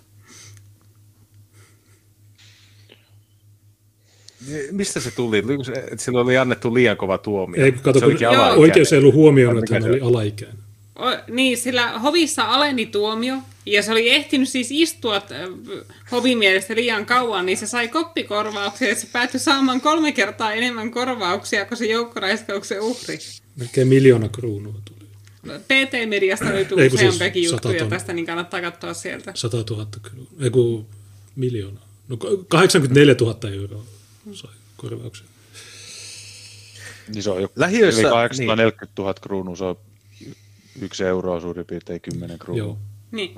Mistä se tuli? Että sillä oli annettu liian kova tuomio. Ei, kato, kun oikeus ei ollut huomioon, että hän oli alaikäinen. Niin, sillä hovissa aleni tuomio, ja se oli ehtinyt siis istua hovin mielestä liian kauan, niin se sai koppikorvauksia, ja se päätyi saamaan 3 kertaa enemmän korvauksia kuin se joukkoraiskauksen uhri. Melkein 1 000 000 kruunua tuli. PT-mediasta löytyy useampiakin juttuja tästä, niin kannattaa katsoa sieltä. 100 000 kruunua, ei kun 1 000 000. No 84 000 euroa sai korvauksia. Niin se on jo lähiöissä, 840 000 kruunua, se on 1 euroa suurin piirtein 10 kruunua. Joo. Niin.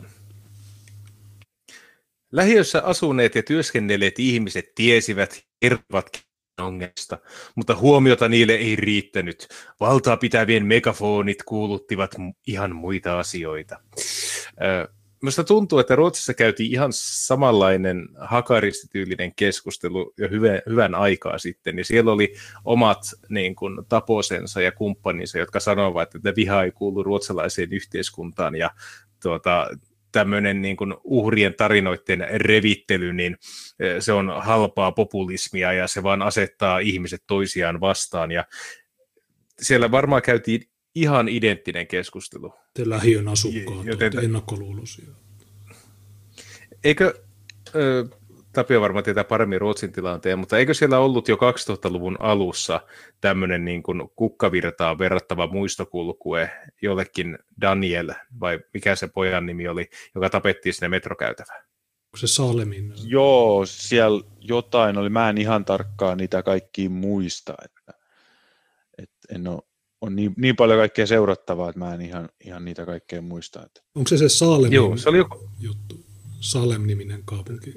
Lähiössä asuneet ja työskennelleet ihmiset tiesivät kertovat ongelmista, mutta huomiota niille ei riittänyt. Valtaa pitävien megafonit kuuluttivat ihan muita asioita. Minusta tuntuu, että Ruotsissa käytiin ihan samanlainen hakaristityylinen keskustelu jo hyvän aikaa sitten, ja siellä oli omat niin kuin, taposensa ja kumppaninsa, jotka sanoivat, että viha ei kuulu ruotsalaiseen yhteiskuntaan, ja tämmöinen niin kuin uhrien tarinoiden revittely, niin se on halpaa populismia, ja se vaan asettaa ihmiset toisiaan vastaan, ja siellä varmaan käytiin ihan identtinen keskustelu. Te lähiön asukkaat olette ennakkoluuloisia. Eikö, Tapio varmaan tietää paremmin Ruotsin tilanteen, mutta eikö siellä ollut jo 2000-luvun alussa tämmöinen niin kuin kukkavirtaan verrattava muistokulkue jollekin Daniel, vai mikä se pojan nimi oli, joka tapettiin sinne metrokäytävään? Se Salemin? Joo, siellä jotain oli. Mä en ihan tarkkaan niitä kaikkia muista, että en ole. On niin paljon kaikkea seurattavaa, että mä en ihan niitä kaikkea muista. Että. Onko se Salemin Joo, se oli joku juttu? Salem-niminen kaupunki.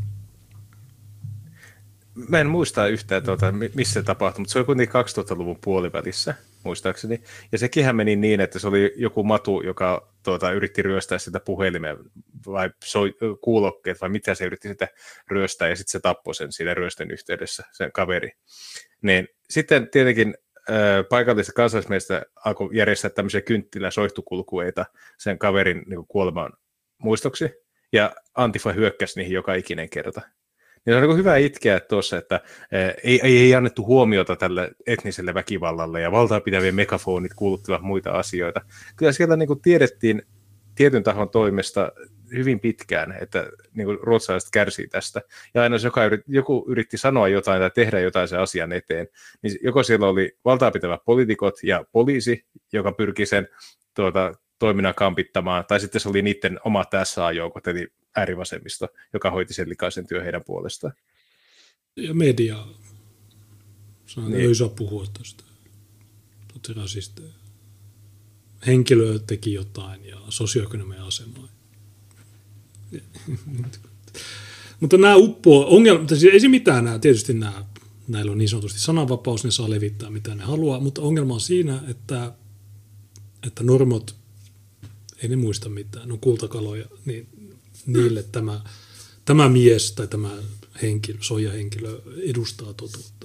Mä en muista yhtään, missä se tapahtui, mutta se oli kuitenkin 2000-luvun puolivälissä, muistaakseni. Ja sekinhän meni niin, että se oli joku matu, joka yritti ryöstää sitä puhelimea, vai kuulokkeet, vai mitä se yritti sitä ryöstää, ja sitten se tappoi sen siinä ryöstön yhteydessä, sen kaveri. Niin sitten tietenkin paikallisesta kansallismielestä alkoi järjestää tämmöisiä kynttilä-soihtukulkueita sen kaverin niin kuoleman muistoksi, ja Antifa hyökkäsi niihin joka ikinen kerta. Niin se on niin hyvä itkeä tuossa, että ei annettu huomiota tälle etniselle väkivallalle, ja valtaa pitävien megafonit kuuluttivat muita asioita. Kyllä siellä niin kuin tiedettiin tietyn tahon toimesta hyvin pitkään, että niin kuin ruotsalaiset kärsii tästä. Ja aina jos joku yritti sanoa jotain tai tehdä jotain sen asian eteen, niin joko siellä oli valtaa pitävät poliitikot ja poliisi, joka pyrki sen toiminnan kampittamaan, tai sitten se oli niiden omat SA-joukot, eli äärivasemmisto, joka hoiti sen likaisen työn heidän puolestaan. Ja media. Ei saa puhua tästä. Rasisteja. Henkilö teki jotain ja sosioekonominen asema. Mutta nämä ongelmat, ei se mitään tietysti näillä on niin sanotusti sananvapaus, ne saa levittää mitä ne haluaa, mutta ongelma on siinä, että normot, ei ne muista mitään, ne on kultakaloja, niin niille tämä mies tai tämä henkilö, soijahenkilö edustaa totuutta.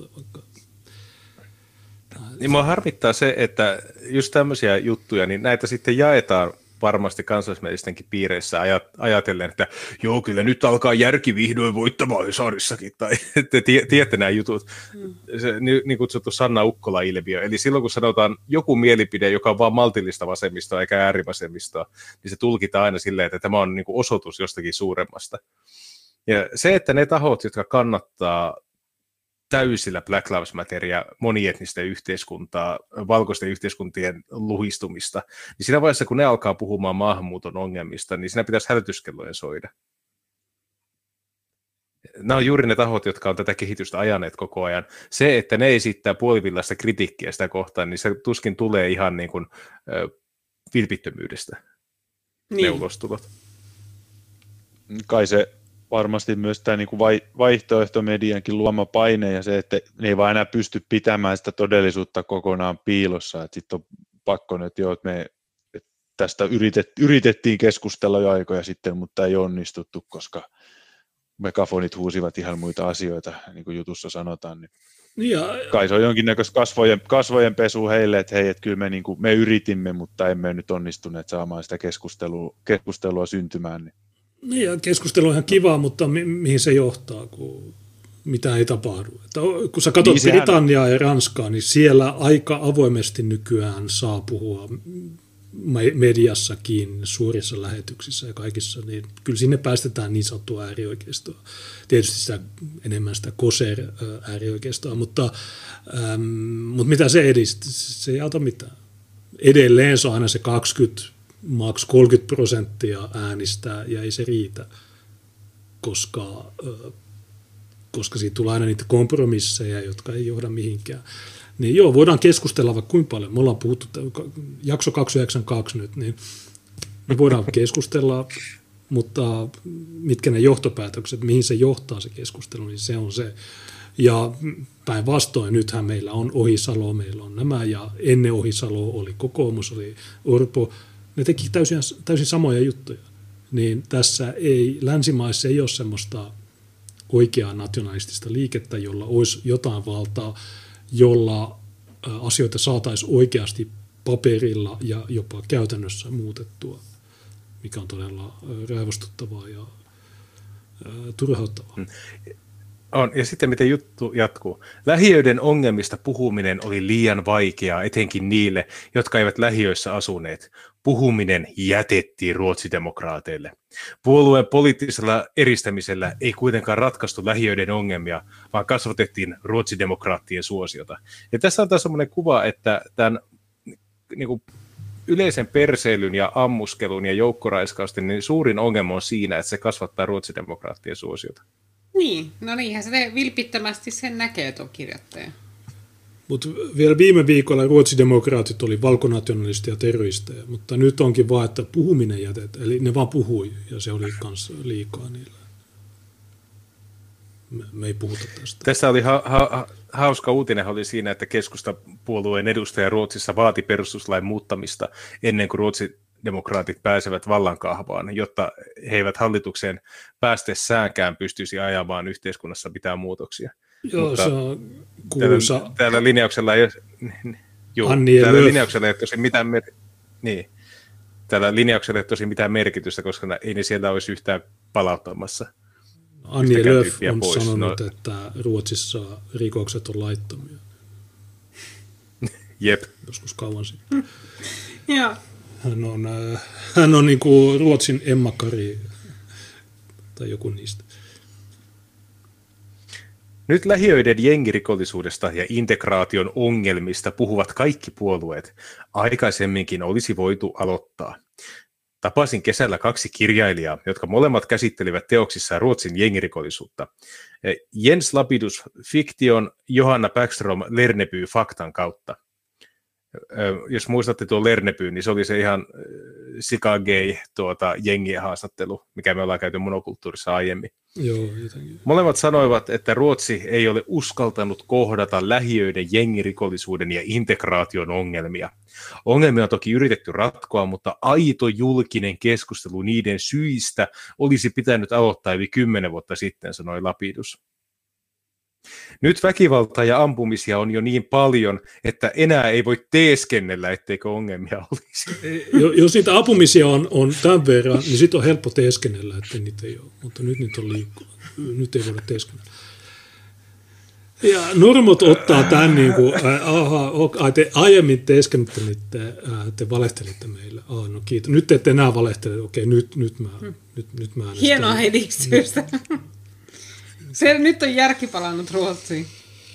Niin mua harmittaa se, että just tämmöisiä juttuja, niin näitä sitten jaetaan varmasti kansallismielistenkin piireissä ajatellen, että joo, kyllä nyt alkaa järki vihdoin voittamaan Hesarissakin, tai te tiedätte nämä jutut. Se niin kutsuttu Sanna Ukkola-ilmiö, eli silloin kun sanotaan joku mielipide, joka on vaan maltillista vasemmistoa eikä äärivasemmistoa, niin se tulkitaan aina silleen, että tämä on niin kuin osoitus jostakin suuremmasta. Ja se, että ne tahot, jotka kannattaa täysillä Black Lives Matter ja monietnistä yhteiskuntaa, valkoisten yhteiskuntien luhistumista, niin siinä vaiheessa, kun ne alkaa puhumaan maahanmuuton ongelmista, niin siinä pitäisi hälytyskellojen soida. Nämä on juuri ne tahot, jotka on tätä kehitystä ajaneet koko ajan. Se, että ne esittää puolivillaista kritiikkiä sitä kohtaan, niin se tuskin tulee ihan niin kuin vilpittömyydestä ne ulostulot. Kai se varmasti myös tämä niin kuin vaihtoehtomediankin luoma paine ja se, että ne ei vaan enää pysty pitämään sitä todellisuutta kokonaan piilossa. Sitten on pakko nyt että me tästä yritettiin keskustella jo aikoja sitten, mutta ei onnistuttu, koska megafonit huusivat ihan muita asioita, niin kuin jutussa sanotaan. Niin kai se on jonkinnäköistä kasvojen pesu heille, että hei, että kyllä me yritimme, mutta emme nyt onnistuneet saamaan sitä keskustelua syntymään. Niin ja keskustelu on ihan kiva, mutta mihin se johtaa, kun mitä ei tapahdu. Että kun sä katsot niin Britanniaa ja Ranskaa, niin siellä aika avoimesti nykyään saa puhua mediassakin, suurissa lähetyksissä ja kaikissa, niin kyllä sinne päästetään niin sanottua äärioikeistoa. Tietysti sitä, enemmän sitä koser-äärioikeistoa, mutta mitä se edistää? Se ei auta mitään. Edelleen se on aina se 20, 30% äänistä ja ei se riitä, koska siitä tulee aina niitä kompromisseja, jotka ei johda mihinkään. Niin joo, voidaan keskustella vaikka kuinka paljon. Me ollaan puhuttu jakso 292 nyt, niin me voidaan keskustella, mutta mitkä ne johtopäätökset, mihin se johtaa se keskustelu, niin se on se. Ja päinvastoin, nythän meillä on Ohisalo, meillä on nämä, ja ennen Ohisalo oli kokoomus, oli Orpo. Ne teki täysin samoja juttuja. Niin tässä länsimaissa ei ole semmoista oikeaa nationalistista liikettä, jolla olisi jotain valtaa, jolla asioita saataisiin oikeasti paperilla ja jopa käytännössä muutettua, mikä on todella raivostuttavaa ja turhauttavaa. On. Ja sitten miten juttu jatkuu. Lähiöiden ongelmista puhuminen oli liian vaikeaa, etenkin niille, jotka eivät lähiöissä asuneet. Puhuminen jätettiin ruotsidemokraateille. Puolueen poliittisella eristämisellä ei kuitenkaan ratkaistu lähiöiden ongelmia, vaan kasvatettiin ruotsidemokraattien suosiota. Ja tässä on taas sellainen kuva, että tämän niin kuin yleisen perseilyn ja ammuskelun ja joukkoraiskausten niin suurin ongelma on siinä, että se kasvattaa ruotsidemokraattien suosiota. Niin, no niinhän se vilpittömästi sen näkee tuon kirjoittajan. Mutta vielä viime viikolla ruotsidemokraatit oli valkonationalisteja ja terroristeja, mutta nyt onkin vaan, että puhuminen jätetään. Eli ne vaan puhui ja se oli myös liikaa niillä. Me ei puhuta tästä. Tässä oli hauska uutinen oli siinä, että keskustapuolueen edustaja Ruotsissa vaati perustuslain muuttamista ennen kuin ruotsidemokraatit pääsevät vallankahvaan, jotta he eivät hallitukseen päästessäänkään pystyisi ajamaan yhteiskunnassa mitään muutoksia. Joo, mutta se on kuuluisa. Täällä linjauksella ei ole tosi mitään Tällä linjauksella ei ole tosi mitään merkitystä, koska ei ne siellä olisi yhtään palauttamassa. Annie Lööf on sanonut, että Ruotsissa rikokset on laittomia. Jep. Joskus kauan sitten. Hän on niin kuin Ruotsin Emma Kari tai joku niistä. Nyt lähiöiden jengirikollisuudesta ja integraation ongelmista puhuvat kaikki puolueet. Aikaisemminkin olisi voitu aloittaa. Tapasin kesällä 2 kirjailijaa, jotka molemmat käsittelivät teoksissaan Ruotsin jengirikollisuutta. Jens Lapidus fiktion, Johanna Backstrom Lerneby faktan kautta. Jos muistatte tuon Lernebyn, niin se oli se ihan sikagay jengien haastattelu, mikä me ollaan käyty monokulttuurissa aiemmin. Joo, jotenkin. Molemmat sanoivat, että Ruotsi ei ole uskaltanut kohdata lähiöiden jengirikollisuuden ja integraation ongelmia. Ongelmia on toki yritetty ratkoa, mutta aito julkinen keskustelu niiden syistä olisi pitänyt aloittaa yli 10 vuotta sitten, sanoi Lapidus. Nyt väkivaltaa ja ampumisia on jo niin paljon, että enää ei voi teeskennellä, etteikö ongelmia olisi. Jos niitä ampumisia on tämän verran, niin sitten on helppo teeskennellä, että niitä ei ole. Mutta nyt niitä on liikaa. Nyt ei voida teeskennellä. Ja normot ottaa tämän niin kuin, te aiemmin teeskennelitte, te valehtelitte meille. No kiitos. Nyt ette enää valehtele. Okei, nyt mä äänestän. Hienoa edistystä. Nyt on järki palannut Ruotsiin.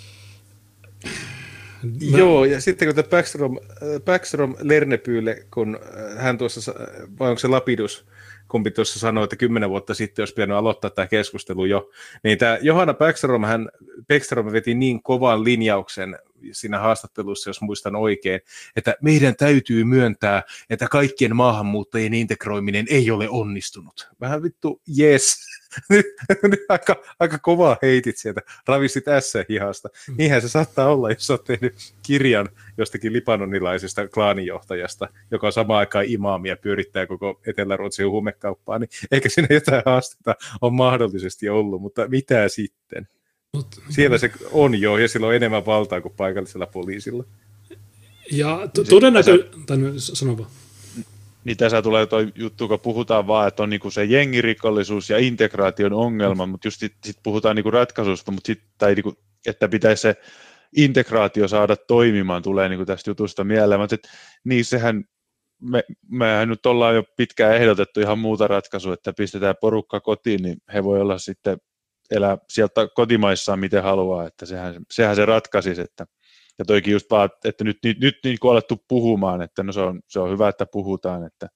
Joo, ja sitten kun Backstrom Lernebylle, kun hän tuossa, vai onko se Lapidus, kumpi tuossa sanoi, että 10 vuotta sitten olisi pitänyt aloittaa tämä keskustelu jo, niin tämä Johanna Backstrom veti niin kovan linjauksen siinä haastattelussa, jos muistan oikein, että meidän täytyy myöntää, että kaikkien maahanmuuttajien integroiminen ei ole onnistunut. Vähän vittu, yes. Nyt aika kovaa heitit sieltä, ravistit hihasta. Niinhän se saattaa olla, jos olet tehnyt kirjan jostakin libanonilaisesta klaaninjohtajasta, joka on samaan aikaan imaami ja pyörittää koko Etelä-Ruotsin huumekauppaa, niin ehkä siinä jotain haastetta on mahdollisesti ollut, mutta mitä sitten? Siellä se on jo, ja sillä on enemmän valtaa kuin paikallisella poliisilla. Ja todennäköisesti, sano vaan. Niin tässä tulee tuo juttu, kun puhutaan vaan, että on niinku se jengirikollisuus ja integraation ongelma, mutta just sit puhutaan niinku ratkaisusta, mutta tai niinku, että pitäisi se integraatio saada toimimaan, tulee niinku tästä jutusta mieleen. Mutta niin sehän, mehän nyt ollaan jo pitkään ehdotettu ihan muuta ratkaisua, että pistetään porukka kotiin, niin he voi olla sitten elää sieltä kotimaissaan miten haluaa, että sehän se ratkaisisi, että ja toikin just vaan, että nyt niin kuin alettu puhumaan, että no se on hyvä, että puhutaan, että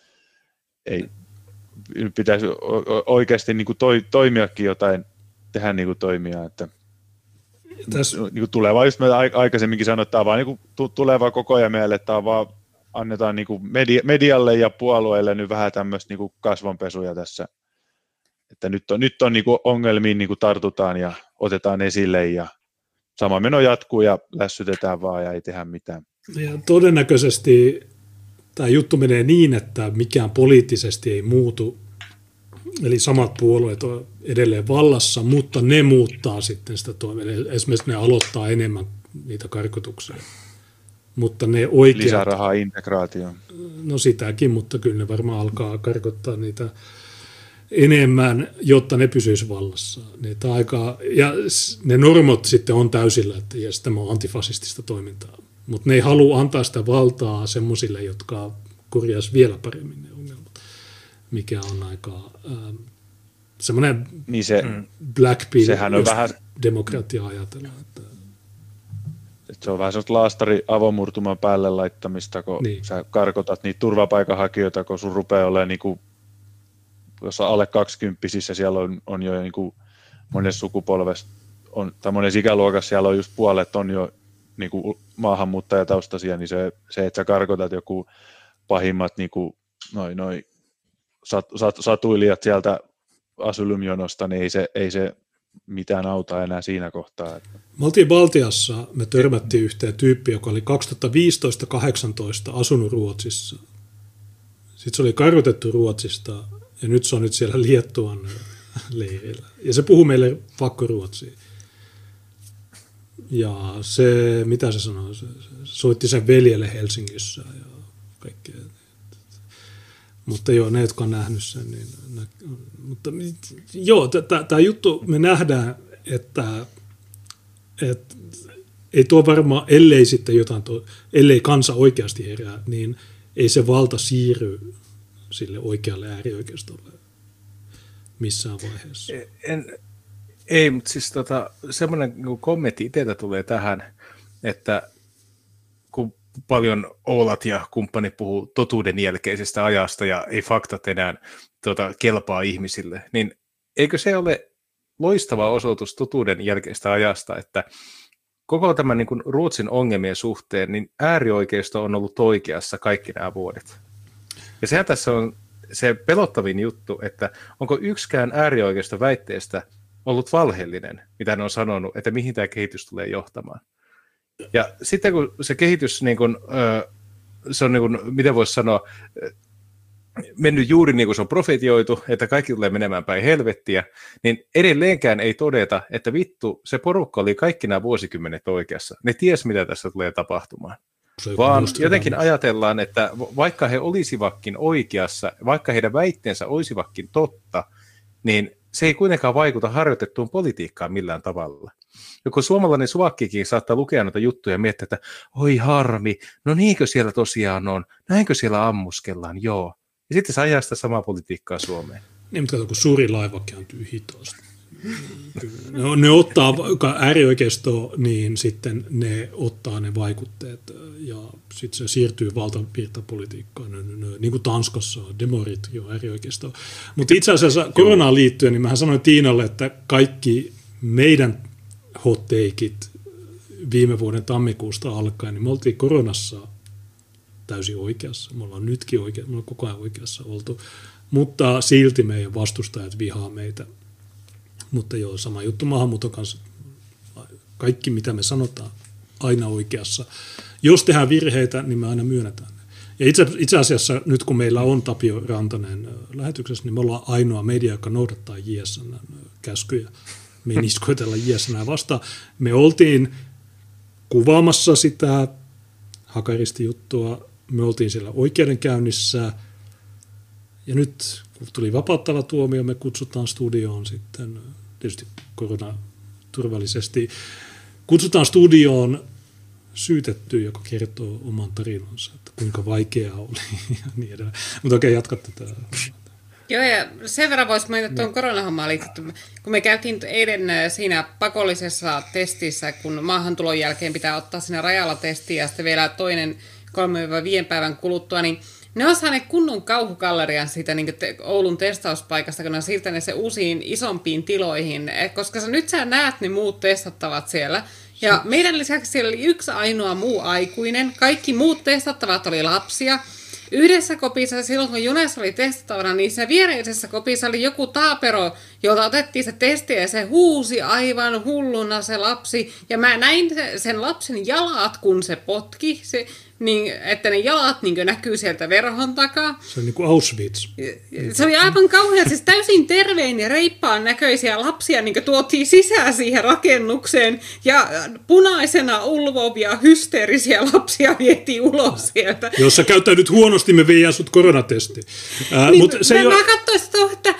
ei pitäisi oikeasti niin kuin toimiakin jotain, tehdä niin kuin toimia, että niin kuin tuleva, just me aikaisemminkin sanoin, että tämä on vaan niin kuin tuleva koko ajan meille, että tämä vaan annetaan niin kuin medialle ja puolueille nyt vähän tämmöistä niin kuin kasvonpesuja tässä, että nyt on niin kuin ongelmiin niin kuin tartutaan ja otetaan esille ja sama meno jatkuu ja lässytetään vaan ja ei tehdä mitään. Ja todennäköisesti tämä juttu menee niin, että mikään poliittisesti ei muutu, eli samat puolueet on edelleen vallassa, mutta ne muuttaa sitten sitä toimintaa. Esimerkiksi ne aloittaa enemmän niitä karkotuksia. Mutta ne oikeat... Lisää rahaa integraatioon. No sitäkin, mutta kyllä ne varmaan alkaa karkottaa niitä enemmän, jotta ne pysyisi vallassa. Ja ne normot sitten on täysillä, että jes, tämä on antifasistista toimintaa. Mutta ne ei halua antaa sitä valtaa semmoisille, jotka korjaisivat vielä paremmin ne ongelmat, mikä on aika semmoinen niin se, black pill, jos vähän demokratia ajatellaan. Että se on vähän semmoista laastari avomurtuman päälle laittamista, kun niin sä karkotat niitä turvapaikanhakijoita, kun sun rupeaa olemaan niin kuin jos on alle 20-sissä, siellä on jo niin kuin monessa sukupolvessa, tai monessa ikäluokassa siellä on just puolet on jo niin kuin maahanmuuttajataustaisia, niin se, että sä karkotat joku pahimmat niin kuin noi satuilijat sieltä asylumjonosta, niin ei se mitään auta enää siinä kohtaa. Me oltiin Baltiassa, me törmättiin yhteen tyyppiä, joka oli 2015-18 asunut Ruotsissa. Sitten se oli karkotettu Ruotsista, ja nyt se on siellä Liettuan leirillä. Ja se puhuu meille pakkoruotsia. Ja se, mitä se sanoi, se soitti sen veljelle Helsingissä ja kaikkea. Mutta joo, ne, jotka on nähnyt sen, niin... Mutta joo, tämä juttu, me nähdään, että ei tuo varmaan, ellei sitten ellei kansa oikeasti herää, niin ei se valta siirry sille oikealle äärioikeistolle missään vaiheessa. Ei, mutta siis semmoinen kommentti itseltä tulee tähän, että kun paljon Oulat ja kumppani puhuu totuuden jälkeisestä ajasta ja ei faktat enää kelpaa ihmisille, niin eikö se ole loistava osoitus totuuden jälkeistä ajasta, että koko tämän niin kuin Ruotsin ongelmien suhteen, niin äärioikeisto on ollut oikeassa kaikki nämä vuodet. Ja sehän tässä on se pelottavin juttu, että onko yksikään äärioikeisto väitteestä ollut valheellinen, mitä ne on sanonut, että mihin tämä kehitys tulee johtamaan. Ja sitten kun se kehitys, niin kuin, se on, niin kuin, miten voisi sanoa, mennyt juuri niin kuin se on profetioitu, että kaikki tulee menemään päin helvettiä, niin edelleenkään ei todeta, että vittu, se porukka oli kaikki nämä vuosikymmenet oikeassa. Ne ties, mitä tässä tulee tapahtumaan. Vaan jotenkin ajatellaan, että vaikka he olisivatkin oikeassa, vaikka heidän väitteensä olisivatkin totta, niin se ei kuitenkaan vaikuta harjoitettuun politiikkaan millään tavalla. Joku suomalainen suvakkikin saattaa lukea noita juttuja ja miettiä, että oi harmi, no niinkö siellä tosiaan on, näinkö siellä ammuskellaan, joo. Ja sitten se ajaa sitä samaa politiikkaa Suomeen. Niin, mutta kun suuri laiva kääntyy hitaasti. Ne ottaa äärioikeisto, niin sitten ne ottaa ne vaikutteet ja sitten se siirtyy valtavirtapolitiikkaan, niin kuin Tanskassa demorit jo äärioikeisto. Mutta itse asiassa koronaan liittyen, niin mähän sanoin Tiinalle, että kaikki meidän hot takeit viime vuoden tammikuusta alkaen, niin me oltiin koronassa täysin oikeassa. Me ollaan nytkin oikeassa, me ollaan koko ajan oikeassa oltu, mutta silti meidän vastustajat vihaa meitä. Mutta joo, sama juttu maahanmuuton kanssa. Kaikki, mitä me sanotaan, aina oikeassa. Jos tehdään virheitä, niin me aina myönnetään ne. Ja itse asiassa nyt kun meillä on Tapio Rantanen lähetyksessä, niin me ollaan ainoa media, joka noudattaa JSN käskyjä. Me ei niskoitella JSN vastaan. Me oltiin kuvaamassa sitä Hakaristi-juttua, me oltiin siellä oikeudenkäynnissä, ja nyt kun tuli vapauttava tuomio, me kutsutaan studioon sitten, tietysti koronaturvallisesti, kutsutaan studioon syytetty, joka kertoo oman tarinansa, että kuinka vaikeaa oli ja niin edelleen. Mutta okei, jatka tätä. Joo, ja sen verran voisi mainita tuon koronahommaan liitetty. Kun me käytiin eilen siinä pakollisessa testissä, kun maahantulon jälkeen pitää ottaa siinä rajalla testi ja sitten vielä toinen 3-5 päivän kuluttua, niin ne on saaneet kunnon kauhukallerian siitä niin Oulun testauspaikasta, kun ne on siirtäneet se uusiin isompiin tiloihin, koska nyt sä näet ne muut testattavat siellä. Ja meidän lisäksi siellä oli yksi ainoa muu aikuinen. Kaikki muut testattavat oli lapsia. Yhdessä kopissa silloin, kun junessa oli testattavana, niin se viereisessä kopissa oli joku taapero, jolta otettiin se testi ja se huusi aivan hulluna se lapsi. Ja mä näin sen lapsen jalat, kun se potki, niin, että ne jalat niin näkyy sieltä verhon takaa. Se on niin kuin Auschwitz. Se oli aivan kauhea, siis täysin terveen ja reippaan näköisiä lapsia niin tuotiin sisään siihen rakennukseen ja punaisena ulvovia hysteerisiä lapsia vietiin ulos sieltä. Jos sä käyttäydyt huonosti, me viedään sut koronatestiin. Niin, mä katsoin sitä, että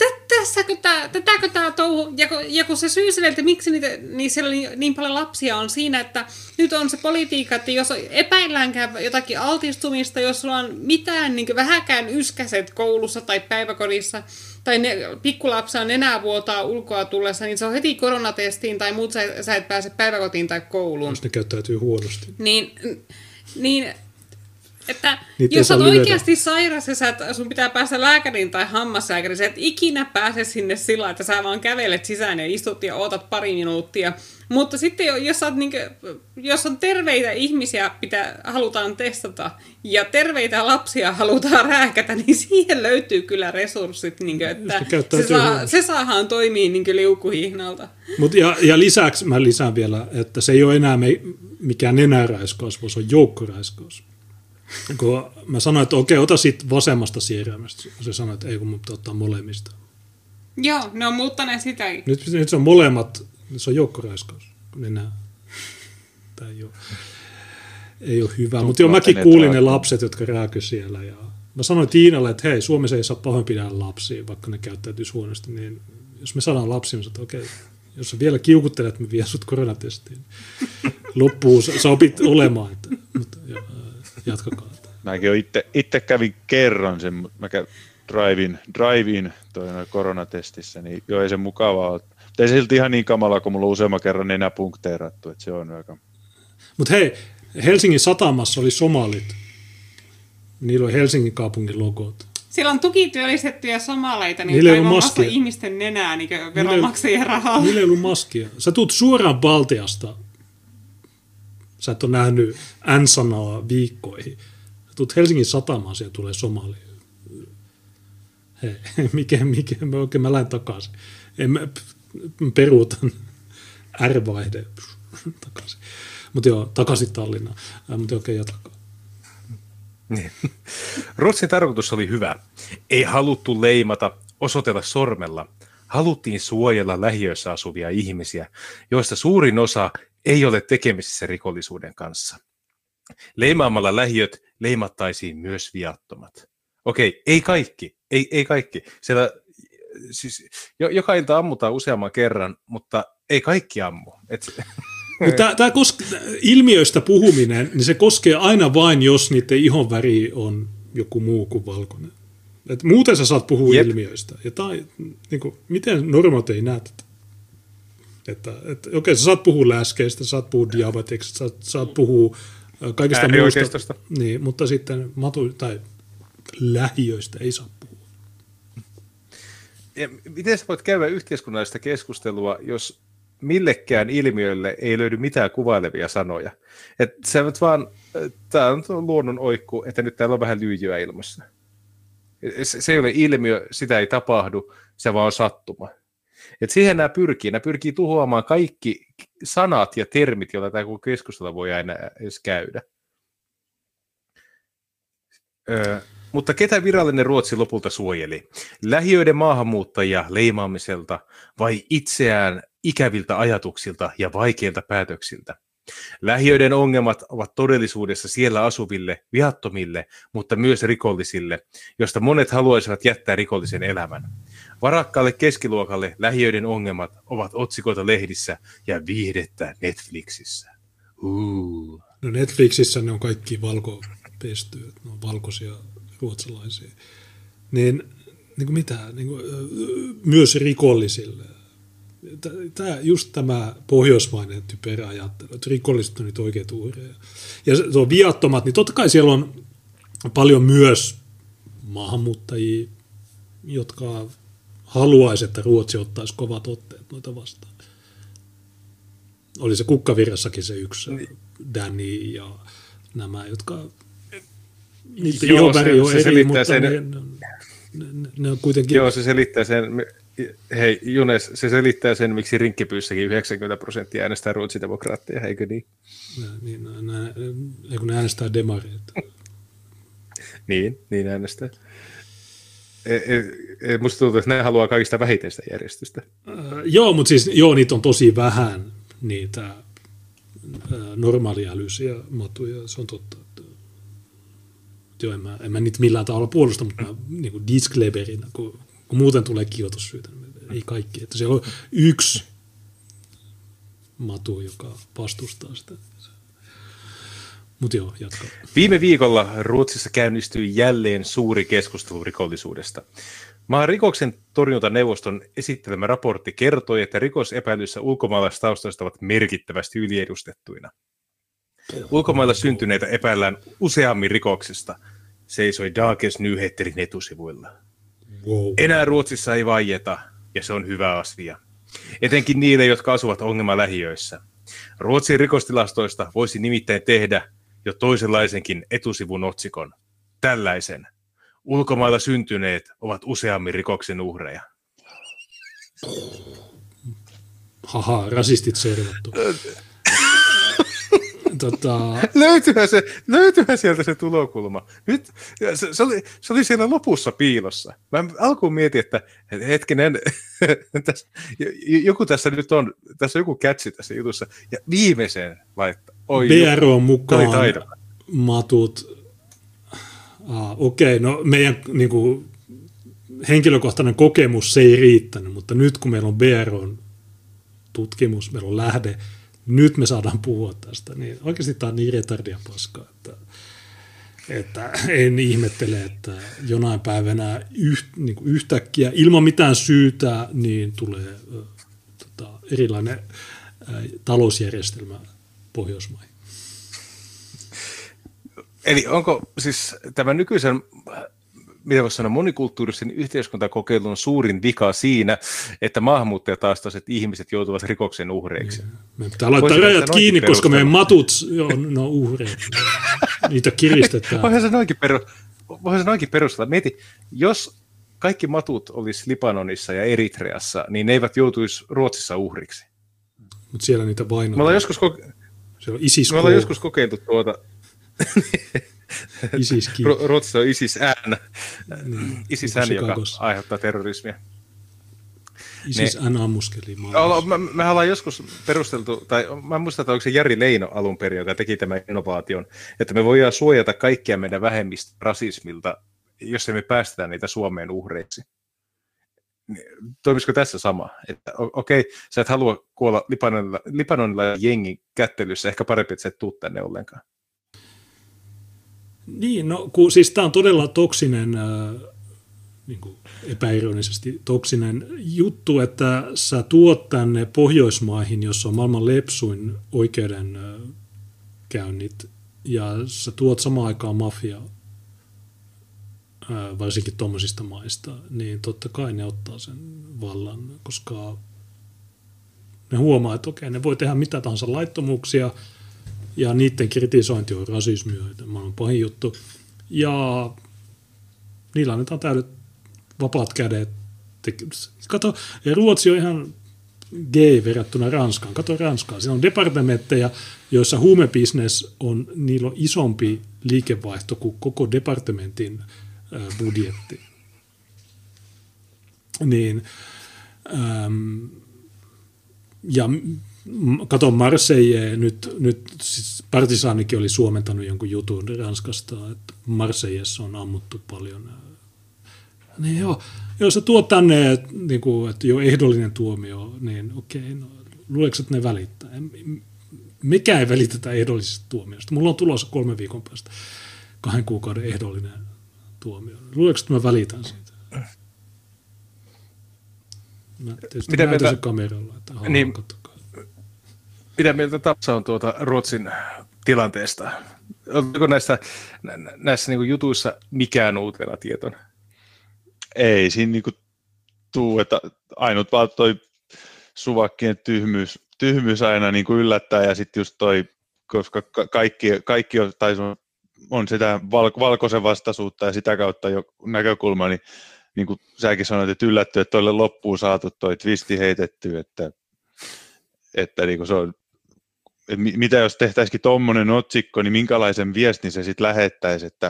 tätäkö tämä touhu, ja kun se syy sille, että miksi niin siellä niin paljon lapsia on siinä, että nyt on se politiikka, että jos epäilläänkään jotakin altistumista, jos sulla on mitään niin vähäkään yskäset koulussa tai päiväkodissa, tai pikkulapsa on enää vuotaa ulkoa tullessa, niin se on heti koronatestiin, tai muut sä et pääse päiväkotiin tai kouluun. Jos ne käyttäytyy huonosti. Niin että niitä jos olet oikeasti sairas ja sun pitää päästä lääkäriin tai hammaslääkäriin, sä et ikinä pääse sinne sillä, että sä vaan kävelet sisään ja istut ja ootat pari minuuttia. Mutta sitten jos on terveitä ihmisiä, halutaan testata ja terveitä lapsia halutaan rääkätä, niin siihen löytyy kyllä resurssit, että se saadaan toimia liukuhihnalta. Ja lisäksi mä lisään vielä, että se ei ole enää mikään nenäraiskaus, vaan se on joukkoraiskaus. Kun mä sanoin, että okei, ota siitä vasemmasta siirräimestä. Se sanoi, että ei, kun mun pitää ottaa molemmista. Joo, ne on muuttaneet sitäkin. Nyt se on molemmat, se on joukkoraiskaus. Enää. Tämä ei ole hyvä. Mutta joo, mäkin kuulin ne lapset, jotka rääkyi siellä. Ja mä sanoin Tiinalle, että hei, Suomessa ei saa pahoinpidellä lapsia, vaikka ne käyttäytyisi huonosti. Niin jos me saadaan lapsia, niin okei, jos sä vielä kiukuttelet, me vien sut koronatestiin. Loppuun sä opit olemaan. Mutta jatkakaa. Mäkin itse kävin kerran sen, mä drive-in koronatestissä, niin joo, ei se mukavaa ole. Ei se silti ihan niin kamala, kun mulla on useamman kerran enää punkteerattu, että se on aika... Mutta hei, Helsingin satamassa oli somalit. Niillä on Helsingin kaupungin logot. Siellä on tukityöllistettyjä somaleita, niin kaivamassa ihmisten nenää niin veronmaksajien rahalla. Niillä ei ollut maskia. Sä tuut suoraan Baltiasta. Sä et ole nähnyt N-sanaa viikkoihin. Sä tuut Helsingin satamaan, siellä tulee somali. Hei, mikä mä lähden takaisin. Mä peruutan R-vaihde takaisin. Mutta joo, takaisin Tallinnaan. Mutta okei, jatkakaa. Niin. Ruotsin tarkoitus oli hyvä. Ei haluttu leimata, osoitella sormella. Haluttiin suojella lähiöissä asuvia ihmisiä, joista suurin osa ei ole tekemisissä rikollisuuden kanssa. Leimaamalla lähiöt leimattaisiin myös viattomat. Okei, ei kaikki. Ei kaikki. Siellä, siis, joka ilta ammutaan useamman kerran, mutta ei kaikki ammu. Tämä ilmiöistä puhuminen, niin se koskee aina vain, jos niiden ihonväri on joku muu kuin valkoinen. Et muuten sä saat puhua ilmiöistä. Ja miten normaalit ei näe tätä? Okei, sä saat puhua läskeistä, sä saat puhua diabeteksista, sä saat puhua kaikista muusta. Niin, mutta sitten lähiöistä ei saa puhua. Ja miten sä voit käydä yhteiskunnallista keskustelua, jos millekään ilmiölle ei löydy mitään kuvailevia sanoja. Tämä on luonnon oikku, että nyt täällä on vähän lyijyä ilmassa. Se ei ole ilmiö, sitä ei tapahdu, se vaan on sattuma. Et siihen nämä pyrkii tuhoamaan kaikki sanat ja termit, joilla tämä keskustelu voi aina edes käydä. Mutta ketä virallinen Ruotsi lopulta suojeli? Lähiöiden maahanmuuttajia leimaamiselta vai itseään ikäviltä ajatuksilta ja vaikeilta päätöksiltä? Lähiöiden ongelmat ovat todellisuudessa siellä asuville, viattomille, mutta myös rikollisille, josta monet haluaisivat jättää rikollisen elämän. Varakkaalle keskiluokalle lähiöiden ongelmat ovat otsikoita lehdissä ja viihdettä Netflixissä. No Netflixissä ne on kaikki valkopestyjä, ne on valkoisia ruotsalaisia. Niin kuin mitä? Myös rikollisille. Just tämä pohjoismainen typerä ajattelu, että rikolliset on niitä oikeita uhreja. Ja se on viattomat, niin totta kai siellä on paljon myös maahanmuuttajia, jotka haluaisi, että Ruotsi ottaisi kovat otteet noita vastaan. Oli se Kukkavirrassakin se yksi, Danny ja nämä, jotka niitä ilmaväri on eri, mutta ne on kuitenkin... Joo, se selittää sen... Hei, Junes, se selittää sen, miksi Rinkkibyyssäkin 90% äänestää ruotsidemokraatteja, eikö niin? Kun ne äänestää demareita. niin äänestää. Musta tuntuu, että ne haluaa kaikista vähiten sitä järjestystä. Joo, mutta siis niitä on tosi vähän, niitä normaaliälyisiä matuja, se on totta. Joo, en mä niitä millään tavalla puolusta, mutta mä niin disclaimerina, kun muuten tulee kiihotussyytä, ei kaikki. Että siellä on yksi matu, joka vastustaa sitä. Mutta joo, jatkaa. Viime viikolla Ruotsissa käynnistyi jälleen suuri keskustelu rikollisuudesta. Maan rikoksen torjuntaneuvoston esittelemä raportti kertoi, että rikosepäilyssä ulkomaalaistaustaiset ovat merkittävästi yliedustettuina. Ulkomailla syntyneitä epäillään useammin rikoksista, seisoi Dagens Nyheterin etusivuilla. Wow. Enää Ruotsissa ei vaieta, ja se on hyvä asia. Etenkin niille, jotka asuvat ongelmalähiöissä. Ruotsin rikostilastoista voisi nimittäin tehdä jo toisenlaisenkin etusivun otsikon. Tällaisen. Ulkomailla syntyneet ovat useammin rikoksen uhreja. Haha, rasistit servattu. Löytyyhän sieltä se tulokulma. Nyt, se oli siellä lopussa piilossa. Mä alkuun mietin, että hetkinen, joku tässä nyt on, tässä on joku catchi tässä jutussa, ja viimeiseen laittaa. BRO mukaan matut. Okei, no meidän niin kuin, henkilökohtainen kokemus se ei riittänyt, mutta nyt kun meillä on BROn tutkimus, meillä on lähde, nyt me saadaan puhua tästä, niin oikeasti tämä on niin retardia paskaa, että en ihmettele, että jonain päivänä niin kuin yhtäkkiä ilman mitään syytä niin tulee erilainen talousjärjestelmä Pohjoismaihin. Eli onko siis tämä nykyisen, mitä voisi sanoa, monikulttuurisen yhteiskuntakokeilun suurin vika siinä, että maahanmuuttajataustaiset ihmiset joutuvat rikoksen uhreiksi? Me pitää laittaa rajat kiinni, koska meidän matut on uhreja. Niitä kiristetään. Voihan se noinkin perustella. Mieti, jos kaikki matut olisi Libanonissa ja Eritreassa, niin ne eivät joutuisi Ruotsissa uhriksi. Mutta siellä niitä vainotaan. Me ollaan joskus kokeiltu tuota... Ruotsissa on ISIS-N, joka aiheuttaa terrorismia. ISIS-N ammuskeli. Me ollaan joskus perusteltu, tai mä muistan, että onko se Jari Leino alun perin, joka teki tämän innovaation, että me voidaan suojata kaikkia meidän vähemmistä rasismilta, jos emme päästetä niitä Suomeen uhreiksi. Toimisiko tässä sama? Että okei, sä et halua kuolla Libanonilla jengin kättelyssä, ehkä parempi, että sä et tuu tänne ollenkaan. Niin, no siis tämä on todella toksinen, niin kuin epäironisesti toksinen juttu, että sä tuot tänne Pohjoismaihin, jossa on maailman lepsuin oikeudenkäynnit, ja sä tuot samaan aikaan mafiaa, varsinkin tuommoisista maista, niin totta kai ne ottaa sen vallan, koska Ne huomaa, että okei, ne voi tehdä mitä tahansa laittomuuksia, ja niiden kritisointi on rasismia, tämä on pahin juttu. Ja niillä annetaan täydet vapaat kädet. Kato, ja Ruotsi on ihan gay verrattuna Ranskaan. Kato Ranskaa. Siinä on departementteja, joissa huumebisnes on, niillä on isompi liikevaihto kuin koko departementin budjetti. Niin, ja kato Marseille, nyt siis Partisaanikin oli suomentanut jonkun jutun Ranskasta, että Marseillessa on ammuttu paljon. Niin joo, sä tuot tänne, niin kuin, että jo ehdollinen tuomio, niin okei, no, luuleeko, että ne välittää? Mikään ei välitetä ehdollisesta tuomiosta. Mulla on tulossa 3 viikon päästä 2 kuukauden ehdollinen tuomio. Luuleeko, että mä välitän siitä? Mä tietysti näytän se kameralla, että niin, katsokaa. Mitä mieltä Tapsa on Ruotsin tilanteesta? Oletko näissä niin kuin jutuissa mikään uutena tietona? Ei siinä niin kuin tuu, että ainut vaan toi suvakkien tyhmyys aina niin kuin yllättää ja sitten just toi, koska kaikki on sitä valkoisen vastaisuutta ja sitä kautta jo näkökulma, niin kuin säkin sanoit, että yllätty, että toille loppuun saatu toi twisti heitetty, että niin kuin se on, että mitä jos tehtäisikin tommonen otsikko, niin minkälaisen viestin se sitten lähettäisi, että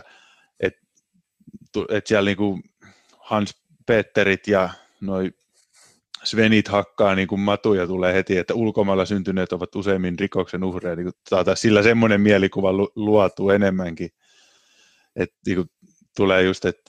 siellä niin kuin Hans Petterit ja noi Svenit hakkaa niin kuin matuja tulee heti, että ulkomailla syntyneet ovat useimmin rikoksen uhreja, niin saataisiin sillä semmoinen mielikuva luotu enemmänkin, että niin kuin tulee just, että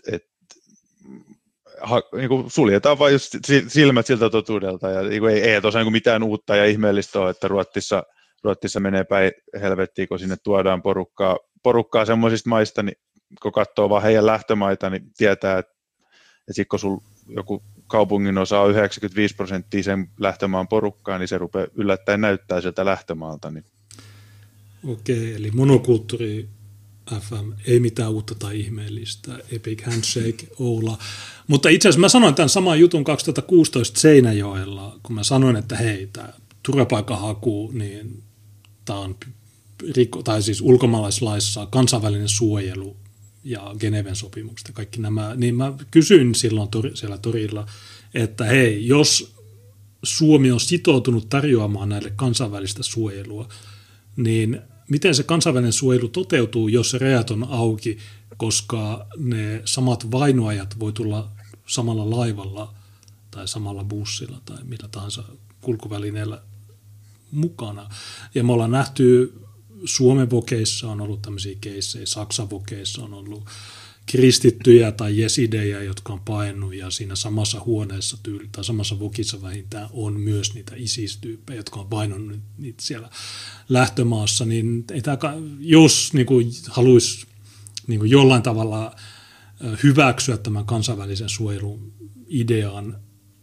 niin kuin suljetaan vain just silmät siltä totuudelta, ja niin kuin ei tosiaan niin kuin mitään uutta ja ihmeellistä ole, että Ruotsissa menee päin helvettiin, kun sinne tuodaan porukkaa semmoisista maista, niin kun katsoo vaan heidän lähtömaita, niin tietää, että sitten kun sulla joku kaupungin osa on 95% sen lähtömaan porukkaa, niin se rupeaa yllättäen näyttää sieltä lähtömaalta. Niin. Okei, eli monokulttuuri FM, ei mitään uutta tai ihmeellistä, Epic Handshake, Oula. Mutta itse asiassa mä sanoin tämän saman jutun 2016 Seinäjoella, kun mä sanoin, että hei, tämä turvapaikanhaku, niin tämä on tai siis ulkomaalaislaissa kansainvälinen suojelu ja Geneven sopimukset ja kaikki nämä, niin mä kysyin silloin siellä torilla, että hei, jos Suomi on sitoutunut tarjoamaan näille kansainvälistä suojelua, niin miten se kansainvälinen suojelu toteutuu, jos se rajat on auki, koska ne samat vainoajat voi tulla samalla laivalla tai samalla bussilla tai millä tahansa kulkuvälineellä mukana. Ja me ollaan nähty, Suomen vokeissa on ollut tämmöisiä keissejä, Saksan vokeissa on ollut kristittyjä tai jesidejä, jotka on paennut, ja siinä samassa huoneessa tai samassa vokissa vähintään on myös niitä ISIS-tyyppejä, jotka on painunut niitä siellä lähtömaassa, niin ei tämä, jos niin kuin, haluaisi niin kuin jollain tavalla hyväksyä tämän kansainvälisen suojelun idean,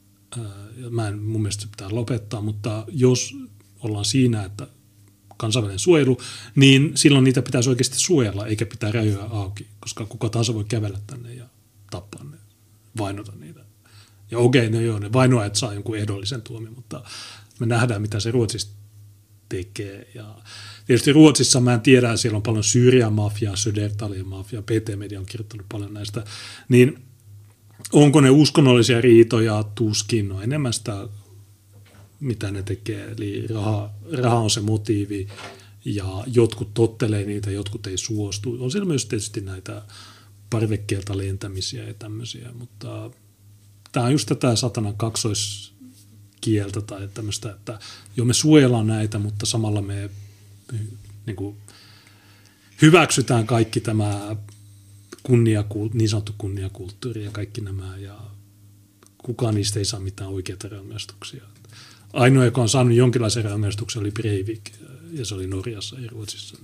mun mielestä se pitää lopettaa, mutta jos ollaan siinä, että kansainvälinen suojelu, niin silloin niitä pitäisi oikeasti suojella, eikä pitää rajoja auki, koska kuka tahansa voi kävellä tänne ja tappaa ne, vainota niitä. Ja okei, ne vainoajat saa jonkun ehdollisen tuomion, mutta me nähdään, mitä se Ruotsissa tekee. Ja tietysti Ruotsissa mä en tiedä, siellä on paljon Syyrian mafiaa, Södertalin mafiaa, PT-media on kirjoittanut paljon näistä, niin onko ne uskonnollisia riitoja? Tuskin, no enemmän sitä, mitä ne tekee, eli raha on se motiivi, ja jotkut tottelee niitä, jotkut ei suostu. On siellä myös tietysti näitä parvekkeelta lentämisiä ja tämmöisiä, mutta tämä on just tätä satanan kaksoiskieltä tai tämmöistä, että jo me suojellaan näitä, mutta samalla me niin kuin, hyväksytään kaikki tämä niin sanottu kunniakulttuuri ja kaikki nämä, ja kukaan niistä ei saa mitään oikeita rangaistuksia. Ainoa, joka on saanut jonkinlaisen rangaistuksen, oli Breivik, ja se oli Norjassa ja Ruotsissa.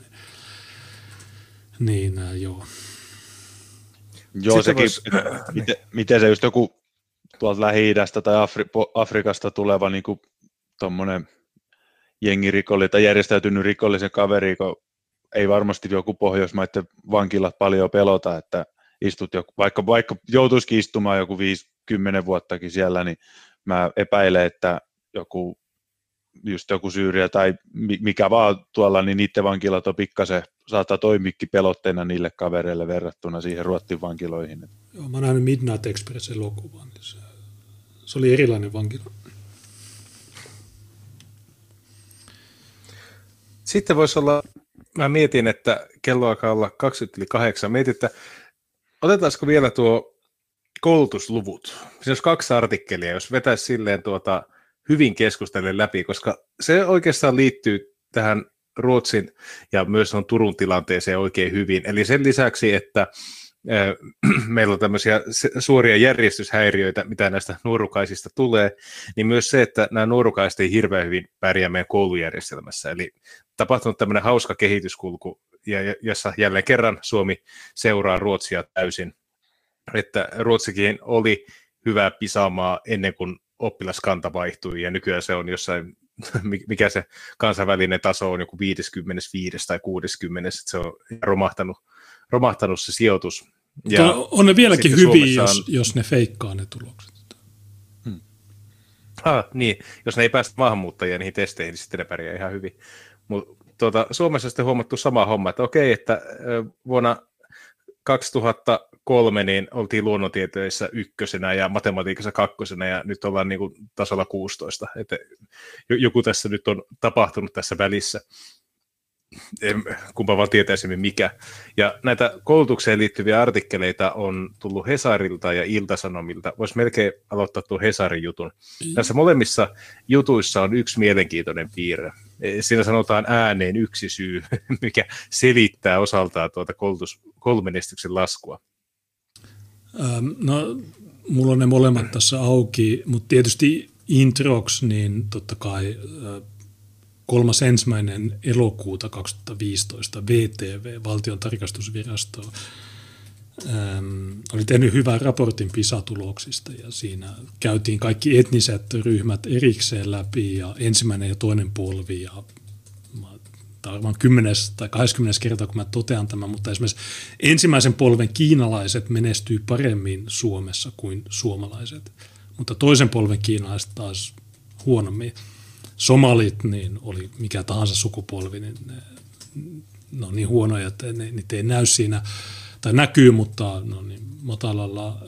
Niin joo. Joo, sekin, miten se just joku tuolta Lähi-idästä tai Afrikasta tuleva niin kuin tommonen jengirikollinen tai järjestäytynyt rikollisen kaveri, kun ei varmasti joku Pohjoismaiden vankilat paljon pelota, että istut vaikka joutuisikin istumaan joku 5-10 vuottakin siellä, niin mä epäilen, että joku just joku Syyria tai mikä vaan tuolla, niin niiden vankilat on pikkasen, saattaa toimikki pelotteena niille kavereille verrattuna siihen Ruotsin vankiloihin. Joo, mä oon nähnyt Midnight Express-elokuvan, niin se oli erilainen vankila. Sitten voisi olla, mä mietin, että kello alkaa olla 7:20, mietin, että otetaanko vielä tuo koulutusluvut. Siinä olisi 2 artikkelia, jos vetäisi silleen hyvin keskustellen läpi, koska se oikeastaan liittyy tähän Ruotsin ja myös on Turun tilanteeseen oikein hyvin. Eli sen lisäksi, että meillä on tämmöisiä suoria järjestyshäiriöitä, mitä näistä nuorukaisista tulee, niin myös se, että nämä nuorukaiset ei hirveän hyvin pärjää meidän koulujärjestelmässä. Eli tapahtunut tämmöinen hauska kehityskulku, jossa jälleen kerran Suomi seuraa Ruotsia täysin. Että Ruotsikin oli hyvä PISA-maa ennen kuin oppilaskanta vaihtui, ja nykyään se on jossain, mikä se kansainvälinen taso on, joku 55 tai 60, että se on romahtanut se sijoitus. Ja on ne vieläkin hyviä, jos ne feikkaa ne tulokset. Niin, jos ne ei päästä maahanmuuttajia niihin testeihin, niin sitten ne pärjää ihan hyvin. Mutta Suomessa sitten huomattu sama homma, että okei, että vuonna 2003 niin oltiin luonnontieteessä 1 ja matematiikassa 2, ja nyt ollaan niin kuin tasolla 16. Että joku tässä nyt on tapahtunut tässä välissä. Kumpa vaan tietäisimme mikä. Ja näitä koulutukseen liittyviä artikkeleita on tullut Hesarilta ja Ilta-Sanomilta. Voisi melkein aloittaa tuon Hesarin jutun. Tässä molemmissa jutuissa on yksi mielenkiintoinen piirre. Siinä sanotaan ääneen yksi syy, mikä selittää osaltaan koulumenestyksen laskua. No, mulla on ne molemmat tässä auki, mutta tietysti introksi, niin totta kai 3.1. elokuuta 2015 VTV, Valtion tarkastusvirasto, oli tehnyt hyvän raportin PISA-tuloksista, ja siinä käytiin kaikki etniset ryhmät erikseen läpi, ja ensimmäinen ja toinen polvi, ja tämä on varmaan 10. tai 20. kerta, kun mä totean tämän, mutta esimerkiksi ensimmäisen polven kiinalaiset menestyy paremmin Suomessa kuin suomalaiset, mutta toisen polven kiinalaiset taas huonommin. Somalit, niin oli mikä tahansa sukupolvi, niin ne on niin huonoja, että niitä ei näy siinä, tai näkyy, mutta ne on niin matalalla.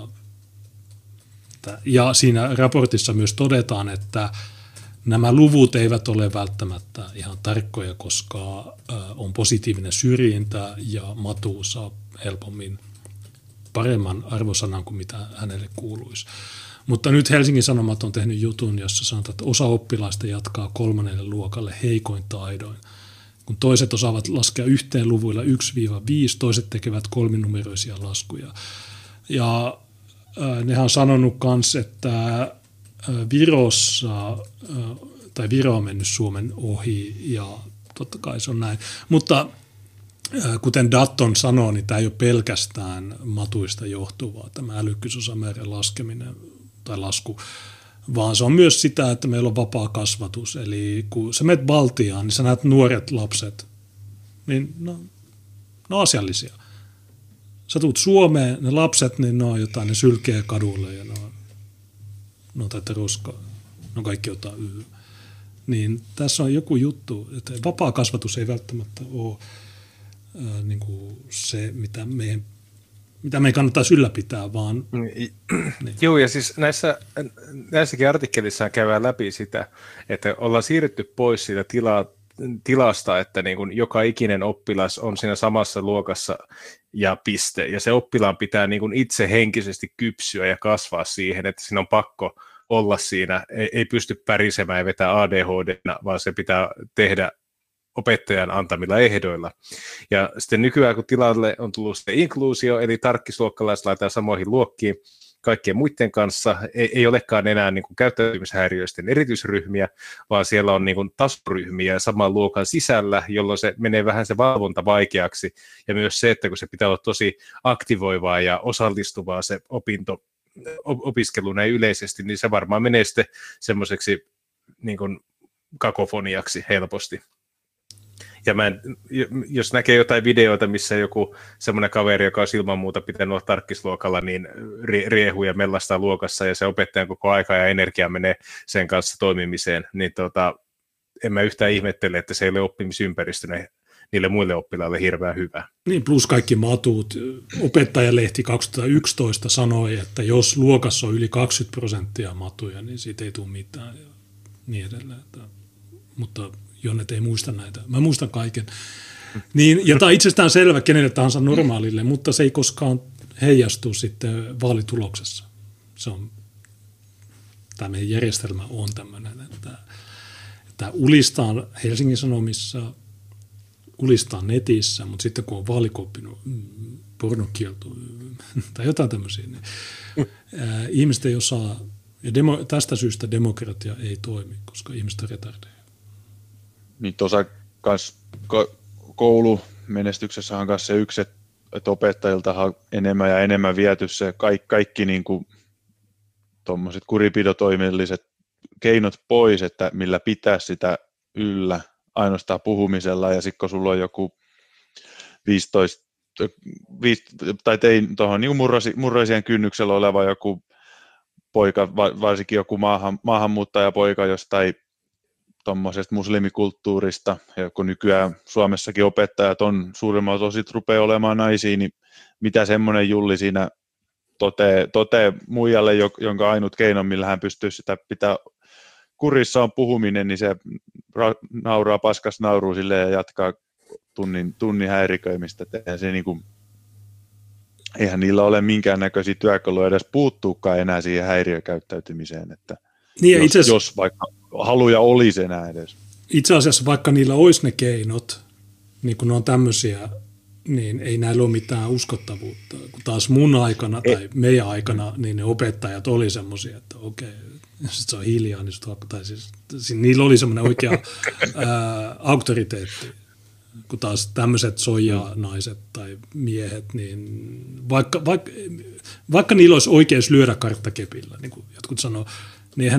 Ja siinä raportissa myös todetaan, että nämä luvut eivät ole välttämättä ihan tarkkoja, koska on positiivinen syrjintä ja Matu saa helpommin paremman arvosanan kuin mitä hänelle kuuluisi. Mutta nyt Helsingin Sanomat on tehnyt jutun, jossa sanotaan, että osa oppilaista jatkaa 3. luokalle heikoin taidoin. Kun toiset osaavat laskea yhteen luvuilla 1-5, toiset tekevät 3-numeroisia laskuja. Ja nehän on sanonut myös, että Virossa, tai Viro on mennyt Suomen ohi, ja totta kai se on näin. Mutta kuten Dutton sanoo, niin tämä ei ole pelkästään matuista johtuvaa, tämä älykkyysosamäärän laskeminen tai lasku, vaan se on myös sitä, että meillä on vapaa kasvatus. Eli kun sä menet Baltiaan, niin sä näet nuoret lapset, niin ne on asiallisia. Sä tulet Suomeen, ne lapset, niin ne on jotain, ne sylkee kadulle ja ne on tätä roskaa, ne on kaikki jotain Niin tässä on joku juttu, että vapaa kasvatus ei välttämättä ole niin kuin se, mitä meidän kannattaisi ylläpitää, vaan... Niin. Joo, ja siis näissäkin artikkelissa käydään läpi sitä, että ollaan siirrytty pois siitä tilasta, että niin kuin joka ikinen oppilas on siinä samassa luokassa ja piste, ja se oppilaan pitää niin kuin itse henkisesti kypsyä ja kasvaa siihen, että siinä on pakko olla siinä, ei pysty pärisemään ja vetää ADHD:na, vaan se pitää tehdä opettajan antamilla ehdoilla. Ja sitten nykyään, kun tilalle on tullut se inkluusio, eli tarkkisluokkalaiset laitetaan samoihin luokkiin kaikkien muiden kanssa, ei olekaan enää niin kuin käyttäytymishäiriöisten erityisryhmiä, vaan siellä on niin kuin tasoryhmiä saman luokan sisällä, jolloin se menee vähän se valvonta vaikeaksi, ja myös se, että kun se pitää olla tosi aktivoivaa ja osallistuvaa se opiskelu näin yleisesti, niin se varmaan menee sitten semmoiseksi niin kuin kakofoniaksi helposti. Ja jos näkee jotain videoita, missä joku semmoinen kaveri, joka on ilman muuta pitänyt olla tarkkisluokalla, niin riehuu ja mellastaa luokassa, ja se opettajan koko aika ja energia menee sen kanssa toimimiseen, niin en mä yhtään ihmettele, että se ei ole oppimisympäristönä niille muille oppilaille hirveän hyvä. Niin, plus kaikki matut. Opettajalehti 2011 sanoi, että jos luokassa on yli 20% matuja, niin siitä ei tule mitään ja niin edelleen. Mutta Jonnet ei muista näitä. Mä muistan kaiken. Niin, ja tämä on itsestään selvä kenelle tahansa normaalille, mutta se ei koskaan heijastu sitten vaalituloksessa. Tämä meidän järjestelmä on tämmöinen, että ulistaan Helsingin Sanomissa, ulistaan netissä, mutta sitten kun on vaalikoppinut pornokielto tai jotain tämmöisiä, niin ihmiset ei osaa, ja tästä syystä demokratia ei toimi, koska ihmiset on retardeja. Niin tuossa koulumenestyksessä on myös se yksi, että opettajilta on enemmän ja enemmän viety se kaikki niin kuin tuommoiset kuripidotoimilliset keinot pois, että millä pitää sitä yllä ainoastaan puhumisella, ja sitten kun sulla on joku 15 tai tein tuohon niin murroisien kynnyksellä oleva joku poika, varsinkin joku maahanmuuttajapoika jostain tuommoisesta muslimikulttuurista, ja kun nykyään Suomessakin opettajat on suurimmalta osit rupeaa olemaan naisia, niin mitä semmoinen Julli siinä totee muijalle, jonka ainut keino, millä hän pystyy sitä pitää kurissa on puhuminen, niin se nauraa paskas nauruu silleen ja jatkaa tunnin häiriköimistä. Eihän niillä ole minkäännäköisiä työkaluja edes puuttuukaan enää siihen häiriökäyttäytymiseen, että niin jos vaikka haluja olisi enää edes. Itse asiassa vaikka niillä olisi ne keinot, niin kun ne on tämmöisiä, niin ei näillä ole mitään uskottavuutta. Kun taas mun aikana tai meidän aikana, niin ne opettajat oli semmoisia, että okei, sitten se on hiljaa, niin niillä oli semmoinen oikea auktoriteetti. Kun taas tämmöiset soijanaiset tai miehet, niin vaikka niillä olisi oikeus lyödä karttakepillä, niin kuin jotkut sanoo, niin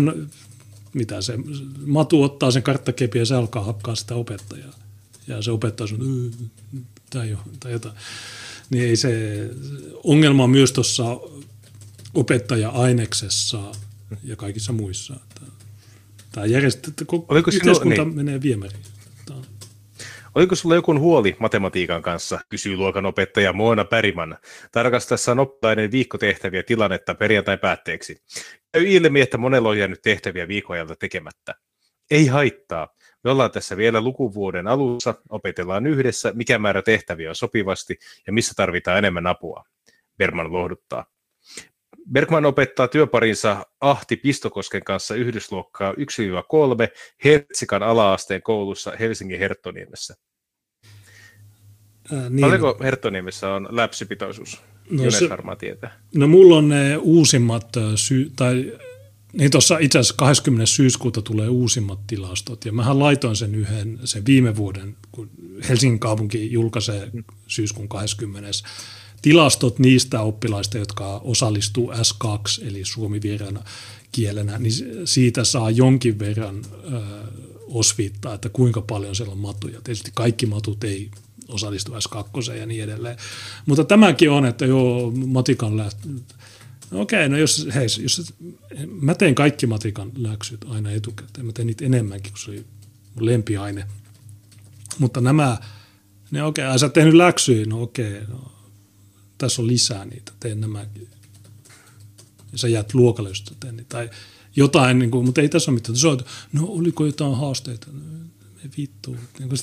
Matu ottaa sen karttakepin ja se alkaa hakkaa sitä opettajaa. Ja se opettaja sanoo, tai jotain. Niin ei se ongelma on myös tuossa opettaja-aineksessa ja kaikissa muissa. Tämä yhteiskunta menee viemäriin. Oliko sulla joku huoli matematiikan kanssa, kysyy luokan opettaja Moona Päriman, tarkastaessaan oppilaiden viikkotehtäviä tilannetta perjantain päätteeksi. Käy ilmi, että monella on jäänyt tehtäviä viikon ajalta tekemättä. Ei haittaa. Me ollaan tässä vielä lukuvuoden alussa, opetellaan yhdessä, mikä määrä tehtäviä on sopivasti ja missä tarvitaan enemmän apua. Bergman lohduttaa. Bergman opettaa työparinsa Ahti Pistokosken kanssa yhdysluokkaa 1-3 Hertsikan ala-asteen koulussa Helsingin Herttoniemessä. Niin. Paljonko Herttoniemessä on läpsypitoisuus? Jones varmaan tietää. No mulla on ne uusimmat, niin tuossa itse asiassa 20. syyskuuta tulee uusimmat tilastot, ja mähän laitoin sen viime vuoden, kun Helsingin kaupunki julkaisee syyskuun 20. tilastot niistä oppilaista, jotka osallistuu S2, eli suomi vieraana kielenä, niin siitä saa jonkin verran osviittaa, että kuinka paljon siellä on matuja. Tietysti kaikki matut ei osallistu S2 ja niin edelleen. Mutta tämäkin on, että joo, matikan okei, no jos mä tein kaikki matikan läksyt aina etukäteen. Mä tein niitä enemmänkin, kun se oli mun lempiaine. Mutta sä oot tehnyt läksyjä, tässä on lisää niitä, teen nämäkin. Ja sä jäät luokalle, jos teen niitä. Tai jotain, niin kuin, mutta ei tässä ole mitään. No oliko jotain haasteita? No, ei vittu.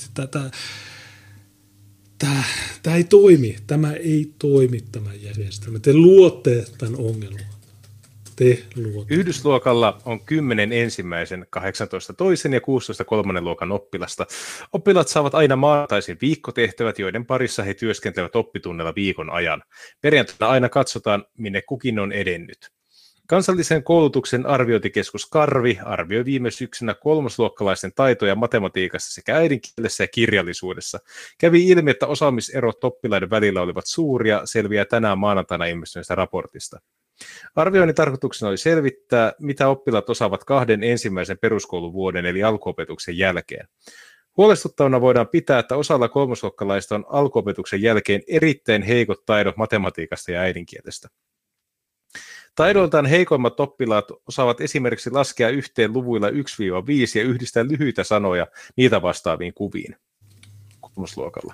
Tämä ei toimi. Tämä ei toimi, tämä järjestelmä. Te luotte tämän ongelman. Yhdysluokalla on 10 ensimmäisen, 18 toisen ja 16 kolmannen luokan oppilasta. Oppilaat saavat aina maanantaisin viikkotehtävät, joiden parissa he työskentelevät oppitunnilla viikon ajan. Perjantaina aina katsotaan, minne kukin on edennyt. Kansallisen koulutuksen arviointikeskus Karvi arvioi viime syksynä kolmosluokkalaisten taitoja matematiikassa sekä äidinkielessä ja kirjallisuudessa. Kävi ilmi, että osaamiserot oppilaiden välillä olivat suuria, selviää tänään maanantaina ilmestyneestä raportista. Arvioinnin tarkoituksena oli selvittää, mitä oppilaat osaavat 2 ensimmäisen peruskouluvuoden eli alkuopetuksen jälkeen. Huolestuttavana voidaan pitää, että osalla kolmosluokkalaista on alkuopetuksen jälkeen erittäin heikot taidot matematiikasta ja äidinkielestä. Taidoiltaan heikoimmat oppilaat osaavat esimerkiksi laskea yhteen luvuilla 1-5 ja yhdistää lyhyitä sanoja niitä vastaaviin kuviin kolmosluokalla.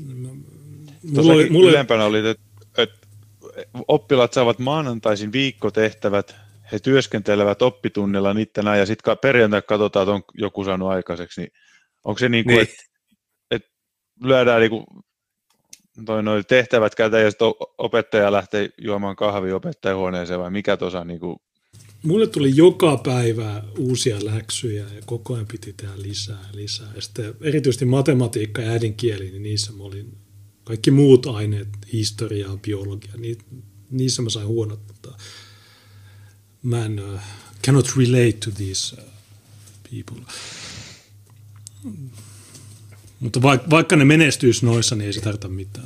Ylempänä oli, että oppilaat saavat maanantaisin viikkotehtävät, he työskentelevät oppitunnilla niitä näin, ja sitten perjantai katsotaan, että on joku saanut aikaiseksi. Niin onko se niin kuin, että lyödään niin kuin noi tehtävät käteen ja sitten opettaja lähtee juomaan kahvia opettajahuoneeseen vai mikä tuossa? Niin kuin... Mulle tuli joka päivä uusia läksyjä ja koko ajan piti tehdä lisää. Ja sitten erityisesti matematiikka ja äidinkieli, niin niissä mä olin, kaikki muut aineet, historiaa, biologia, niissä mä sain huonot, mutta mä en cannot relate to these people. Mutta vaikka ne menestyisi noissa, niin ei se tarvita mitään.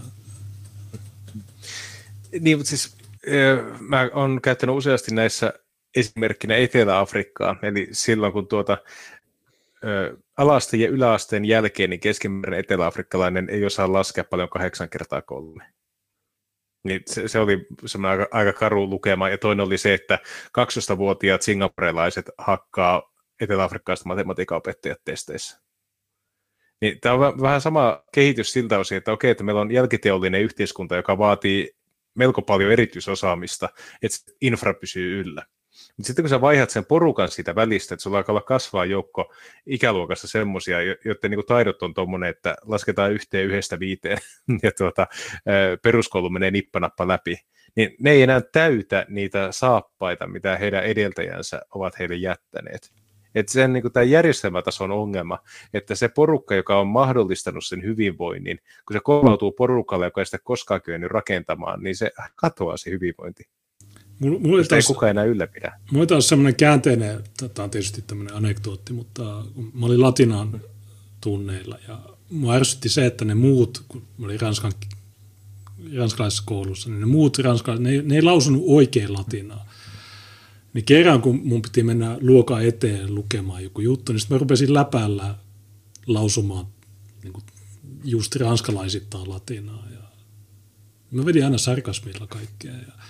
Niin, mutta siis mä oon käyttänyt useasti näissä esimerkkinä Etelä-Afrikkaa, eli silloin kun ala-asteen ja yläasteen jälkeen niin keskimääräinen eteläafrikkalainen ei osaa laskea paljon 8 kertaa 3. Niin se oli semmoinen aika karu lukema, ja toinen oli se, että 12-vuotiaat singaporelaiset hakkaa eteläafrikkalaiset matematiikan opettajat testeissä. Niin tämä on vähän sama kehitys siltä osin, että okei, että meillä on jälkiteollinen yhteiskunta, joka vaatii melko paljon erityisosaamista, että infra pysyy yllä. Mutta sitten kun sä vaihdat sen porukan siitä välistä, että sulla alkaa olla kasvaa joukko ikäluokassa semmoisia, joiden niin taidot on tuommoinen, että lasketaan 1-5 ja peruskoulu menee nippanappa läpi, niin ne ei enää täytä niitä saappaita, mitä heidän edeltäjänsä ovat heille jättäneet. Että sen niin tämä järjestelmätason ongelma, että se porukka, joka on mahdollistanut sen hyvinvoinnin, kun se korvautuu porukalle, joka ei sitä koskaan kyennyt rakentamaan, niin se katoaa se hyvinvointi. Sitä ei kukaan enää ylläpidä. Mulla taas semmoinen käänteinen, tämä on tietysti tämmöinen anekdootti, mutta mä olin latinaan tunneilla ja mua ärsytti se, että ne muut, kun mä olin ranskalaisessa koulussa, niin ne muut ranskalaiset, ne ei lausunut oikein latinaa. Niin kerran, kun mun piti mennä luokan eteen lukemaan joku juttu, niin sitten mä rupesin läpällä lausumaan niin kuin just ranskalaisittain latinaa. Ja mä vedin aina sarkasmilla kaikkea.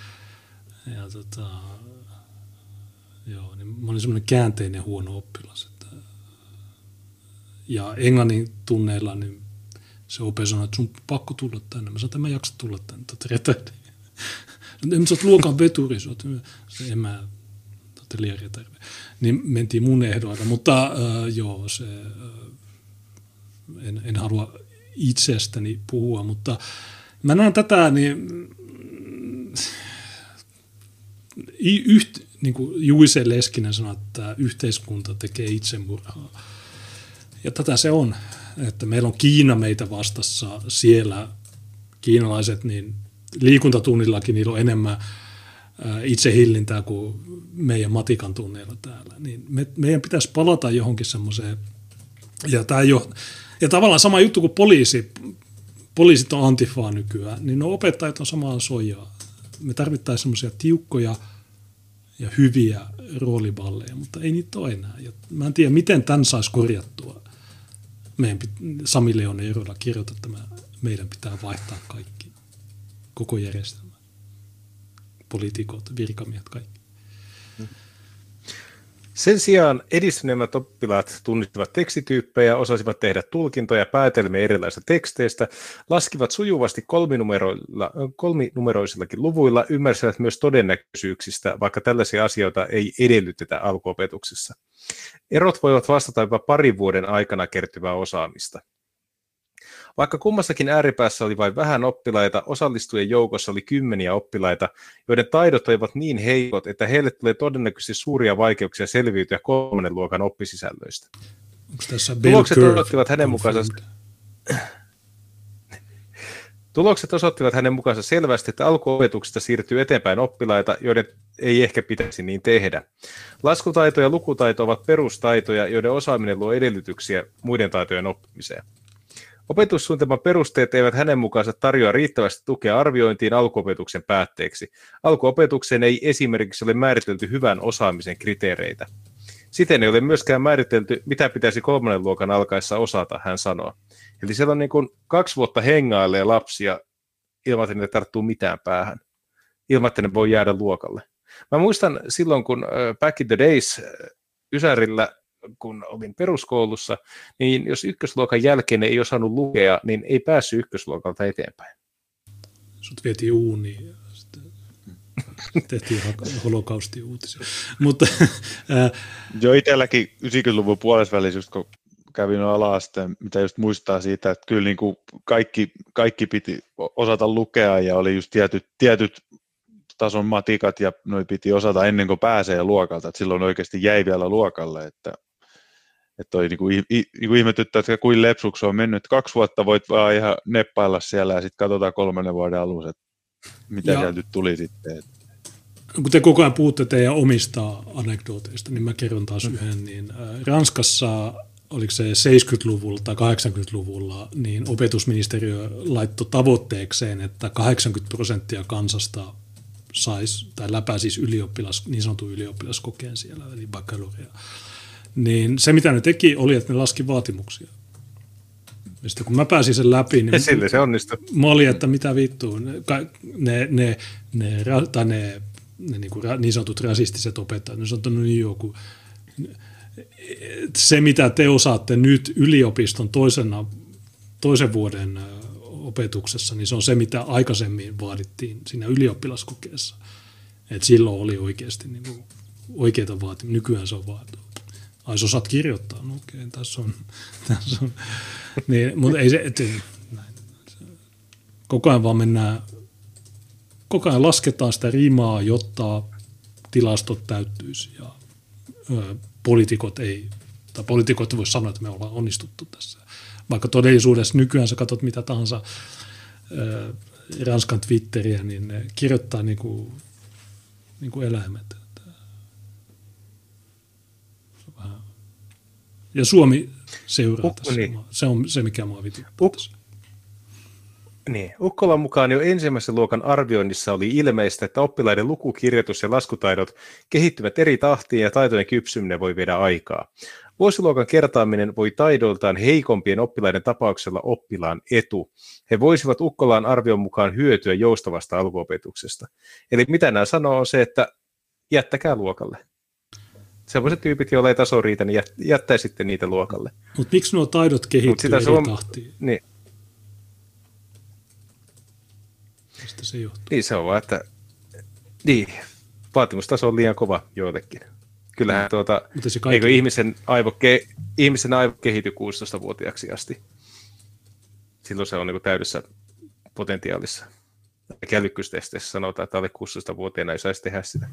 Niin mä olin semmoinen käänteinen huono oppilas. Ja englannin tunneilla niin se ope sanoi, että sun pakko tulla tänne. Mä sanoin, että mä en jaksa tulla tänne. Sä oot luokan veturi. En mä... Niin mentiin mun ehdoilla, mutta en halua itsestäni puhua, mutta mä näen tätä, niin niin kuin Juise Leskinen sanoi, että yhteiskunta tekee itsemurhaa. Ja tätä se on, että meillä on Kiina meitä vastassa, siellä kiinalaiset, niin liikuntatunnillakin niillä on enemmän itsehillintää kuin meidän matikan tunneilla täällä. Niin meidän pitäisi palata johonkin semmoiseen, ja tavallaan sama juttu kuin poliisit on antifaa nykyään, niin opettajat on samaa soijaa. Me tarvittaisiin semmoisia tiukkoja ja hyviä rooliballeja, mutta ei niitä ole enää. Ja mä en tiedä, miten tämän saisi korjattua. Meidän Sami Leonen Erola kirjoittaa, että meidän pitää vaihtaa kaikki, koko järjestelmä. Poliitikot, virkamiehet, kaikki. Sen sijaan edistyneemmät oppilaat tunnistivat tekstityyppejä, osasivat tehdä tulkintoja ja päätelmiä erilaisista teksteistä, laskivat sujuvasti kolminumeroisillakin luvuilla, ymmärsivät myös todennäköisyyksistä, vaikka tällaisia asioita ei edellytetä alkuopetuksessa. Erot voivat vastata jopa parin vuoden aikana kertyvää osaamista. Vaikka kummassakin ääripäässä oli vain vähän oppilaita, osallistujien joukossa oli kymmeniä oppilaita, joiden taidot olivat niin heikot, että heille tulee todennäköisesti suuria vaikeuksia selviytyä 3. luokan oppisisällöistä. Tulokset osoittivat hänen mukaansa selvästi, että alkuopetuksesta siirtyy eteenpäin oppilaita, joiden ei ehkä pitäisi niin tehdä. Laskutaito ja lukutaito ovat perustaitoja, joiden osaaminen luo edellytyksiä muiden taitojen oppimiseen. Opetussuunnitelman perusteet eivät hänen mukaansa tarjoa riittävästi tukea arviointiin alkuopetuksen päätteeksi. Alkuopetukseen ei esimerkiksi ole määritelty hyvän osaamisen kriteereitä. Siten ei ole myöskään määritelty, mitä pitäisi 3. luokan alkaessa osata, hän sanoo. Eli siellä on niin kuin 2 vuotta hengailee lapsia ilman, että ne tarttuu mitään päähän, ilman, että ne voi jäädä luokalle. Mä muistan silloin, kun back in the days Ysärillä, kun olin peruskoulussa, niin jos 1. jälkeen ei osannut lukea, niin ei päässyt 1. eteenpäin. Sut vietiin uuniin ja sitten tehtiin holokausti-uutisia. Mutta, jo itselläkin 90-luvun puolesvälissä, just kun kävin ala-asteen, mitä just muistaa siitä, että kyllä niin kuin kaikki piti osata lukea ja oli just tietyt tason matikat ja noi piti osata ennen kuin pääsee luokalta, että silloin oikeasti jäi vielä luokalle, että toi niinku ihmetyttää, että kuin lepsuksi on mennyt. 2 vuotta voit vaan ihan neppailla siellä ja sitten katsotaan 3. vuoden alussa, että mitä sieltä nyt tuli sitten. Kun te koko ajan puhutte teidän omista anekdooteista, niin mä kerron taas yhden. Niin Ranskassa, oliko se 70-luvulla tai 80-luvulla, niin opetusministeriö laittoi tavoitteekseen, että 80% kansasta saisi tai läpäisisi niin sanotun ylioppilaskokeen siellä, eli baccalaureat. Niin se, mitä ne teki, oli, että ne laski vaatimuksia. Ja sitten kun mä pääsin sen läpi, niin sille se onnistui. Mä olin, että mitä vittua, ne niin sanotut rasistiset opettajat, ne sanottu, no niin joku, se mitä te osaatte nyt yliopiston toisen vuoden opetuksessa, niin se on se, mitä aikaisemmin vaadittiin siinä ylioppilaskokeessa. Et silloin oli oikeasti niin kuin oikeita vaatimuksia, nykyään se on vaadittu. Ai, sä osaat kirjoittaa, no okei, tässä on. Niin, mutta ei se, näin. Koko ajan vaan koko ajan lasketaan sitä rimaa, jotta tilastot täyttyisi ja poliitikot voi sanoa, että me ollaan onnistuttu tässä. Vaikka todellisuudessa nykyään sä katsot mitä tahansa Ranskan Twitteriä, niin ne kirjoittaa niin kuin eläimet. Ja Suomi seuraa tässä. Niin. Se on se, mikä mua vituttaa tässä. Niin. Ukkolan mukaan jo 1. luokan arvioinnissa oli ilmeistä, että oppilaiden luku-, kirjoitus- ja laskutaidot kehittyvät eri tahtiin ja taitojen kypsyminen voi viedä aikaa. Vuosiluokan kertaaminen voi taidoiltaan heikompien oppilaiden tapauksella oppilaan etu. He voisivat Ukkolan arvion mukaan hyötyä joustavasta alkuopetuksesta. Eli mitä nämä sanoo on se, että jättäkää luokalle. Sellaiset tyypit, joilla ei taso riitä, niin jättäisitte niitä luokalle. Mutta miksi nuo taidot kehittyy eri tahtiin? Niin. Mistä se johtuu? Niin se on vaan, että vaatimustaso on liian kova joillekin. Kyllähän eikö ihmisen aivo kehity 16-vuotiaaksi asti. Silloin se on niin kuin täydessä potentiaalissa. Älykkyystesteissä sanotaan, että alle 16-vuotiaana ei saisi tehdä sitä.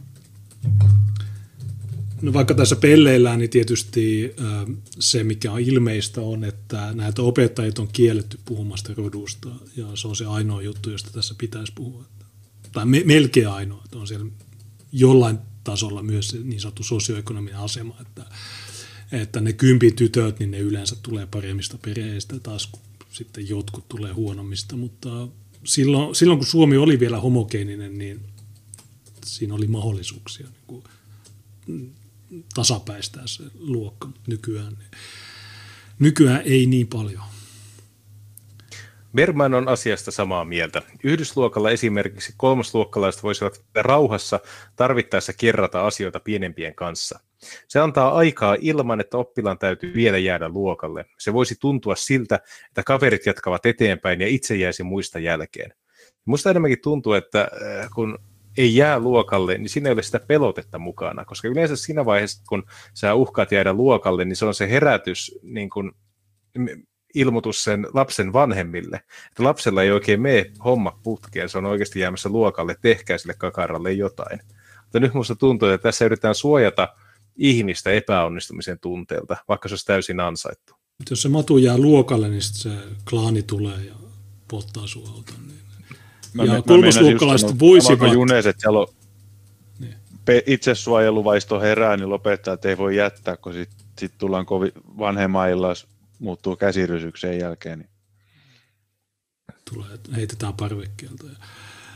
No vaikka tässä pelleillään, niin tietysti se, mikä on ilmeistä, on, että näitä opettajat on kielletty puhumasta rodusta, ja se on se ainoa juttu, josta tässä pitäisi puhua. Tai melkein ainoa, että on siellä jollain tasolla myös se niin sanottu sosioekonominen asema, että ne kympitytöt, niin ne yleensä tulee paremmista perheistä, taas kun sitten jotkut tulee huonommista, mutta silloin kun Suomi oli vielä homogeeninen, niin siinä oli mahdollisuuksia niin kuin tasapäistää se luokka. Nykyään ei niin paljon. Bergman on asiasta samaa mieltä. Yhdysluokalla esimerkiksi 3-luokkalaiset voisivat rauhassa tarvittaessa kerrata asioita pienempien kanssa. Se antaa aikaa ilman, että oppilaan täytyy vielä jäädä luokalle. Se voisi tuntua siltä, että kaverit jatkavat eteenpäin ja itse jäisi muista jälkeen. Musta enemmänkin tuntuu, että kun ei jää luokalle, niin siinä ei ole sitä pelotetta mukana, koska yleensä siinä vaiheessa, kun sä uhkaat jäädä luokalle, niin se on se herätys, niin kun ilmoitus sen lapsen vanhemmille, että lapsella ei oikein mene homma putkeen, se on oikeasti jäämässä luokalle, tehkää sille kakaralle jotain. Mutta nyt musta tuntuu, että tässä yritetään suojata ihmistä epäonnistumisen tunteelta, vaikka se olisi täysin ansaittu. Mutta jos se matu jää luokalle, niin sitten se klaani tulee ja polttaa sua auton. Niin. Ja 3-luokkalaiset voisivat... Junes, että siellä on itsesuojeluvaisto herää, niin lopettaa, että ei voi jättää, kun sitten tullaan vanhemmailla, muuttuu käsirysykseen jälkeen. Niin. Heitetään parvekkeelta.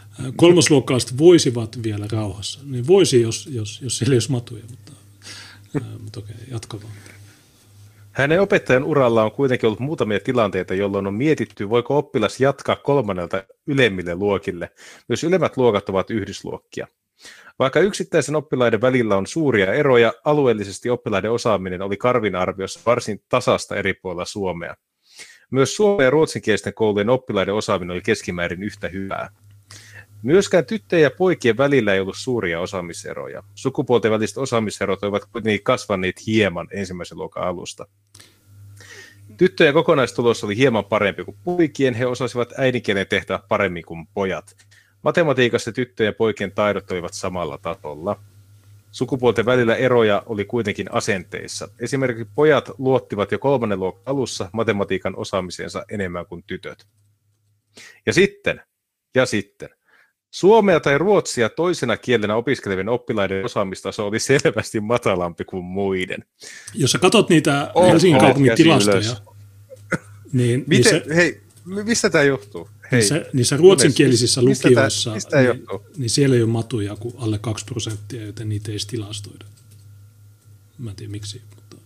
3-luokkalaiset voisivat vielä rauhassa. Niin voisi, jos siellä ei olisi matuja. Mutta Mutta okei, jatka vaan. Hänen opettajan uralla on kuitenkin ollut muutamia tilanteita, jolloin on mietitty, voiko oppilas jatkaa 3. ylemmille luokille. Myös ylemmät luokat ovat yhdysluokkia. Vaikka yksittäisen oppilaiden välillä on suuria eroja, alueellisesti oppilaiden osaaminen oli Karvin arviossa varsin tasasta eri puolilla Suomea. Myös suomen ja ruotsinkielisten koulujen oppilaiden osaaminen oli keskimäärin yhtä hyvää. Myöskään tyttöjen ja poikien välillä ei ollut suuria osaamiseroja. Sukupuolten väliset osaamiserot ovat kuitenkin kasvaneet hieman ensimmäisen luokan alusta. Tyttöjen kokonaistulos oli hieman parempi kuin poikien, he osasivat äidinkielen tehtävät paremmin kuin pojat. Matematiikassa tyttöjen ja poikien taidot olivat samalla tasolla. Sukupuolten välillä eroja oli kuitenkin asenteissa. Esimerkiksi pojat luottivat jo 3. luokan alussa matematiikan osaamiseensa enemmän kuin tytöt. Ja sitten. Suomea tai ruotsia toisena kielenä opiskelevien oppilaiden osaamistaso oli selvästi matalampi kuin muiden. Jos sä katsot niitä Helsingin kaupungin tilastoja, niin mistä tämä johtuu? Niissä ruotsinkielisissä lukioissa, niin siellä ei ole matuja kuin alle 2%, joten niitä ei tilastoida. Mä en tiedä miksi, mutta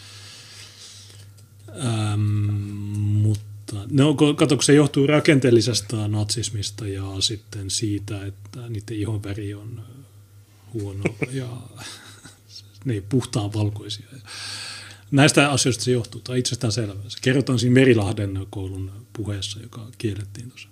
kato, se johtuu rakenteellisesta natsismista ja sitten siitä, että niiden ihonväri on huono ja ne ei puhtaan valkoisia. Näistä asioista se johtuu, tai itsestään selvää. Se kerrotaan siinä Merilahden koulun puheessa, joka kiellettiin tuossa.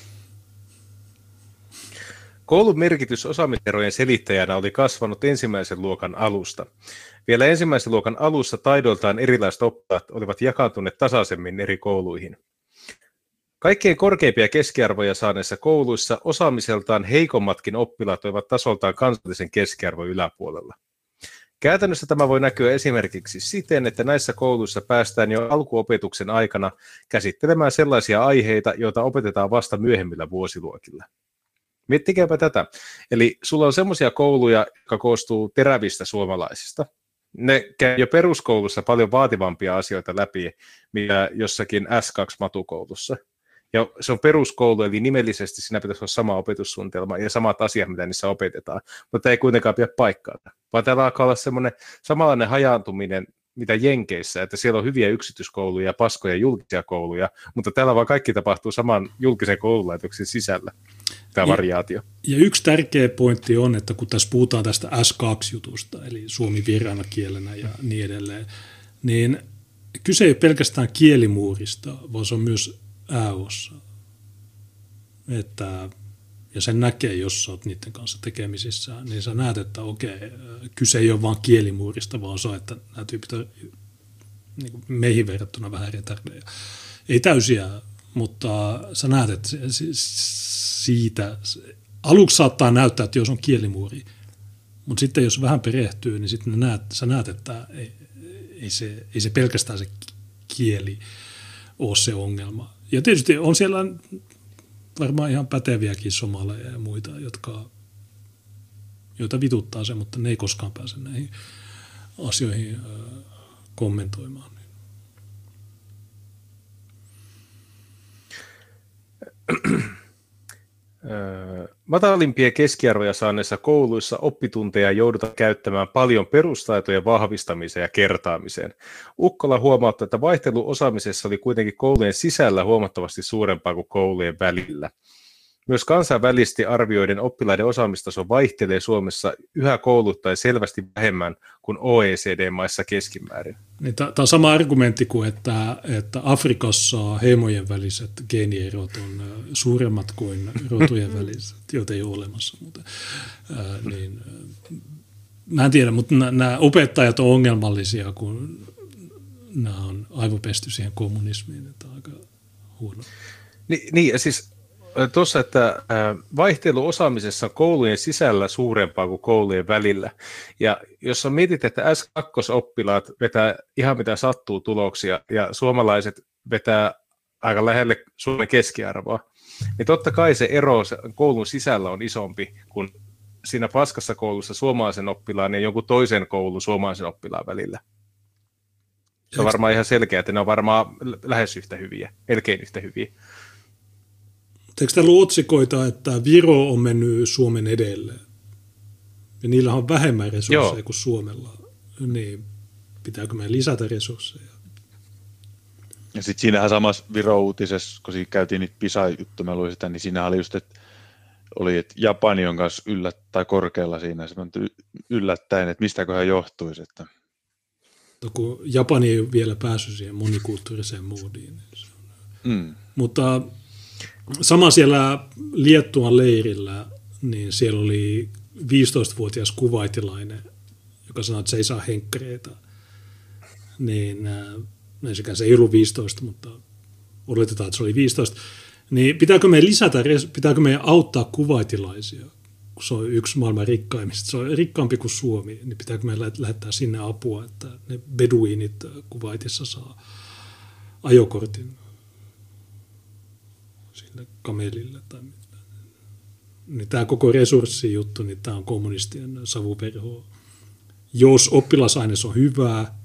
Koulun merkitys osaamiserojen selittäjänä oli kasvanut ensimmäisen luokan alusta. Vielä ensimmäisen luokan alussa taidoiltaan erilaiset oppilaat olivat jakaantuneet tasaisemmin eri kouluihin. Kaikkein korkeimpia keskiarvoja saaneissa kouluissa osaamiseltaan heikommatkin oppilaat olivat tasoltaan kansallisen keskiarvon yläpuolella. Käytännössä tämä voi näkyä esimerkiksi siten, että näissä kouluissa päästään jo alkuopetuksen aikana käsittelemään sellaisia aiheita, joita opetetaan vasta myöhemmillä vuosiluokilla. Miettikääpä tätä. Eli sulla on semmoisia kouluja, jotka koostuu terävistä suomalaisista. Ne käy jo peruskoulussa paljon vaativampia asioita läpi, mitä jossakin S2-matukoulussa. Ja se on peruskoulu, eli nimellisesti siinä pitäisi olla sama opetussuunnitelma ja samat asiat, mitä niissä opetetaan, mutta ei kuitenkaan pidä paikkaa. Vaan täällä alkaa olla semmoinen samanlainen hajaantuminen, mitä Jenkeissä, että siellä on hyviä yksityiskouluja ja paskoja julkisia kouluja, mutta täällä vaan kaikki tapahtuu saman julkisen koululaitoksen sisällä, tämä variaatio. Ja yksi tärkeä pointti on, että kun tässä puhutaan tästä S2-jutusta, eli suomi vieraana kielenä ja niin edelleen, niin kyse ei ole pelkästään kielimuurista, vaan se on myös ääossa. Ja sen näkee, jos sä oot niiden kanssa tekemisissä, niin sä näet, että okei, kyse ei ole vaan kielimuurista, vaan se, että nämä tyypit on niin meihin verrattuna vähän retardeja. Ei täysiä, mutta sä näet, että siitä aluksi saattaa näyttää, että jos on kielimuuri, mutta sitten jos vähän perehtyy, niin sitten sä näet, että ei se pelkästään se kieli ole se ongelma. Ja tietysti on siellä varmaan ihan päteviäkin somaleja ja muita, joita vituttaa se, mutta ne ei koskaan pääse näihin asioihin kommentoimaan. Matalimpia keskiarvoja saaneissa kouluissa oppitunteja joudutaan käyttämään paljon perustaitojen vahvistamiseen ja kertaamiseen. Ukkola huomauttaa, että vaihtelu osaamisessa oli kuitenkin koulujen sisällä huomattavasti suurempaa kuin koulujen välillä. Myös kansainvälisesti arvioiden oppilaiden osaamistaso vaihtelee Suomessa yhä kouluttain selvästi vähemmän kuin OECD-maissa keskimäärin. Niin, tämä on sama argumentti kuin, että Afrikassa heimojen väliset geenierot on suuremmat kuin rotujen väliset, joita ei ole olemassa. Mä en tiedä, mutta nämä opettajat on ongelmallisia, kun nämä on aivopesty siihen kommunismiin, että on aika huono. Niin siis tuossa, että vaihtelu osaamisessa on koulujen sisällä suurempaa kuin koulujen välillä. Ja jos on mietit, että S2-oppilaat vetää ihan mitä sattuu tuloksia ja suomalaiset vetää aika lähelle Suomen keskiarvoa, niin totta kai se ero koulun sisällä on isompi kuin siinä paskassa koulussa suomalaisen oppilaan ja jonkun toisen koulun suomalaisen oppilaan välillä. Se on varmaan ihan selkeä, että ne on varmaan lähes yhtä hyviä, melkein yhtä hyviä. Eikö täällä ole otsikoita, että Viro on mennyt Suomen edelle? Ja niillä on vähemmän resursseja kuin Suomella. niin pitääkö meidän lisätä resursseja? Ja sitten siinähän samassa Viro-uutisessa, kun siinä käytiin niitä PISA-juttuja, mä luin sitä, niin siinähän oli just, että Japani on kanssa korkealla siinä, se on yllättäen, että mistäköhän johtuisi. Että... Kun Japani ei ole vielä päässyt siihen monikulttuuriseen moodiin. Mutta sama siellä Liettuan leirillä, niin siellä oli 15-vuotias kuvaitilainen, joka sanoi, että se ei saa henkkareita. Niin se ei ollut 15, mutta odotetaan, että se oli 15. Niin pitääkö meidän auttaa kuvaitilaisia, kun se on yksi maailman rikkaimmista, se on rikkaampi kuin Suomi, niin pitääkö meidän lähettää sinne apua, että ne beduinit Kuwaitissa saa ajokortin sille kamelille tai mitään. Niin tämä koko resurssijuttu, niin tämä on kommunistien savuverho. Jos oppilasaines on hyvää,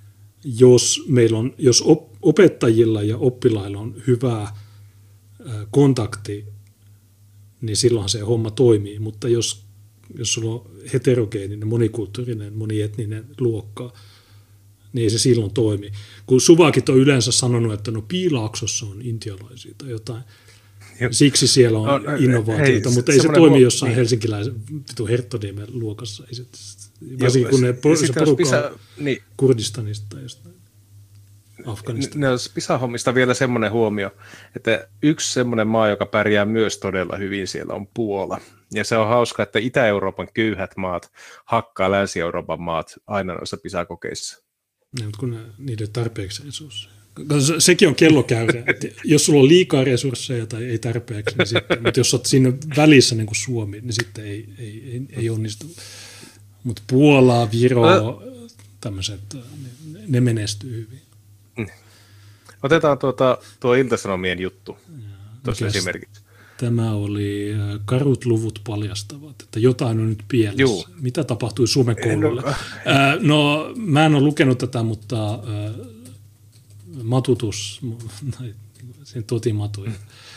jos opettajilla ja oppilailla on hyvä kontakti, niin silloinhan se homma toimii. Mutta jos sulla on heterogeeninen, monikulttuurinen, monietninen luokka, niin ei se silloin toimi. Kun suvakit on yleensä sanonut, että no Piilaaksossa on intialaisia tai jotain, siksi siellä on innovaatioita, mutta ei se toimi jossain helsinkiläisen Herttoniemen luokassa. Varsinkin kun se porukka on Kurdistanista tai jostain Afganistanista. PISA-hommista vielä semmoinen huomio, että yksi semmoinen maa, joka pärjää myös todella hyvin siellä on Puola. Ja se on hauska, että Itä-Euroopan köyhät maat hakkaa Länsi-Euroopan maat aina noissa PISA-kokeissa. Ne, mutta kun niiden tarpeeksi resursseja. Sekin on kellokäyrä, että jos sulla on liikaa resursseja tai ei tarpeeksi, niin sitten, mutta jos olet siinä välissä niin kuin Suomi, niin sitten ei onnistu. Mutta Puola, Viro, tämmöiset, ne menestyy hyvin. Otetaan tuo Ilta-Sanomien juttu tuossa esimerkiksi. Tämä oli karut luvut paljastavat, että jotain on nyt pielessä. Juu. Mitä tapahtui Suomen koululle? No, mä en ole lukenut tätä, mutta matutus, sen totimatuja.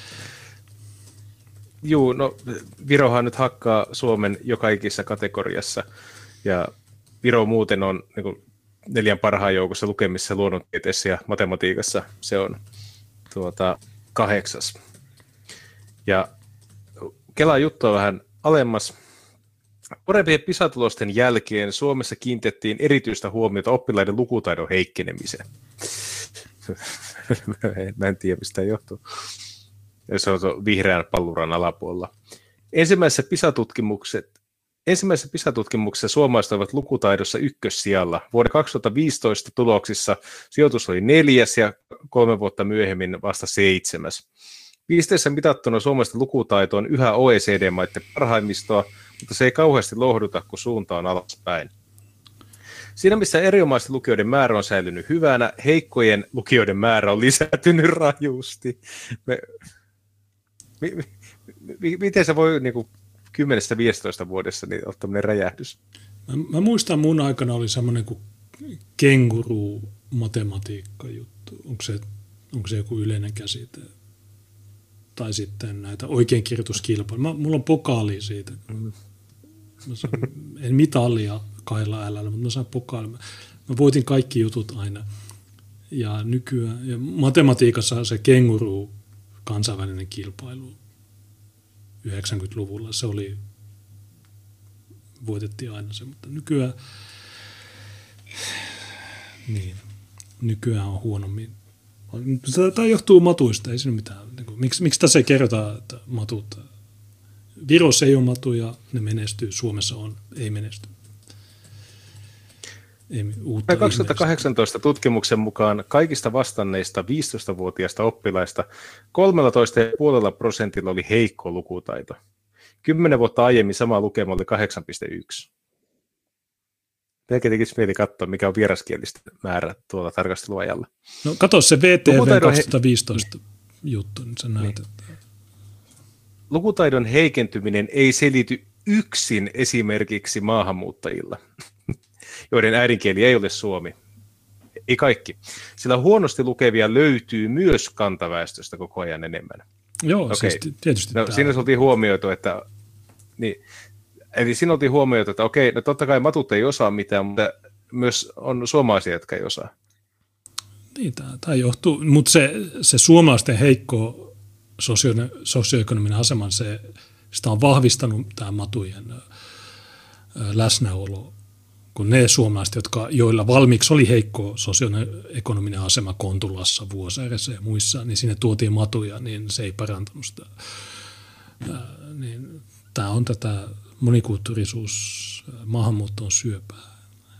Joo, no Virohan nyt hakkaa Suomen joka ikisessä kategoriassa, ja Viro muuten on niin kuin 4 parhaan joukossa lukemissa, luonnontieteessä ja matematiikassa. Se on 8. Ja Kelan juttua vähän alemmas. Parempien PISA-tulosten jälkeen Suomessa kiinnitettiin erityistä huomiota oppilaiden lukutaidon heikkenemiseen. Mä en tiedä, mistä johtuu. Se on vihreän palluran alapuolella. Ensimmäisessä PISA-tutkimuksessa suomalaiset olivat lukutaidossa ykkössijalla. Vuoden 2015 tuloksissa sijoitus oli 4. ja 3 vuotta myöhemmin vasta 7. Pisteissä mitattuna suomalaisten lukutaito on yhä OECD-maiden parhaimmistoa, mutta se ei kauheasti lohduta, kun suunta on alaspäin. Siinä, missä erinomaisten lukijoiden määrä on säilynyt hyvänä, heikkojen lukijoiden määrä on lisääntynyt rajusti. Miten se voi niin 10-15 vuodessa niin olla tämmöinen räjähdys? Mä muistan, mun aikana oli semmoinen kuin kenguru-matematiikka-juttu. Onko se joku yleinen käsite? Tai sitten näitä oikeinkirjoituskilpailuja. Mulla on pokaali siitä. En mitalia kailla älällä, mutta mä sain pokaali. Mä voitin kaikki jutut aina. Ja nykyään, ja matematiikassa se kenguru kansainvälinen kilpailu 90-luvulla, se oli, voitettiin aina se, mutta nykyään on huonommin. Tämä johtuu matuista, ei siinä mitään. Miksi tässä ei kerrota, että matut? Virossa ei ole matuja, ne menestyy, Suomessa ei menesty. 2018 tutkimuksen mukaan kaikista vastanneista 15-vuotiaista oppilaista 13,5% oli heikko lukutaito. 10 vuotta aiemmin sama lukema oli 8,1. Melkein tekisi mieli katsoa, mikä on vieraskielistä määrä tuolla tarkasteluajalla. No katso se VTV 2015 juttu, niin sä näet, että... Lukutaidon heikentyminen ei selity yksin esimerkiksi maahanmuuttajilla, joiden äidinkieli ei ole suomi. Ei kaikki. Sillä huonosti lukevia löytyy myös kantaväestöstä koko ajan enemmän. Joo, okay. Siis tietysti. No, siinä oltiin huomioitu, että... Niin, eli siinä oltiin huomioitu, että okei, no totta kai matut ei osaa mitään, mutta myös on suomalaisia, jotka ei osaa. Niin, tämä johtuu, mutta se suomalaisten heikko sosioekonominen asema, sitä on vahvistanut tämä matujen läsnäolo, kun ne suomalaiset, joilla valmiiksi oli heikko sosioekonominen asema Kontulassa, Vuosaaressa ja muissa, niin sinne tuotiin matuja, niin se ei parantunut sitä. Niin, tämä on tätä monikulttuurisuus, maahanmuuttoon syöpää.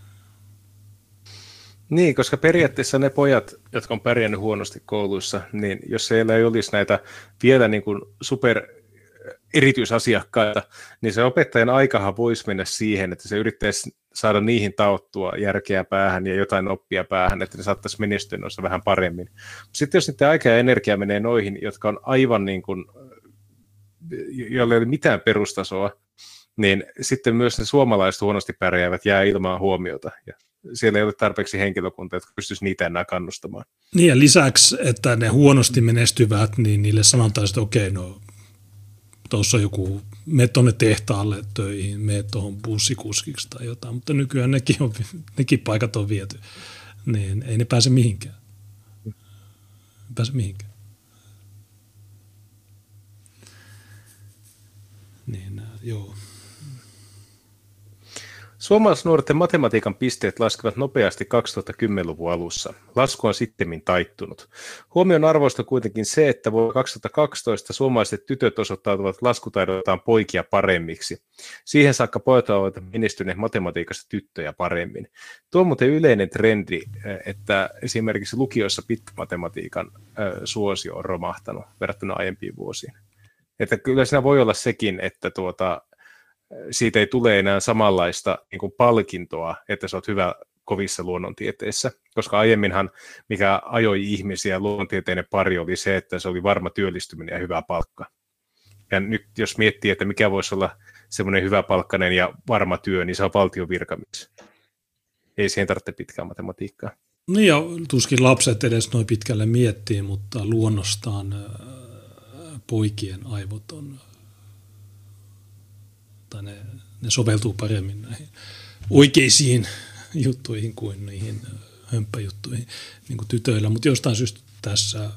Niin, koska periaatteessa ne pojat, jotka on pärjännyt huonosti kouluissa, niin jos siellä ei olisi näitä vielä niin kuin super erityisasiakkaita, niin se opettajan aikahan voisi mennä siihen, että se yrittäisi saada niihin taottua järkeä päähän ja jotain oppia päähän, että ne saattaisi menestyä noissa vähän paremmin. Sitten jos niiden aika ja energia menee noihin, jotka on aivan niin kuin, joilla ei ole mitään perustasoa, niin sitten myös ne suomalaiset huonosti pärjäävät jää ilman huomiota. Ja siellä ei ole tarpeeksi henkilökuntaa, jotka pystyisi niitä enää kannustamaan. Niin ja lisäksi, että ne huonosti menestyvät, niin niille sanotaan, että okei, no tuossa on joku, mene tuonne tehtaalle töihin, mene tuohon bussikuskiksi tai jotain, mutta nykyään nekin paikat on viety, niin ei ne pääse mihinkään. Niin, joo. Suomalaisnuorten matematiikan pisteet laskevat nopeasti 2010-luvun alussa. Lasku on sittemmin taittunut. Huomion arvoista kuitenkin se, että vuonna 2012 suomalaiset tytöt osoittautuvat laskutaidoltaan poikia paremmiksi. Siihen saakka pojat ovat menestyneet matematiikassa tyttöjä paremmin. Tuo on muuten yleinen trendi, että esimerkiksi lukioissa pitkämatematiikan suosio on romahtanut verrattuna aiempiin vuosiin. Että kyllä siinä voi olla sekin, että siitä ei tule enää samanlaista niin kuin palkintoa, että sä oot hyvä kovissa luonnontieteissä, koska aiemminhan mikä ajoi ihmisiä luonnontieteiden pari oli se, että se oli varma työllistyminen ja hyvä palkka. Ja nyt jos miettii, että mikä voisi olla semmoinen hyvä palkkainen ja varma työ, niin se on valtion virkamies. Ei siihen tarvitse pitkää matematiikkaa. Niin ja tuskin lapset edes noin pitkälle miettii, mutta luonnostaan poikien aivot on tai ne soveltuu paremmin näihin oikeisiin juttuihin kuin niihin hömppäjuttuihin niin kuin tytöillä. Mutta jostain syystä tässä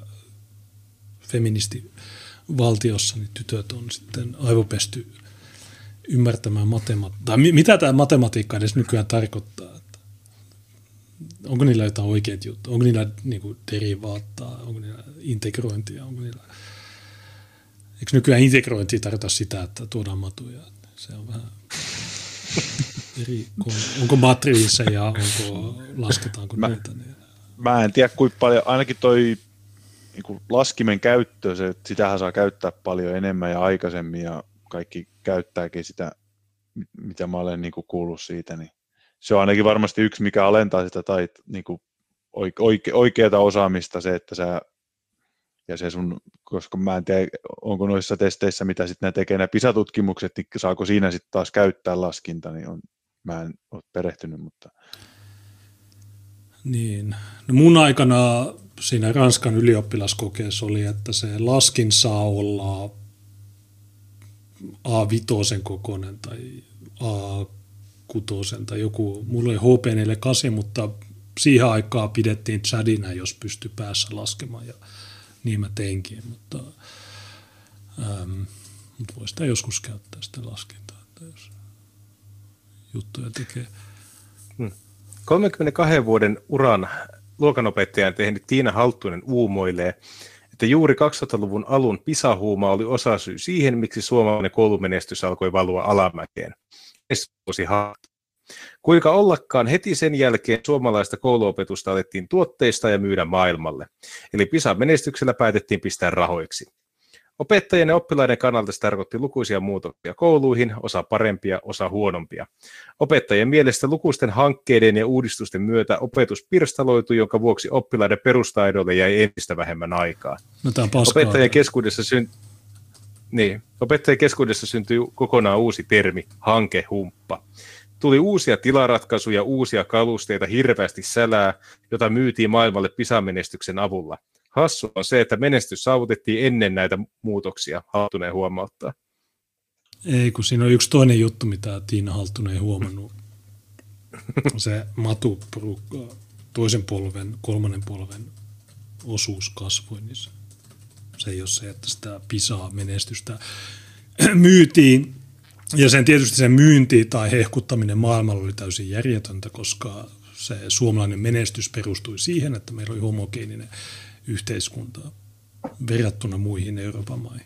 feministivaltiossa niin tytöt on sitten aivopesty ymmärtämään matematiikkaa. Mitä tämä matematiikka edes nykyään tarkoittaa? Että onko niillä jotain oikeat juttuja? Onko niillä niin kuin derivaattaa? Onko niillä integrointia? Eikö nykyään integrointia tarkoita sitä, että tuodaan matuja? Se on vähän eri, onko matriiseja, lasketaanko niitä? Mä en tiedä kuinka paljon, ainakin toi niin laskimen käyttö, sitähän saa käyttää paljon enemmän ja aikaisemmin ja kaikki käyttääkin sitä, mitä mä olen niin kuin kuullut siitä, niin se on ainakin varmasti yksi, mikä alentaa sitä niin kuin oikeata osaamista se, että sä ja se sun, koska mä en tiedä, onko noissa testeissä, mitä sitten ne tekee, nämä PISA-tutkimukset, niin saako siinä sitten taas käyttää laskinta, niin mä en ole perehtynyt, mutta... Niin, no mun aikana siinä Ranskan ylioppilaskokeessa oli, että se laskin saa olla A5 kokoinen tai A6 tai joku, mulla oli HP48, mutta siihen aikaan pidettiin chadinä, jos pystyi päässä laskemaan ja niin mä teinkin, mutta voi sitä joskus käyttää sitä laskintaa, että jos juttuja tekee. 32 vuoden uran luokanopettajan tehnyt Tiina Halttunen uumoilee, että juuri 2000-luvun alun PISA-huuma oli osasyy siihen, miksi suomalainen koulumenestys alkoi valua alamäkeen. Kuinka ollakaan heti sen jälkeen suomalaista kouluopetusta alettiin tuotteista ja myydä maailmalle. Eli PISA-menestyksellä päätettiin pistää rahoiksi. Opettajien ja oppilaiden kannalta se tarkoitti lukuisia muutoksia kouluihin, osa parempia, osa huonompia. Opettajien mielestä lukuisten hankkeiden ja uudistusten myötä opetus pirstaloitui, jonka vuoksi oppilaiden perustaidoille jäi entistä vähemmän aikaa. No, tämä on paskaa. Opettajien keskuudessa syntyi kokonaan uusi termi, hankehumppa. Tuli uusia tilaratkaisuja, uusia kalusteita, hirveästi sälää, jota myytiin maailmalle PISA-menestyksen avulla. Hassu on se, että menestys saavutettiin ennen näitä muutoksia, Halttunen huomauttaa. Ei, kun siinä on yksi toinen juttu, mitä Tiina Halttunen ei huomannut. se toisen polven, kolmannen polven osuus kasvoi, niin se ei ole se, että sitä PISA-menestystä myytiin. Ja tietysti sen myynti tai hehkuttaminen maailmalla oli täysin järjetöntä, koska se suomalainen menestys perustui siihen, että meillä oli homogeeninen yhteiskunta verrattuna muihin Euroopan maihin.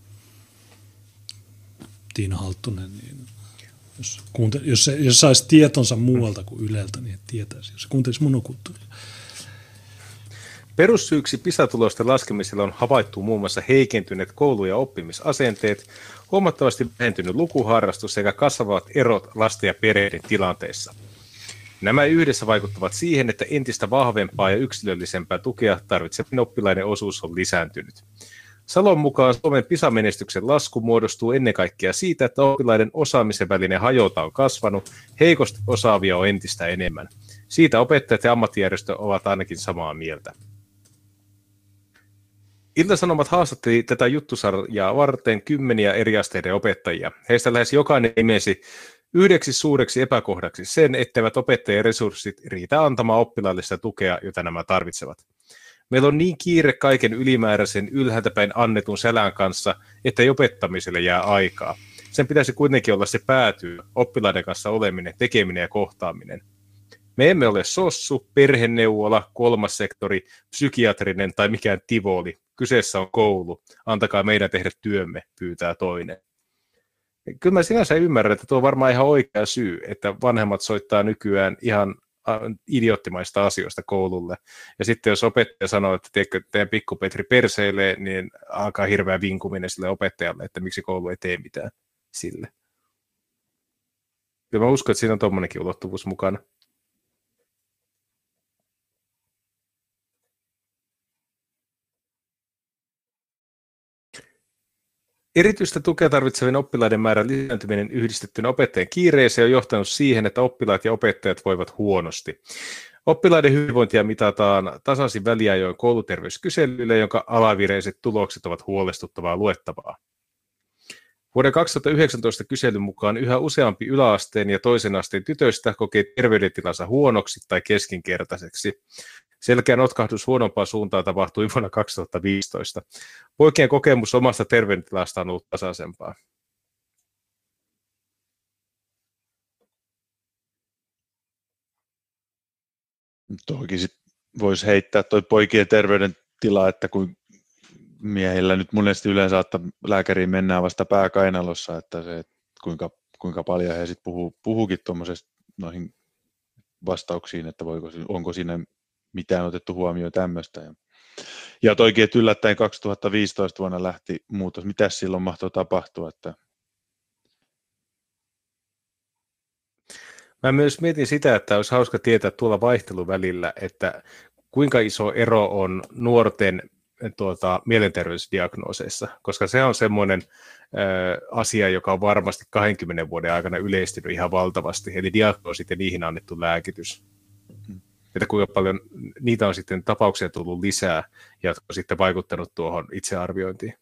Tiina Halttunen, niin jos saisi tietonsa muualta kuin Yleltä, niin tietäisi, jos se kuuntelisi monokulttuuria. Perussyyksi PISA-tulosten laskemisella on havaittu muun muassa heikentyneet koulu- ja oppimisasenteet, huomattavasti vähentynyt lukuharrastus sekä kasvavat erot lasten ja perheiden tilanteissa. Nämä yhdessä vaikuttavat siihen, että entistä vahvempaa ja yksilöllisempää tukea tarvitsevien oppilaiden osuus on lisääntynyt. Salon mukaan Suomen PISA-menestyksen lasku muodostuu ennen kaikkea siitä, että oppilaiden osaamisen välinen hajota on kasvanut, heikosti osaavia on entistä enemmän. Siitä opettajat ja ammattijärjestö ovat ainakin samaa mieltä. Ilta-Sanomat haastatteli tätä juttusarjaa varten 10 eri asteiden opettajia. Heistä lähes jokainen imesi yhdeksi suureksi epäkohdaksi sen, etteivät opettajien resurssit riitä antamaan oppilaille sitä tukea, jota nämä tarvitsevat. Meillä on niin kiire kaiken ylimääräisen ylhäältäpäin annetun sälän kanssa, että ei opettamiselle jää aikaa. Sen pitäisi kuitenkin olla se päätyy, oppilaiden kanssa oleminen, tekeminen ja kohtaaminen. Me emme ole sossu, perheneuvola, kolmas sektori, psykiatrinen tai mikään tivoli. Kyseessä on koulu. Antakaa meidän tehdä työmme, pyytää toinen. Kyllä mä sinänsä ymmärrän, että tuo on varmaan ihan oikea syy, että vanhemmat soittaa nykyään ihan idioottimaista asioista koululle. Ja sitten jos opettaja sanoo, että teidän pikku Petri perseilee, niin alkaa hirveä vinkuminen sille opettajalle, että miksi koulu ei tee mitään sille. Kyllä mä uskon, että siinä on tommonenkin ulottuvuus mukana. Erityistä tukea tarvitsevien oppilaiden määrän lisääntyminen yhdistettynä opettajien kiireeseen on johtanut siihen, että oppilaat ja opettajat voivat huonosti. Oppilaiden hyvinvointia mitataan tasaisin väliajoin kouluterveyskyselyillä, jonka alavireiset tulokset ovat huolestuttavaa luettavaa. Vuoden 2019 kyselyn mukaan yhä useampi yläasteen ja toisen asteen tytöistä kokee terveydentilansa huonoksi tai keskinkertaiseksi. Selkeä notkahdus huonompaan suuntaan tapahtui vuonna 2015. Poikien kokemus omasta terveydentilasta on ollut tasaisempaa. Toki voisi heittää tuo poikien terveydentila, että kun miehillä nyt monesti yleensä että lääkäriin mennään vasta pääkainalossa, että se, kuinka paljon he sitten puhuukin tuommoisesta noihin vastauksiin, että onko siinä mitään otettu huomioon tämmöistä. Ja toikin, että yllättäen 2015 vuonna lähti muutos. Mitäs silloin mahtoi tapahtua? Että... Mä myös mietin sitä, että olisi hauska tietää tuolla vaihteluvälillä, että kuinka iso ero on nuorten mielenterveysdiagnooseissa, koska se on semmoinen asia, joka on varmasti 20 vuoden aikana yleistynyt ihan valtavasti, eli diagnoosit ja niihin annettu lääkitys. Että kuinka paljon niitä on sitten tapauksia tullut lisää, jotka on sitten vaikuttanut tuohon itsearviointiin.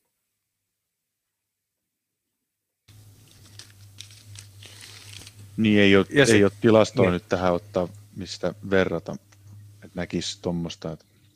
Niin ei ole tilastoa niin. Nyt tähän ottaa, mistä verrata, että näkisi tuommoista.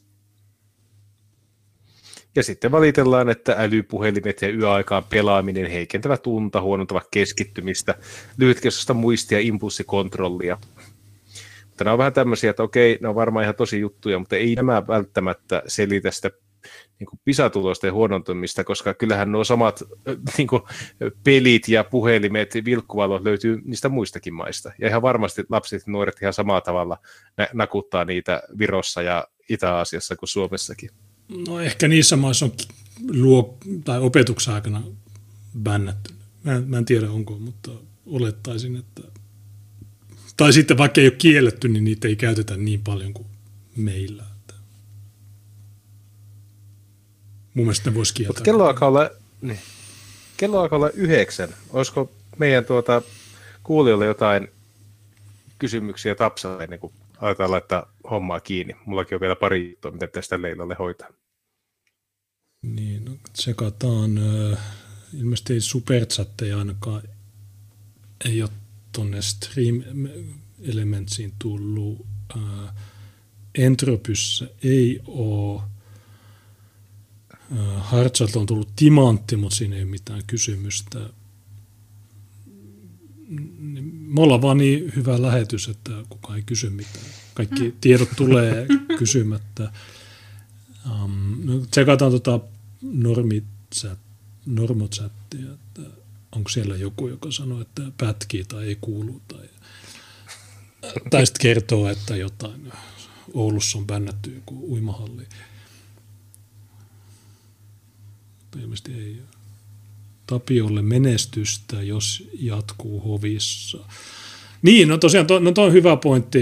Ja sitten valitellaan, että älypuhelimet ja yöaikaan pelaaminen heikentävät unta, huonontavat keskittymistä, lyhytkestoista muistia ja impulssikontrollia. Mutta nämä on vähän tämmöisiä, että okei, ne on varmaan ihan tosi juttuja, mutta ei nämä välttämättä selitä sitä niin kuin PISA-tulosten huonontumista, koska kyllähän nuo samat niin kuin pelit ja puhelimet, vilkkuvalot löytyy niistä muistakin maista. Ja ihan varmasti lapset ja nuoret ihan samalla tavalla nakuttaa niitä Virossa ja Itä-Aasiassa kuin Suomessakin. No ehkä niissä maissa on opetuksen aikana bännätty. Mä en tiedä onko, mutta olettaisin, että... Tai sitten vaikka ei ole kielletty, niin niitä ei käytetä niin paljon kuin meillä. Mun mielestä ne voisi kieltää. Kello alkaa olla 9. Olisiko meidän kuulijoille jotain kysymyksiä Tapsalle ennen kuin aletaan laittaa hommaa kiinni? Mullakin on vielä pari juttua, mitä tästä Leilalle hoitaa. Niin, no, tsekataan. Ilmeisesti ei superchatteja ainakaan ei ole tuonne Elementsiin tullut. Entropyssä ei ole. Hartsalta on tullut timantti, mutta siinä ei ole mitään kysymystä. Me ollaan vaan niin hyvä lähetys, että kukaan ei kysy mitään. Kaikki tiedot tulee kysymättä. Tsekataan normochattia, että onko siellä joku, joka sanoo, että pätkii tai ei kuulu. Tai sitten kertoo, että jotain. Oulussa on bännätty joku uimahalli. Ilmeisesti ei ole. Tapiolle menestystä, jos jatkuu hovissa. Niin, no tosiaan, toi on hyvä pointti.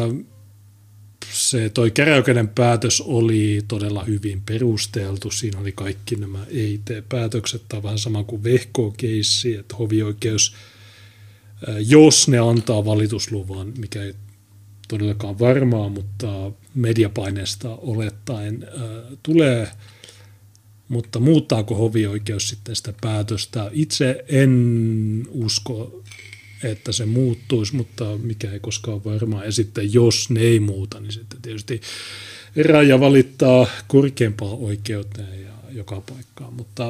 Toi käräjäoikeuden päätös oli todella hyvin perusteltu. Siinä oli kaikki nämä EIT-päätökset, tai vähän sama kuin Vehko-keissi, että hovioikeus, jos ne antaa valitusluvan, mikä ei todellakaan varmaa, mutta mediapaineesta olettaen tulee. Mutta muuttaako hovioikeus sitten sitä päätöstä? Itse en usko, että se muuttuisi, mutta mikä ei koskaan varmaa. Ja sitten jos ne ei muuta, niin sitten tietysti raja valittaa korkeampaan oikeuteen ja joka paikkaan. Mutta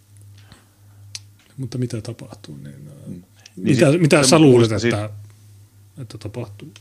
mitä tapahtuu? Mitä sä luulet, että tapahtuu?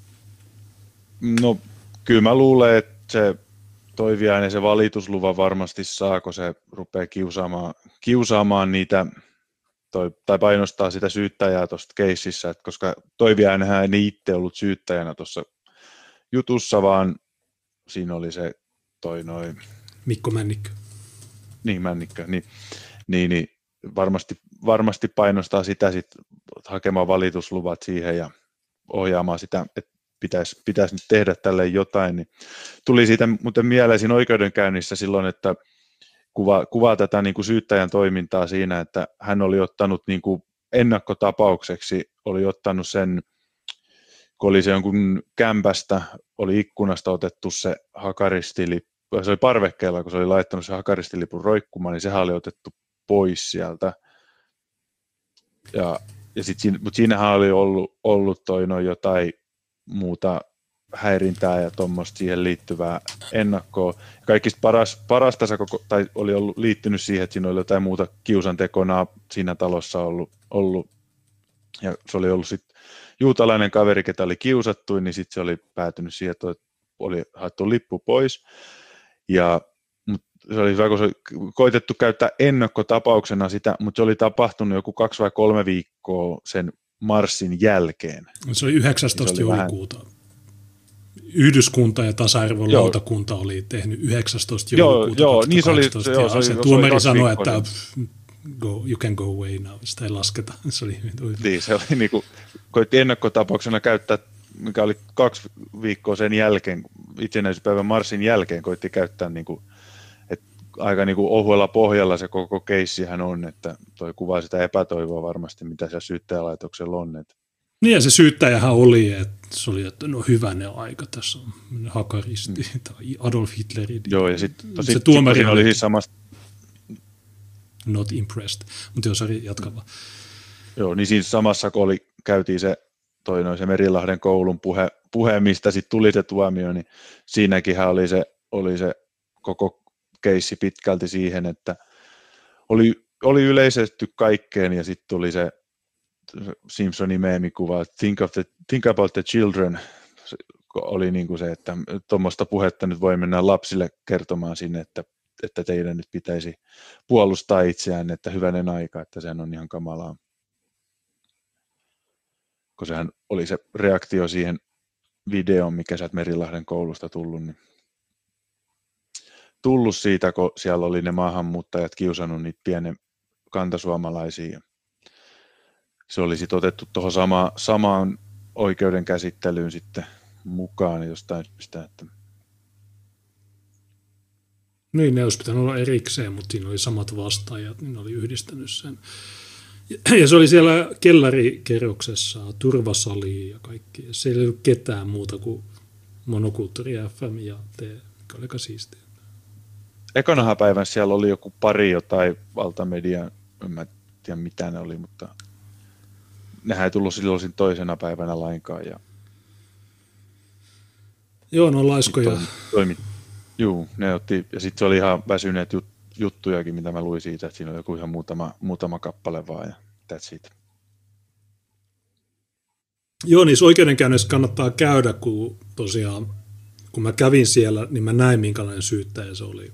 No kyllä mä luulen, että se Toiviainen se valitusluvan varmasti saa, kun se rupeaa kiusaamaan niitä tai painostaa sitä syyttäjää tuosta keississä, että koska Toiviainenhän ei itse ollut syyttäjänä tuossa jutussa, vaan siinä oli se Mikko Männikkö. Niin, Männikkö, niin varmasti painostaa sitä sitten hakemaan valitusluvat siihen ja ohjaamaan sitä, että pitäisi nyt tehdä tälle jotain, niin tuli siitä muuten mieleen siinä oikeudenkäynnissä silloin, että kuvaa tätä niin kuin syyttäjän toimintaa siinä, että hän oli ottanut niin kuin ennakkotapaukseksi, oli ottanut sen, kun oli se jonkun kämpästä, oli ikkunasta otettu se hakaristilippu, se oli parvekkeella, kun se oli laittanut se hakaristilipun roikkumaan, niin sehän oli otettu pois sieltä. Mutta siinähän oli ollut jotain muuta häirintää ja tuommoista siihen liittyvää ennakkoa. Kaikista parasta tai oli ollut liittynyt siihen, että siinä oli jotain muuta kiusantekona siinä talossa ollut. Ja se oli ollut sitten juutalainen kaveri, ketä oli kiusattu, niin sitten se oli päätynyt siihen, että oli haettu lippu pois. Se oli hyvä, kun se oli koitettu käyttää ennakkotapauksena sitä, mutta se oli tapahtunut joku 2 vai 3 viikkoa sen marssin jälkeen. Se oli 19. joulukuuta. Yhdyskunta ja tasa-arvolautakunta oli tehnyt 19. joulukuuta 2018. Niin se tuomari sanoi, että you can go away now, sitä ei lasketa. Se oli niin kuin, koitti ennakkotapauksena käyttää, mikä oli 2 viikkoa sen jälkeen, itsenäisyyspäivän marssin jälkeen, koitti käyttää niin kuin, aika niin kuin ohuella pohjalla se koko keissihän on, että toi kuvaa sitä epätoivoa varmasti, mitä siellä syyttäjälaitoksella on. Että. Niin ja se syyttäjähän oli, että se oli, että no hyvänen aika, tässä on hakaristi tai Adolf Hitleri. Joo, ja sitten se tuomari oli siis samasta. Not impressed, mutta jos Ari jatkaa vaan. Joo, niin siinä samassa, kun käytiin se Merilahden koulun puhe, mistä sitten tuli se tuomio, niin siinäkinhän oli se koko keissi pitkälti siihen, että oli yleistetty kaikkeen ja sitten tuli se Simpsonin meemikuva, think about the children, oli niin kuin se, että tuommoista puhetta nyt voi mennä lapsille kertomaan sinne, että teidän nyt pitäisi puolustaa itseään, että hyvänen aika, että sehän on ihan kamalaa. Kun sehän oli se reaktio siihen videoon, mikä sieltä Merilahden koulusta tullut siitä, kun siellä oli ne maahanmuuttajat kiusannut niitä pienen kantasuomalaisia. Se oli sitten otettu tuohon samaan oikeudenkäsittelyyn sitten mukaan jostain syystä. Että. Niin, ne olisi pitänyt olla erikseen, mutta siinä oli samat vastaajat, niin ne oli yhdistänyt sen. Ja se oli siellä kellarikerroksessa, turvasali ja kaikki. Se ei ollut ketään muuta kuin Monokulttuuri FM ja te, mikä oli aika siistiä. Ekanahan päivän siellä oli joku pari jotain valtamediaa, en mä tiedä mitä ne oli, mutta nehän ei tullut silloin toisena päivänä lainkaan. Ja Joo, ne on laiskoja. Juu, ne otti, ja sitten se oli ihan väsyneet juttujakin, mitä mä luin siitä, että siinä oli joku ihan muutama kappale vaan, ja that's it. Joo, niissä oikeudenkäynnissä kannattaa käydä, kun tosiaan, kun mä kävin siellä, niin mä näin, minkälainen syyttäjä se oli.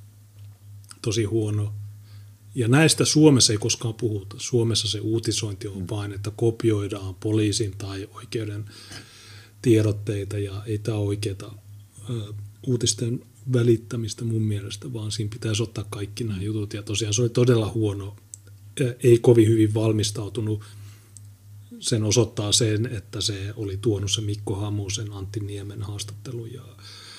Tosi huono. Ja näistä Suomessa ei koskaan puhuta. Suomessa se uutisointi on vain, että kopioidaan poliisin tai oikeuden tiedotteita, ja ei tämä ole oikeaa uutisten välittämistä mun mielestä, vaan siinä pitäisi ottaa kaikki nämä jutut. Ja tosiaan se oli todella huono, ei kovin hyvin valmistautunut. Sen osoittaa sen, että se oli tuonut se Mikko Hamusen Antti Niemen haastattelun, ja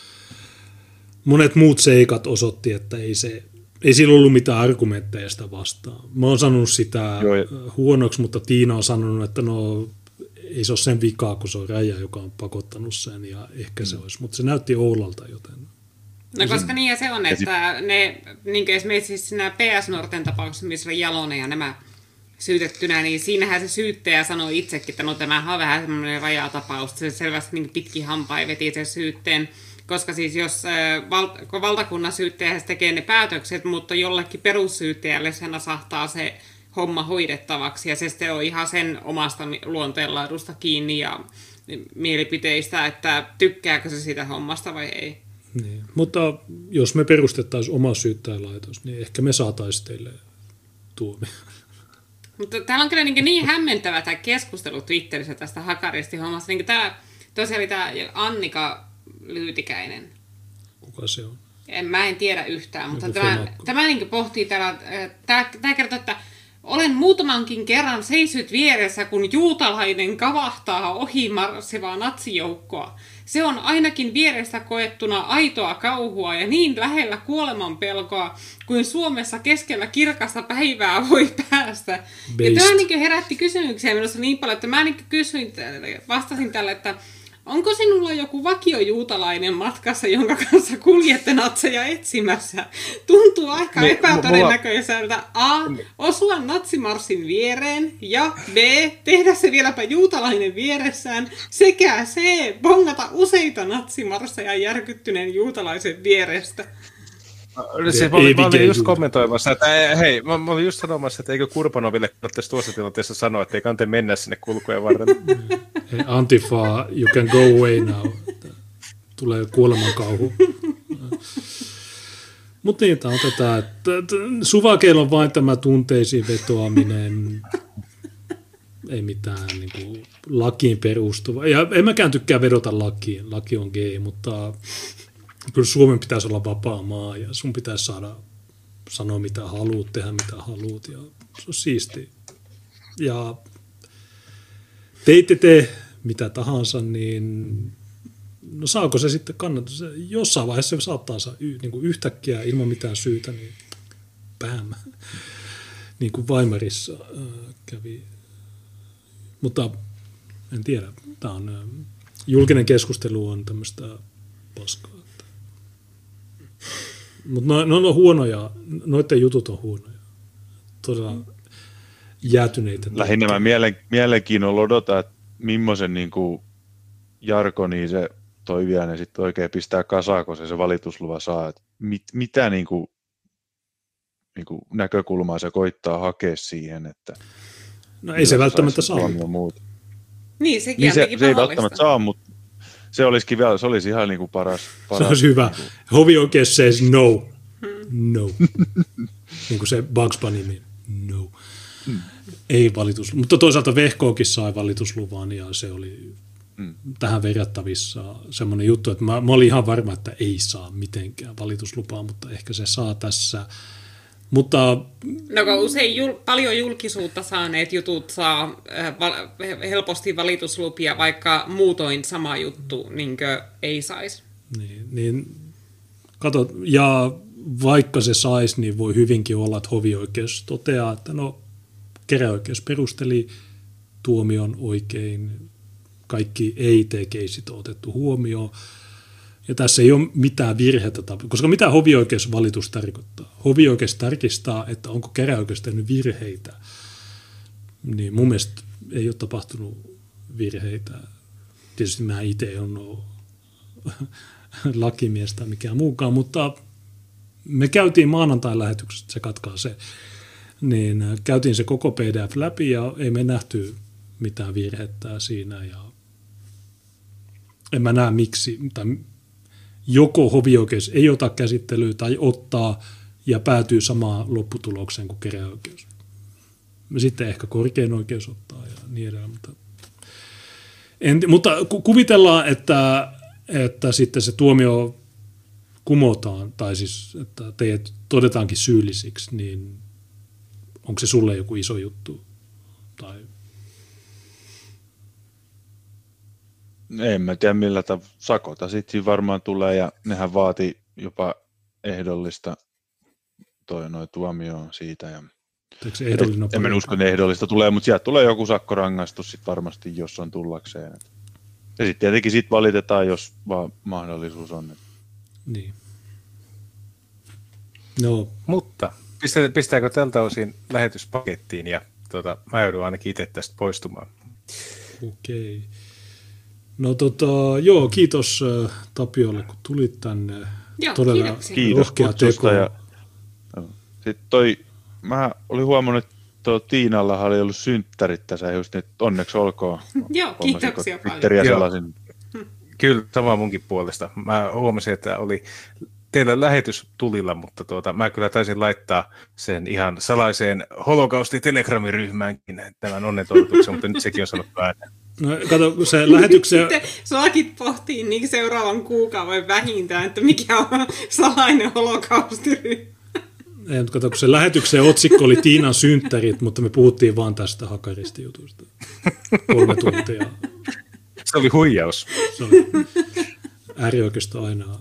monet muut seikat osoitti, että ei sillä ollut mitään argumentteja sitä vastaan. Mä oon sanonut sitä huonoksi, mutta Tiina on sanonut, että no ei se ole sen vikaa, kun se on Raija, joka on pakottanut sen, ja ehkä se olisi. Mutta se näytti Oulalta, joten... No koska niin se on, että ne, niin kuin esimerkiksi siinä PS Norten tapauksessa, missä oli Jalonen ja nämä syytettynä, niin siinähän se syyttäjä sanoi itsekin, että no tämähän on vähän semmoinen rajatapaus. Se selvästi niin pitkin hampain veti sen syytteen. Koska siis jos valtakunnan syyttäjä tekee ne päätökset, mutta jollekin perussyyttäjälle sen asahtaa se homma hoidettavaksi, ja se sitten on ihan sen omasta luonteenlaadusta kiinni ja mielipiteistä, että tykkääkö se siitä hommasta vai ei. Niin. Mutta jos me perustettaisiin oma syyttäjälaitos, niin ehkä me saataisiin teille tuomio. Mutta täällä on kyllä niin hämmentävä tämä keskustelu Twitterissä tästä Hakaristi-hommasta. Niin tämä tosiaan oli tämä Annika Lyytikäinen. Kuka se on? Mä en tiedä yhtään, mutta tämä niin pohtii täällä, tämä kertoo, että olen muutamankin kerran seisyt vieressä, kun juutalainen kavahtaa ohi marssivaa natsijoukkoa. Se on ainakin vierestä koettuna aitoa kauhua ja niin lähellä kuolemanpelkoa kuin Suomessa keskellä kirkasta päivää voi päästä. Ja tämä niin herätti kysymyksiä minusta niin paljon, että mä niin vastasin tälle, että onko sinulla joku vakiojuutalainen matkassa, jonka kanssa kuljette natseja etsimässä? Tuntuu aika epätodennäköiseltä A. Osua natsimarssin viereen ja B. Tehdä se vieläpä juutalainen vieressään sekä C. Bongata useita natsimarsseja järkyttyneen juutalaisen vierestä. Mä olin just kommentoimassa, että hei, mä olin just sanomassa, että eikö Kurbanoville kannattaisi tuossa tilanteessa sanoa, että ei kannata mennä sinne kulkujen varrelle. Hei, Antifa, you can go away now. Tulee kuolemankauhu. Mutta niin, tämä on tätä, että Suvakeilla on vain tämä tunteisiin vetoaminen, ei mitään niin kuin lakiin perustuva. Ja en mäkään tykkää vedota lakiin, laki on gay, mutta... Kyllä Suomen pitäisi olla vapaa maa ja sun pitäisi saada sanoa mitä haluat, tehdä mitä haluat ja se on siistiä. Ja teitte te mitä tahansa, niin no saako se sitten kannattaa? Jossain vaiheessa se saattaa saada niin kuin yhtäkkiä ilman mitään syytä, niin bam. Niin kuin Weimarissa kävi. Mutta en tiedä, tämä on julkinen keskustelu on tämmöistä paskaa. Mutta ne on huonoja, noiden jutut on huonoja, todella jäätyneitä. Lähinnä mä mielenkiinnolla odotan, että millaisen niin kuin jargoniin se Toiviainen sitten oikein pistää kasaan, kun se valitusluva saa. Että mitä niin kuin näkökulmaa se koittaa hakea siihen, että... No ei se välttämättä saa. Niin, sekin niin se ei välttämättä saa, mutta se olisi ihan niin kuin paras. Se olisi hyvä. Niin hovioikeus says no. No. Niin kuin se Bugs Bunny, no. Ei valitusluvan. Mutta toisaalta Vehkookin sai valitusluvan ja se oli tähän verrattavissa semmoinen juttu, että mä olin ihan varma, että ei saa mitenkään valituslupaa, mutta ehkä se saa tässä. Mutta... No kun usein paljon julkisuutta saaneet jutut saa helposti valituslupia, vaikka muutoin sama juttu niinkö ei saisi. Niin kato, ja vaikka se saisi, niin voi hyvinkin olla, että hovioikeus toteaa, että no käräjäoikeus perusteli tuomion oikein, kaikki EIT-keisit on otettu huomioon. Ja tässä ei ole mitään virheitä, koska mitä hovioikeusvalitus tarkoittaa? Hovioikeus tarkistaa, että onko käräjäoikeus tehnyt virheitä. Niin mun mielestä ei ole tapahtunut virheitä. Tietysti mä itse en ole lakimies tai mikään muukaan, mutta me käytiin maanantain lähetyksestä, se katkaa se, niin käytiin se koko PDF läpi ja ei me nähty mitään virhettä siinä ja en mä näe miksi, tai joko hovioikeus ei ota käsittelyä tai ottaa ja päätyy samaan lopputulokseen kuin käräjäoikeus. Sitten ehkä korkein oikeus ottaa ja niin edelleen. Mutta kuvitellaan, että sitten se tuomio kumotaan, tai siis että teidät todetaankin syyllisiksi, niin onko se sulle joku iso juttu? Tai... En mä tiedä millä sakota sitten varmaan tulee, ja nehän vaati jopa ehdollista tuomioon siitä. Ja en mä usko, että ehdollista tulee, mutta sieltä tulee joku sakkorangaistus sitten varmasti, jos on tullakseen. Ja sitten tietenkin sit valitetaan, jos vaan mahdollisuus on. Niin. No. Mutta pistääkö tältä osin lähetyspakettiin ja mä joudun ainakin itse tästä poistumaan. Okei. No joo, kiitos Tapiolle, kun tulit tänne. Joo, todella rohkea teko. Sitten mä olin huomannut, että Tiinalla oli ollut synttärit tässä just nyt, onneksi olkoon. Joo, kiitoksia paljon. Kyllä, sama munkin puolesta. Mä huomasin, että oli teillä lähetys tulilla, mutta mä kyllä taisin laittaa sen ihan salaiseen holokausti-telegramiryhmäänkin tämän onnetoivotuksen, mutta nyt sekin on sanottu ääneen. No, kato, se lähetyksen... Sitten suakin pohtii niin seuraavan kuukauden vähintään, että mikä on salainen holokaustiryhmä. Ei, kato, kun se lähetyksen otsikko oli Tiinan synttärit, mutta me puhuttiin vaan tästä Hakaristi-jutusta. 3 tuntia. Se oli huijaus. Se oli äärioikeisto aina.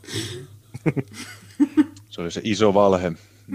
Se oli se iso valhe.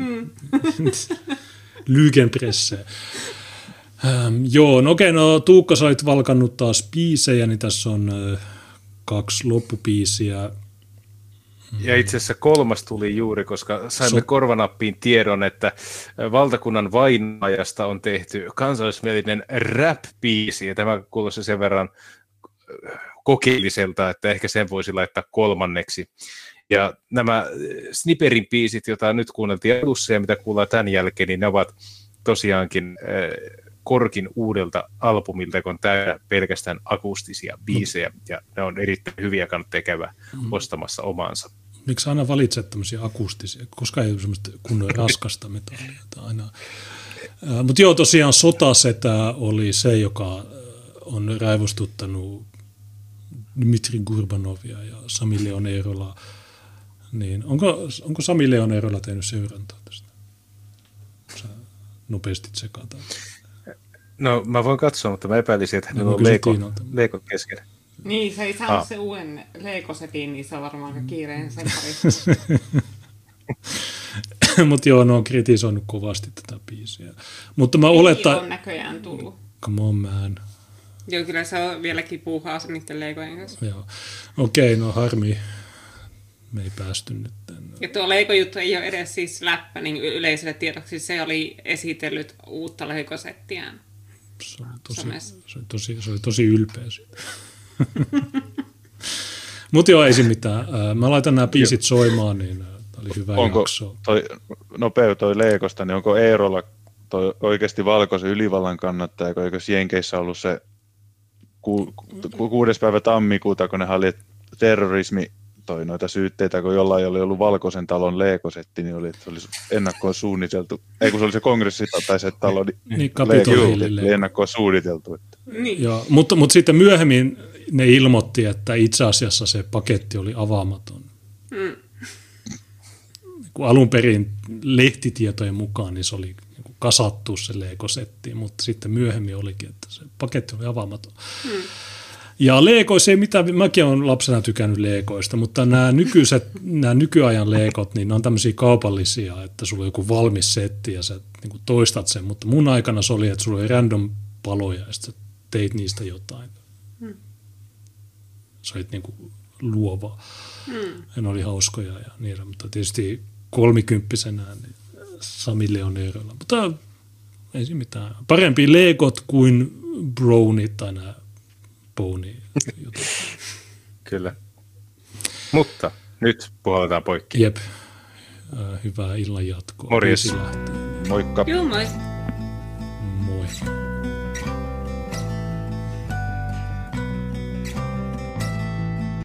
Lügenpresse. Joo, no okei, no Tuukka, sä olit valkannut taas biisejä, niin tässä on 2 loppubiisiä. Ja itse asiassa 3 tuli juuri, koska saimme korvanappiin tiedon, että valtakunnan vainajasta on tehty kansallismielinen rap-biisi, ja tämä kuulosti sen verran kokeelliselta, että ehkä sen voisi laittaa 3. Ja nämä Sniperin biisit, joita nyt kuunneltiin alussa ja mitä kuullaan tämän jälkeen, niin ne ovat tosiaankin Korkin uudelta albumilta, kun on täynnä pelkästään akustisia biisejä, ja ne on erittäin hyviä, kannattaa käydä ostamassa omaansa. Miksi aina valitset tämmöisiä akustisia? Koska ei ole semmoista kunnon raskasta metallia. Aina. Mutta joo, tosiaan Sotasetä oli se, joka on raivostuttanut Dmitri Gurbanovia ja Sami Leon Eerola. Niin, onko Sami Leon Eerola tehnyt seurantaa tästä? Sä nopeasti tsekataan. No mä voin katsoa, mutta mä epäilisin, että hänellä on Lego kesken. Niin, se ei saanut se uuden Lego-setin, niin se on varmaan aika kiireen sen parissa. Mutta joo, ne on kritisoinut kovasti tätä biisiä. Mutta mä oletan... on näköjään tullut. Come on, man. Joo, kyllä se on vieläkin puuhaa se niiden Legojen kanssa. Joo. Okei, no harmi. Me ei päästy nyt tänne. Ja tuo Lego-juttu ei ole edes siis läppä niin yleiselle tiedoksi. Se oli esitellyt uutta Lego-settiään. Se oli tosi ylpeä siitä. Mutta joo, ei siinä mitään. Mä laitan nämä biisit soimaan, niin tämä oli hyvä jakso. Toi Legosta, niin onko Eerola toi oikeasti valkoisen ylivallan kannattaja, kun eikös Jenkeissä ollut se 6. päivä tammikuuta, kun ne oli terrorismi noita syytteitä, kun jollain oli ollut Valkoisen talon Lego-setti, niin oli, että se olisi ennakkoon suunniteltu. Ei kun se oli se kongressi tai se talo, niin oli ennakkoon suunniteltu. Että. Niin. Joo, mutta sitten myöhemmin ne ilmoitti, että itse asiassa se paketti oli avaamaton. Kun alun perin lehtitietojen mukaan niin se oli kasattu se Lego-setti, mutta sitten myöhemmin olikin, että se paketti oli avaamaton. Ja Legoissa ei mitään, mäkin olen lapsena tykännyt Legoista, mutta nämä nykyajan Legot, niin ne on tämmöisiä kaupallisia, että sulla on joku valmis setti ja sä niin toistat sen, mutta mun aikana se oli, että sulla oli random paloja ja sitten teit niistä jotain. Sä olit niin kuin luova. Ja ne oli hauskoja ja niillä, mutta tietysti 30-vuotiaana niin Sami Leon Eerola. Mutta ei siinä mitään. Parempi Legot kuin Brownit tai nämä Pony-jutut. Kyllä. Mutta nyt puhalletaan poikki. Jep. Hyvää illan jatkoa. Morjes. Moikka. Joo, moi.